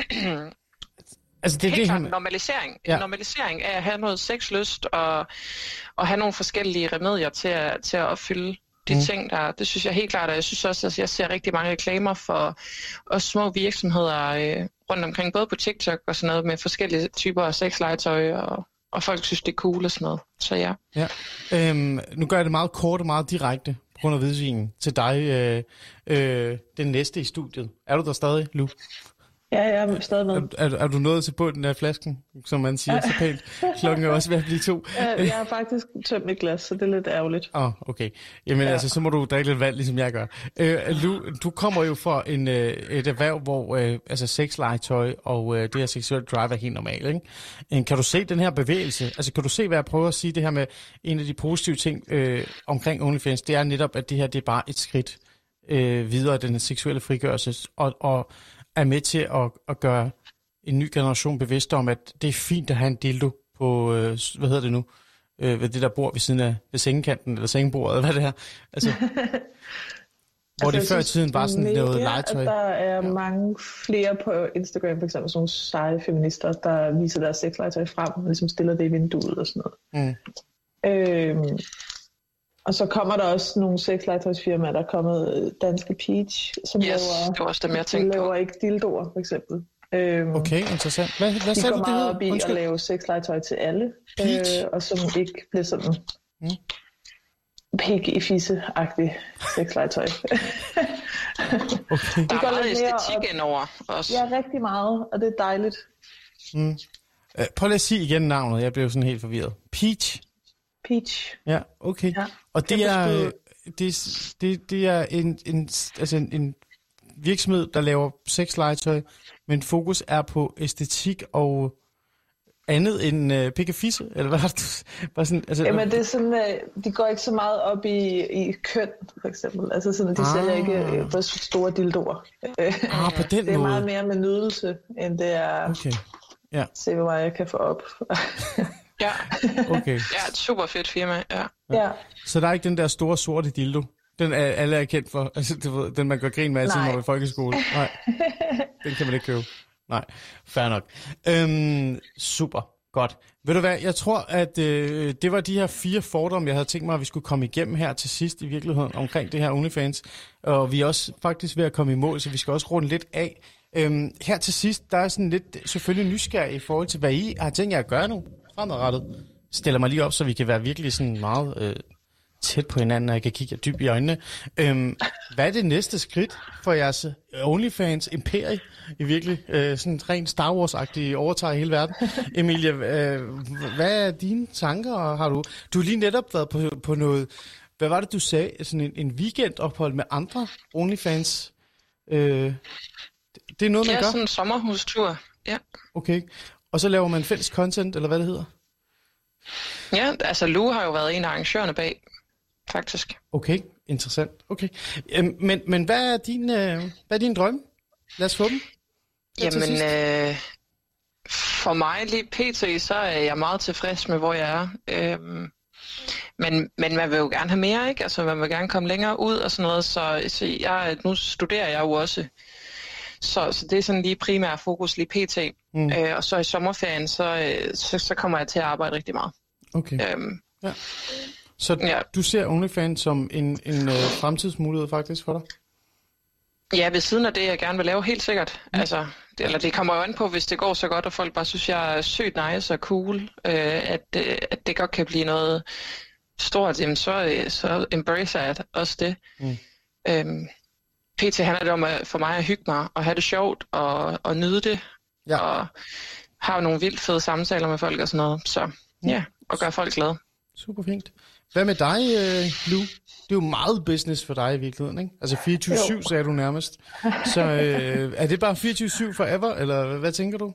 Altså det, helt det, klart han... normalisering. Ja. En normalisering af at have noget sexlyst og, og have nogle forskellige remedier til at, til at opfylde de mm. ting der. Det synes jeg helt klart, og jeg synes også, at jeg ser rigtig mange reklamer for også små virksomheder øh, rundt omkring, både på TikTok og sådan noget, med forskellige typer af sexlegetøj, og, og folk synes, det er cool og sådan noget. Så ja. ja. Øhm, nu gør jeg det meget kort og meget direkte på grund af hvidvinen til dig, øh, øh, den næste i studiet. Er du der stadig, Lu? Ja, jeg er stadig med. Er, er, er du nået til bunden af flasken, som man siger så pænt? Klokken er også ved at blive to. jeg, jeg har faktisk tømt mit glas, så det er lidt ærgerligt. Åh, oh, okay. Jamen ja. altså, så må du drikke lidt vand, ligesom jeg gør. Øh, Lu, du kommer jo fra en, øh, et erhverv, hvor øh, altså sexlegetøj og øh, det her seksuelle drive er helt normalt, ikke? Øh, kan du se den her bevægelse? Altså, kan du se, hvad jeg prøver at sige? Det her med en af de positive ting øh, omkring OnlyFans, det er netop, at det her det er bare et skridt øh, videre, den seksuelle frigørelse, og, og er med til at, at gøre en ny generation bevidst om, at det er fint at have en dildo på, øh, hvad hedder det nu, øh, ved det der bord ved siden af ved sengekanten, eller sengebordet, eller hvad det er. Altså, hvor altså, det før i tiden var sådan noget legetøj. Der er ja. mange flere på Instagram, for eksempel sådan nogle seje feminister, der viser deres sexlegetøj frem, og ligesom stiller det i vinduet og sådan noget. Mm. Øhm, og så kommer der også nogle sexlegetøjsfirmaer, der er kommet Danske Peach, som yes, laver, det var også dem, jeg de laver ikke dildoer, for eksempel. Øhm, okay, interessant. Hvad, hvad de sagde går du, det meget op i Undskyld. at lave sexlegetøj til alle, øh, og som ikke bliver sådan mm. pig i fisse-agtigt sexlegetøj. Okay. Der er meget æstetik indover også. Ja, rigtig meget, og det er dejligt. Mm. Uh, prøv lige at sige igen navnet, jeg blev sådan helt forvirret. Peach? Peach. Ja, okay. Ja, og det er, det, det, det er en, en, altså en, en virksomhed, der laver sexlegetøj, men fokus er på æstetik og andet end uh, pik og fisse, eller hvad har du? Bare sådan, altså, Jamen det er sådan, uh, de går ikke så meget op i, i køn, for eksempel. Altså sådan, de ah. sælger ikke uh, store dildoer. Ah, på den det er måde. meget mere med nydelse, end det er, okay. Ja. Se hvad jeg kan få op. Ja, okay. Ja, et super fedt firma, ja. ja. Så der er ikke den der store sorte dildo? Den er alle er kendt for, altså du ved, den man gør grin med altid, når man er i folkeskole. Nej, den kan man ikke købe. Nej, fair nok. Øhm, super, godt. Ved du hvad, jeg tror, at øh, det var de her fire fordomme, jeg havde tænkt mig, at vi skulle komme igennem her til sidst i virkeligheden omkring det her OnlyFans. Og vi er også faktisk ved at komme i mål, så vi skal også runde lidt af. Øhm, her til sidst, der er sådan lidt selvfølgelig nysgerrig i forhold til, hvad I har tænkt jer at gøre nu fremadrettet. Stiller mig lige op, så vi kan være virkelig sådan meget øh, tæt på hinanden, og jeg kan kigge jer dybt i øjnene. Øhm, hvad er det næste skridt for jeres OnlyFans imperie i virkelig øh, sådan rent Star Wars-agtigt overtager hele verden? Emilie, øh, hvad er dine tanker? Har du, du har lige netop været på, på noget, hvad var det du sagde, sådan en, en weekendophold med andre OnlyFans? Øh, det er noget, man ja, gør? Ja, sådan en sommerhustur, ja. Okay, og så laver man fælles content, eller hvad det hedder? Ja, altså Lu har jo været en af arrangørerne bag, faktisk. Okay, interessant. Okay. Øhm, men, men hvad er din, øh, hvad er din drøm? Lad os få dem. Jamen, øh, for mig lige pt, så er jeg meget tilfreds med, hvor jeg er. Øhm, men, men man vil jo gerne have mere, ikke? Altså, man vil gerne komme længere ud og sådan noget, så, så jeg, nu studerer jeg jo også. Så, så det er sådan lige primær fokus lige pt. Mm. Øh, og så i sommerferien, så, så, så kommer jeg til at arbejde rigtig meget. Okay. Øhm, ja. Så ja. Du ser OnlyFans som en, en øh, fremtidsmulighed faktisk for dig? Ja, ved siden af det, jeg gerne vil lave, helt sikkert. Mm. Altså, det, eller det kommer jo an på, hvis det går så godt, og folk bare synes, jeg er sygt nice og cool, øh, at, øh, at det godt kan blive noget, stort, jamen så, så embracer jeg også det. Mm. Øhm, P T handler det om at, for mig at hygge mig og have det sjovt og, og nyde det. Ja. Og have nogle vildt fede samtaler med folk og sådan noget. Så ja, og gøre folk glade. Super fint. Hvad med dig, Lu? Det er jo meget business for dig i virkeligheden, ikke? Altså fireogtyve syv sagde du nærmest. Så øh, er det bare fireogtyve syv forever, eller hvad tænker du?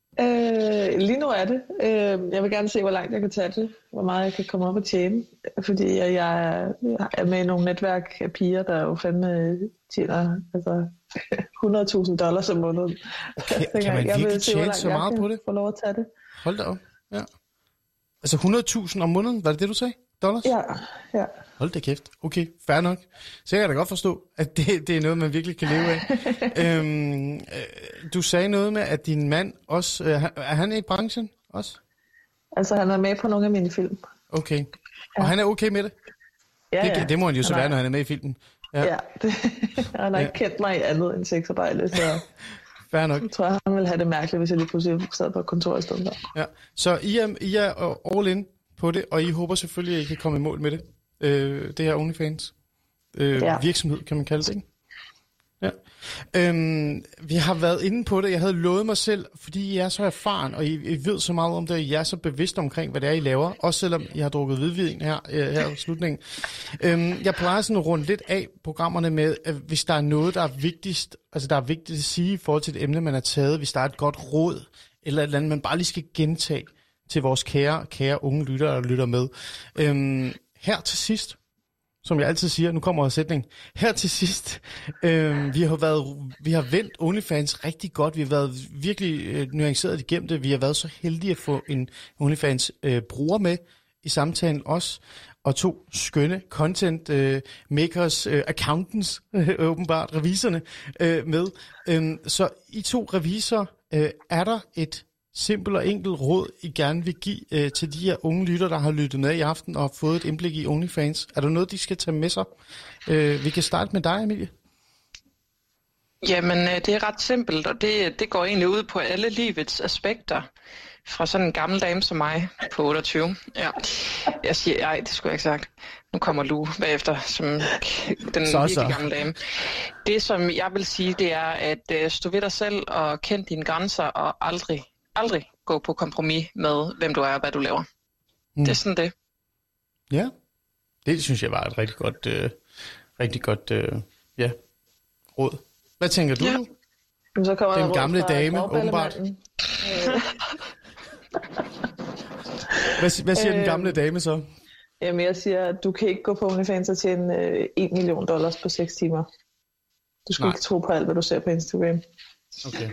Øh, lige nu er det. Øh, jeg vil gerne se, hvor langt jeg kan tage det. Hvor meget jeg kan komme op og tjene. Fordi jeg, jeg er med i nogle netværk af piger, der jo fandme tjener altså, hundrede tusind dollars om måneden. Kan, kan man virkelig tjene så meget på det? Få lov at tage det. Hold da op. Ja. Altså hundrede tusind om måneden, var det det, du sagde? Dollars? Ja, ja. Hold da kæft. Okay, fair nok. Så jeg kan da godt forstå, at det, det er noget, man virkelig kan leve af. øhm, øh, du sagde noget med, at din mand også... Øh, er han i branchen også? Altså, han er med på nogle af mine film. Okay. Ja. Og han er okay med det? Ja, det, ja. Det må han jo så være, når han er med i filmen. Ja, ja det, han har ikke ja. kendt mig i andet end sexarbejde, så... Fair nok. Jeg tror, han ville have det mærkeligt, hvis jeg lige pludselig sad på et kontor i stedet der. Ja, så I er, I er all in på det, og I håber selvfølgelig, at I kan komme i mål med det. Øh, det her OnlyFans. Øh, ja. Virksomhed, kan man kalde det, ikke? Ja. Øhm, vi har været inde på det. Jeg havde lovet mig selv, fordi I er så erfaren, og I, I ved så meget om det, og I er så bevidst omkring, hvad det er, I laver. Også selvom I har drukket hvidvin her, her i slutningen. Øhm, jeg plejer sådan at runde lidt af programmerne med, at hvis der er noget, der er vigtigst, altså der er vigtigt at sige i forhold til det emne, man har taget, hvis der er et godt råd, eller et eller andet, man bare lige skal gentage til vores kære, kære unge lyttere, der lytter med. Øhm, her til sidst, som jeg altid siger, nu kommer sætning, her til sidst, øh, vi har været, vi har vendt OnlyFans rigtig godt, vi har været virkelig øh, nuanceret igennem det, vi har været så heldige at få en OnlyFans øh, bruger med i samtalen også, og to skønne content øh, makers, øh, accountants, øh, åbenbart, revisorerne øh, med. Øh, så I to revisorer, øh, er der et simpelt og enkelt råd, I gerne vil give øh, til de her unge lytter, der har lyttet med i aften og fået et indblik i OnlyFans? Er der noget, de skal tage med sig? Øh, vi kan starte med dig, Emilie. Jamen, det er ret simpelt, og det, det går egentlig ud på alle livets aspekter. Fra sådan en gammel dame som mig på otteogtyve. Ja. Jeg siger, nej, det skulle jeg ikke sagt. Nu kommer Lu bagefter, som den så, virkelig så. gamle dame. Det, som jeg vil sige, det er at uh, stå ved dig selv og kende dine grænser og aldrig Aldrig gå på kompromis med, hvem du er og hvad du laver. Mm. Det er sådan det. Ja, det synes jeg var et rigtig godt, øh, rigtig godt øh, ja, råd. Hvad tænker du? Ja. Så kommer den gamle dame, åbenbart. hvad, hvad siger øh, den gamle dame så? Jamen, jeg siger, at du kan ikke gå på OnlyFans og tjene øh, en million dollars på seks timer. Du skal Nej. ikke tro på alt, hvad du ser på Instagram. Okay.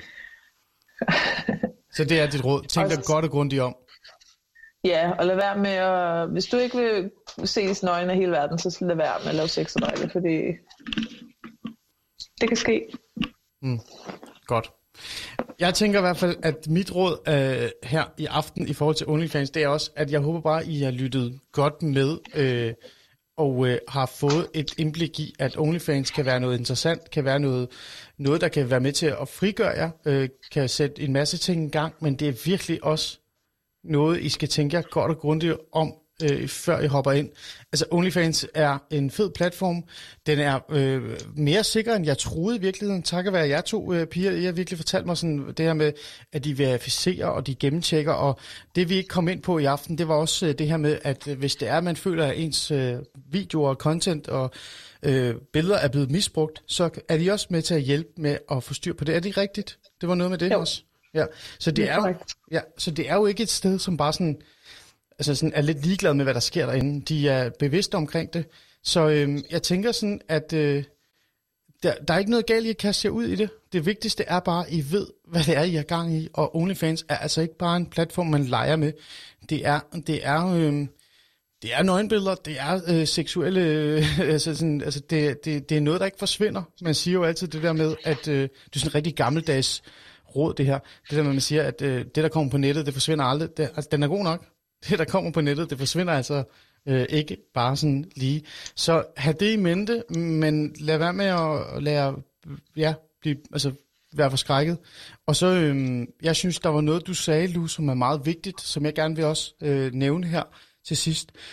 Så det er dit råd. Tænk dig godt og grundigt om. Ja, og lad være med at... Hvis du ikke vil ses nøgen af hele verden, så lad være med at lave sexarbejde, fordi det kan ske. Mm. Godt. Jeg tænker i hvert fald, at mit råd øh, her i aften i forhold til OnlyFans, det er også, at jeg håber bare, at I har lyttet godt med øh, og øh, har fået et indblik i, at OnlyFans kan være noget interessant, kan være noget, noget der kan være med til at frigøre jer, øh, kan sætte en masse ting i gang, men det er virkelig også noget, I skal tænke jer godt og grundigt om, øh, før I hopper ind. Altså OnlyFans er en fed platform. Den er øh, mere sikker, end jeg troede i virkeligheden. Takket være jer to øh, piger. I har virkelig fortalt mig sådan, det her med, at de verificerer og de gennemtjekker. Og det vi ikke kom ind på i aften, det var også øh, det her med, at øh, hvis det er, at man føler, at ens øh, videoer, content og øh, billeder er blevet misbrugt, så er de også med til at hjælpe med at få styr på det. Er det rigtigt? Det var noget med det jo. Også? Ja. Så det, det er, er jo, ja, så det er jo ikke et sted, som bare sådan... altså sådan er lidt ligeglad med, hvad der sker derinde. De er bevidste omkring det. Så øhm, jeg tænker sådan, at øh, der, der er ikke noget galt i at kaste jer ud i det. Det vigtigste er bare, at I ved, hvad det er, I er gang i. Og OnlyFans er altså ikke bare en platform, man leger med. Det er, det er, øh, det er nøgenbilleder, det er øh, seksuelle... Øh, altså sådan, altså det, det, det er noget, der ikke forsvinder. Man siger jo altid det der med, at øh, det er sådan en rigtig gammeldags råd, det her. Det der med, man siger, at øh, det, der kommer på nettet, det forsvinder aldrig. Det, altså, den er god nok. Det, der kommer på nettet, det forsvinder altså øh, ikke bare sådan lige. Så have det i mente, men lad være med at lade ja, blive, altså, være forskrækket. Og så, øh, jeg synes, der var noget, du sagde, Lu, som er meget vigtigt, som jeg gerne vil også øh, nævne her til sidst.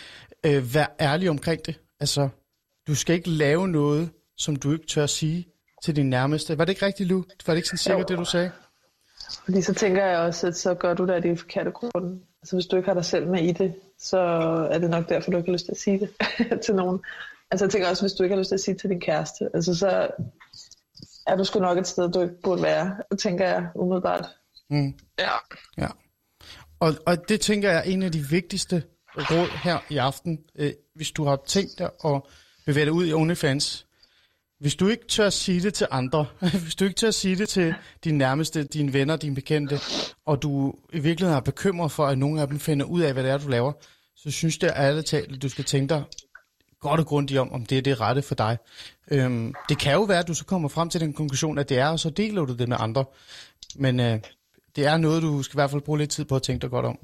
Øh, vær ærlig omkring det. Altså, du skal ikke lave noget, som du ikke tør sige til din nærmeste. Var det ikke rigtigt, Lu? Var det ikke sådan sikkert, det du sagde? Fordi så tænker jeg også, at så gør du det af det forkerte grund. Altså hvis du ikke har dig selv med i det, så er det nok derfor, du ikke har lyst til at sige det til nogen. Altså jeg tænker også, hvis du ikke har lyst til at sige det til din kæreste, altså så er du sgu nok et sted, du ikke burde være, tænker jeg umiddelbart. Mm. Ja. Ja. Og, og det tænker jeg er en af de vigtigste råd her i aften. Øh, hvis du har tænkt dig at bevæge dig ud i OnlyFans, hvis du ikke tør sige det til andre, hvis du ikke tør sige det til dine nærmeste, dine venner, dine bekendte, og du i virkeligheden er bekymret for, at nogle af dem finder ud af, hvad det er, du laver, så synes jeg ærligt talt, at du skal tænke dig godt og grundigt om, om det er det rette for dig. Øhm, det kan jo være, at du så kommer frem til den konklusion, at det er, og så deler du det med andre. Men øh, det er noget, du skal i hvert fald bruge lidt tid på at tænke dig godt om.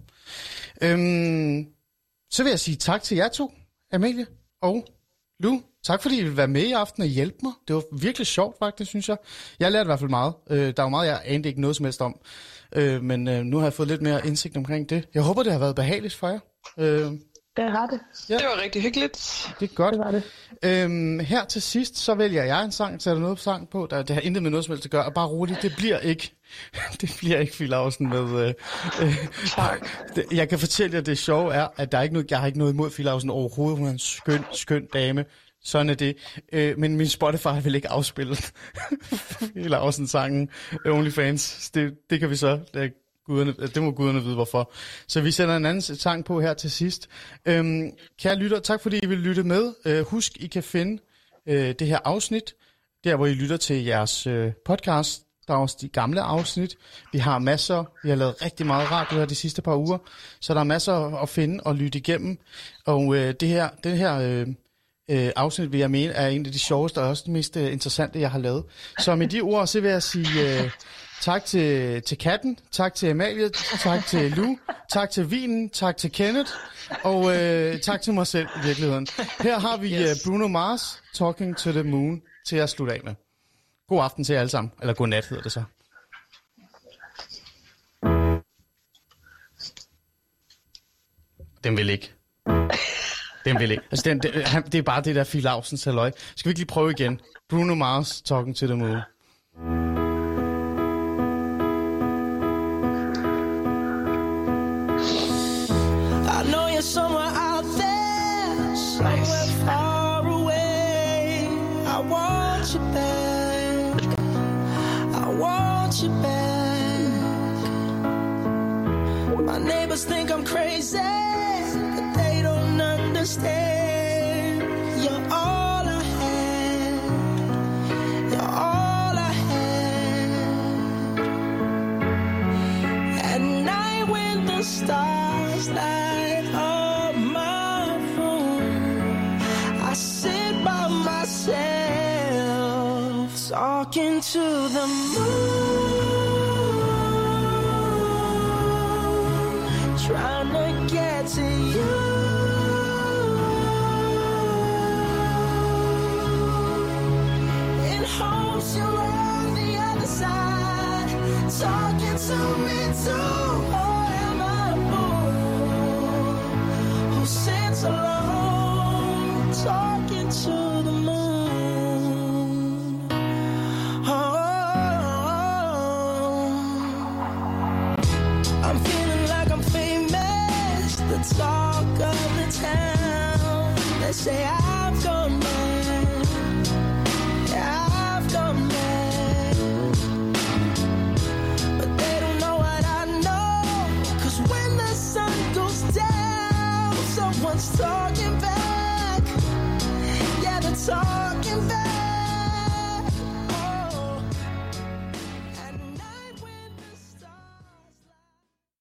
Øhm, så vil jeg sige tak til jer to, Amalie og Lu. Tak fordi I ville være med i aften og hjælpe mig. Det var virkelig sjovt faktisk, synes jeg. Jeg lærte i hvert fald meget. Øh, der var meget, jeg anede ikke noget som helst om. Øh, men øh, nu har jeg fået lidt mere indsigt omkring det. Jeg håber, det har været behageligt for jer. Øh, Det har det. Ja. Det var rigtig hyggeligt. Det er godt. Det var det. Øhm, her til sidst, så vælger jeg en sang, så er der noget sang på. Der, det har intet med noget som helst at gøre. Og bare roligt, det bliver ikke, det bliver ikke Fie Laursen med... Øh, øh, det, jeg kan fortælle jer, at det sjove er, at der er ikke noget, jeg har ikke noget imod Fie Laursen overhovedet. Hun er en skøn, skøn dame. Sådan er det. Øh, men min Spotify vil ikke afspille Fie Laursen-sangen OnlyFans. Det, det kan vi så... Det, Guderne, det må guderne vide, hvorfor. Så vi sender en anden sang på her til sidst. Øhm, kære lytter, tak fordi I vil lytte med. Øh, husk, I kan finde øh, det her afsnit, der hvor I lytter til jeres øh, podcast. Der er også de gamle afsnit. Vi har masser, vi har lavet rigtig meget radio her de sidste par uger, så der er masser at finde og lytte igennem. Og øh, det her, det her øh, øh, afsnit, vil jeg mene, er en af de sjoveste og også det mest øh, interessante, jeg har lavet. Så med de ord, så vil jeg sige... Øh, Tak til, til katten, tak til Amalie, tak til Lu, tak til Vinen, tak til Kenneth, og øh, tak til mig selv i virkeligheden. Her har vi yes. Bruno Mars, Talking to the Moon, til at slutte af med. God aften til jer alle sammen, eller god nat hedder det så. Den vil ikke. Den vil ikke. Altså, den, det, det er bare det der Fie Laursen halløj. Skal vi ikke lige prøve igen? Bruno Mars, Talking to the Moon. Somewhere out there, somewhere nice. Far away. I want you back. I want you back. My neighbors think I'm crazy, but they don't understand. You're all I had. You're all I had. At night when the stars light up talking to the moon, trying to get to you. In hopes you're on the other side, talking to me too. Or am I a fool who sits alone, talking to the moon? Talk of the town. They say I've gone mad. Yeah, I've gone mad. But they don't know what I know. 'Cause when the sun goes down, someone's talking.